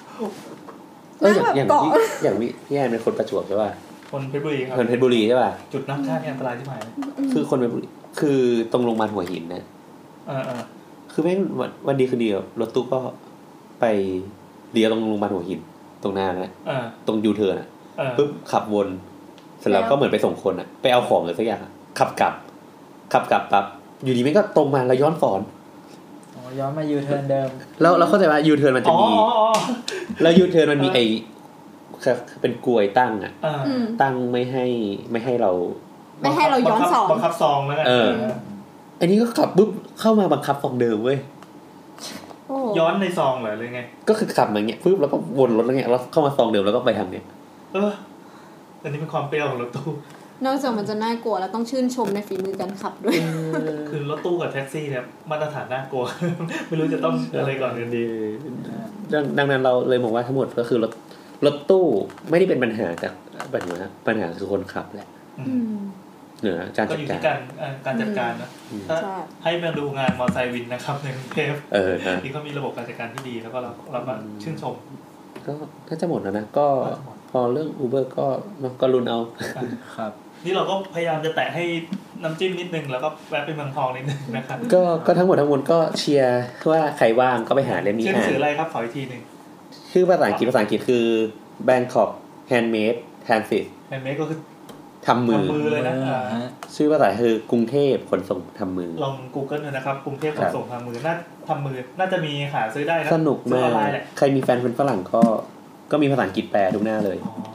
อย่างพี่แอนเป็นคนประจวบใช่ป่ะคนเพชรบุรีครับคนเพชรบุรีใช่ป่ะจุดน้ำท่าเนี่ยอันตรายที่หมายคือคนเพชรบุรีคือตรงโรงพยาบาลหัวหินนะคือแม่งวันดีคืนเดียวรถตู้ก็ไปเลี้ยวตรงโรงพยาบาลหัวหินตรงหน้านะตรงยูเทิร์นปุ๊บขับวนเสร็จแล้วก็เหมือนไปส่งคนอ่ะไปเอาของอะไรสักอย่างขับกลับปั๊บอยู่ดีแม่งก็ตรงมาแล้วย้อนสอนย้อนมายูเทิร์นเดิมแล้วเข้าใจว่ายูเทิร์นมันจะมีแล้วยูเทิร์นมันมีไอ้เป็นกลวยตั้งอ่ะตั้งไม่ให้เราย้อนสอนบังคับซองแล้วกันอันนี้ก็ขับปุ๊บเข้ามาบังคับซองเดิมเว้ยย้อนในซองเหรอหรือไงก็คือขับมาอย่างเงี้ยปุ๊บแล้วก็วนรถแล้วเงี้ยแล้วเข้ามาซองเดิมแล้วก็ไปทางเนี้ยอันนี้เป็นความเปรี้ยวของรถตู้นอกจากมันจะน่ากลัวแล้วต้องชื่นชมในฝีมือการขับด้วยคือรถตู้กับแท็กซี่เนี่ยมาตรฐานน่ากลัวไม่รู้จะต้องอะไรก่อนกันดีดังนั้นเราเลยมองว่าทั้งหมดก็คือรถตู้ไม่ได้เป็นปัญหาแต่ปัญหาคือคนขับแหละเหนือการจัดการการจัดการนะถ้าให้มาดูงานมอเตอร์ไซค์วินนะครับในกรุงเทพที่เขามีระบบการจัดการที่ดีแล้วก็เรามาชื่นชมก็จะหมดแล้วนะก็พอเรื่อง Uber ก็ลุ้นเอาครับนี่เราก็พยายามจะแตะให้น้ำจิ้มนิดนึงแล้วก็แวะไปเมืองทองนิดนึงนะครับก็ทั้งหมดก็เชียร์ว่าใครว่างก็ไปหาเล่มนี้อ่านชื่ออะไรครับขออีกทีนึงชื่อภาษาอังกฤษคือ Bangkok Handmade Transit Handmade ก็คือทำมือเลยนะชื่อภาษาคือกรุงเทพขนส่งทำมือลอง Google เลยนะครับกรุงเทพขนส่งทำมือทำมือน่าจะมีหาซื้อได้นะสนุกมากใครมีแฟนเป็นฝรั่งก็มีภาษาอังกฤษแปลทุกหน้าเลยทำไ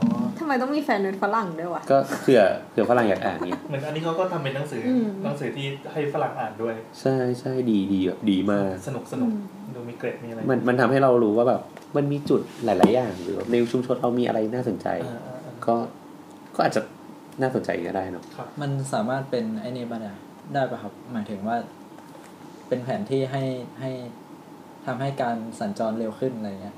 ไมต้องมีแฟนเป็นฝรั่งด้วยวะก็เผื่อฝรั่งอยากอ่านเนี่ยเหมือนอันนี้เขาก็ทำเป็นหนังสือที่ให้ฝรั่งอ่านด้วยใช่ดีแบบดีมากสนุกดูมีเกรดมีอะไรมันทำให้เรารู้ว่าแบบมันมีจุดหลายๆอย่างหรือในชุมชนเรามีอะไรน่าสนใจก็อาจจะน่าสนใจก็ได้เนาะมันสามารถเป็นไอ้นี่ได้ป่ะครับหมายถึงว่าเป็นแผนที่ให้ทำให้การสัญจรเร็วขึ้นอะไรเงี้ย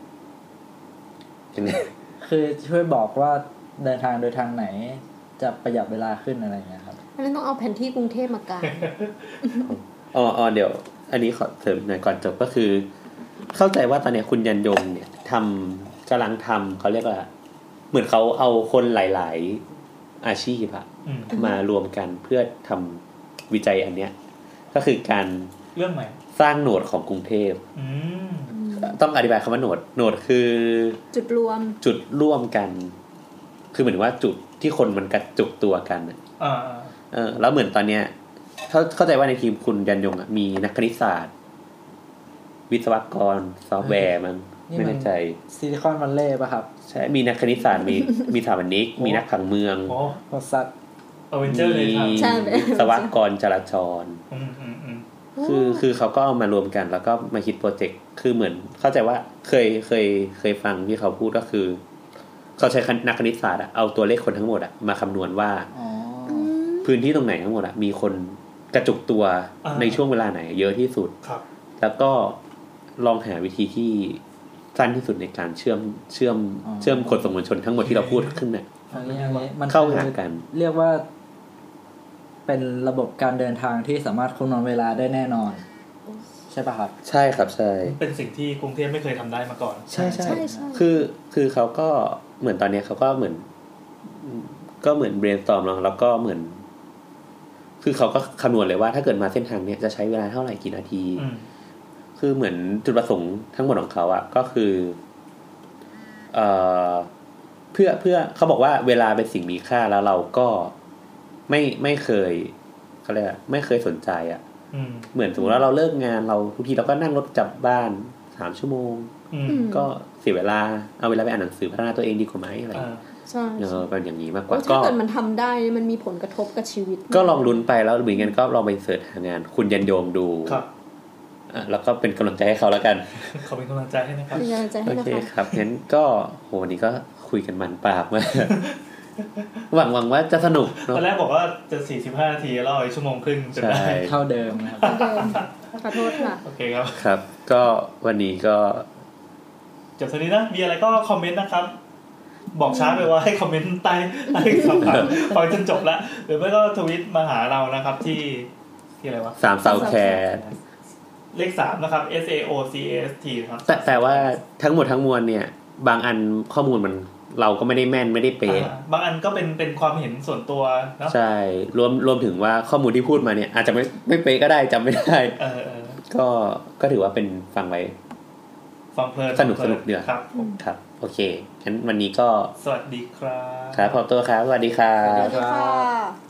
คือช่วยบอกว่าเดินทางโดยทางไหนจะประหยัดเวลาขึ้นอะไรเงี้ยครับอันนี้ต้องเอาแผนที่กรุงเทพมากางเดี๋ยวอันนี้ขอเสริมหน่อยก่อนจบก็คือเข้าใจว่าตอนนี้คุณยันยงเนี่ยกำลังทำเขาเรียกว่าเหมือนเขาเอาคนหลายๆอาชีพอะมารวมกันเพื่อทำวิจัยอันเนี้ยก็คือการเรื่องใหม่สร้างโหนดของกรุงเทพต้องอธิบายคำว่าโหนดคือจุดร่วมกันคือเหมือนว่าจุดที่คนมันกระจุกตัวกันแล้วเหมือนตอนเนี้ยเข้าใจว่าในทีมคุณยันยงมีนักคณิตศาสตร์วิศวกรซอฟต์แวร์มั้งไม่แน่ใจซิลิคอนวัลเลย์ป่ะครับใช่มีนักคณิตศาสตร์มีสถาปนิกมีนักผังเมืองบริษัทอเวนเจอร์เลยครับใช่วิศวกรจราจรคือเขาก็เอามารวมกันแล้วก็มาคิดโปรเจกต์คือเหมือนเข้าใจว่าเคยฟังที่เขาพูดก็คือเขาใช้นักคณิตศาสตร์เอาตัวเลขคนทั้งหมดมาคำนวณว่าพื้นที่ตรงไหนทั้งหมดมีคนกระจุกตัวในช่วงเวลาไหนเยอะที่สุดแล้วก็ลองหาวิธีที่สั้นที่สุดในการเชื่อมขนส่งมวลชนทั้งหมดที่เราพูดขึ้นเนี่ยมันเข้าหากันเรียกว่าเป็นระบบการเดินทางที่สามารถคำนวณเวลาได้แน่นอนใช่ป่ะครับใช่ครับใช่เป็นสิ่งที่กรุงเทพไม่เคยทำได้มาก่อนใช่คือเขาก็เหมือนตอนนี้เขาก็เหมือนbrainstorm แล้วก็เหมือนคือเขาก็คำนวณเลยว่าถ้าเกิดมาเส้นทางเนี้ยจะใช้เวลาเท่าไหร่กี่นาทีคือเหมือนจุดประสงค์ทั้งหมดของเขาก็คือเพื่อเขาบอกว่าเวลาเป็นสิ่งมีค่าแล้วเราก็ไม่เคยเขาเรียกไม่เคยสนใจเหมือนสมมติว่าเราเลิกงานเราทุกทีเราก็นั่งรถกลับบ้าน3 ชั่วโมงก็เสียเวลาเอาเวลาไปอ่านหนังสือพัฒนาตัวเองดีกว่าไหมอะไรใช่เป็นอย่างนี้มากกว่าก็ถ้าเกิดมันทำได้มันมีผลกระทบกับชีวิตก็ลองลุ้นไปแล้วเหมือนกันก็ลองไปเสิร์ชหางานคุณยันโยงดูแล้วก็เป็นกำลังใจให้เขาแล้วกันขอเป็นกำลังใจให้นะครับโอเคครับงั้นก็โหนี่ก็คุยกันมันปากมากหวังว่าจะสนุกตอนแรกบอกว่าจะ45 นาทีแล้วอีกชั่วโมงครึ่งจะได้เท่าเดิมนะครับขอโทษค่ะโอเคครับครับก็วันนี้ก็จบเท่านี้นะมีอะไรก็คอมเมนต์นะครับบอกช้าไปว่าให้คอมเมนต์ใต้สอบถามฟังจนจบแล้วหรือไม่ก็ทวิตมาหาเรานะครับที่อะไรวะ 3 Soundcast เลข3นะครับ SAOCAST ครับแต่ว่าทั้งหมดทั้งมวลเนี่ยบางอันข้อมูลมันเราก็ไม่ได้แม่นไม่ได้เป๊ะบางอันก็เป็นความเห็นส่วนตัวเนาะใช่รวมถึงว่าข้อมูลที่พูดมาเนี่ยอาจจะไม่เป๊ะก็ได้จำไม่ได้ก็ถือว่าเป็นฟังไว้ฟังเพลินสนุกเดือดครับโอเคงั้นวันนี้ก็สวัสดีครับครับขอตัวครับสวัสดีครับสวัสดีค่ะ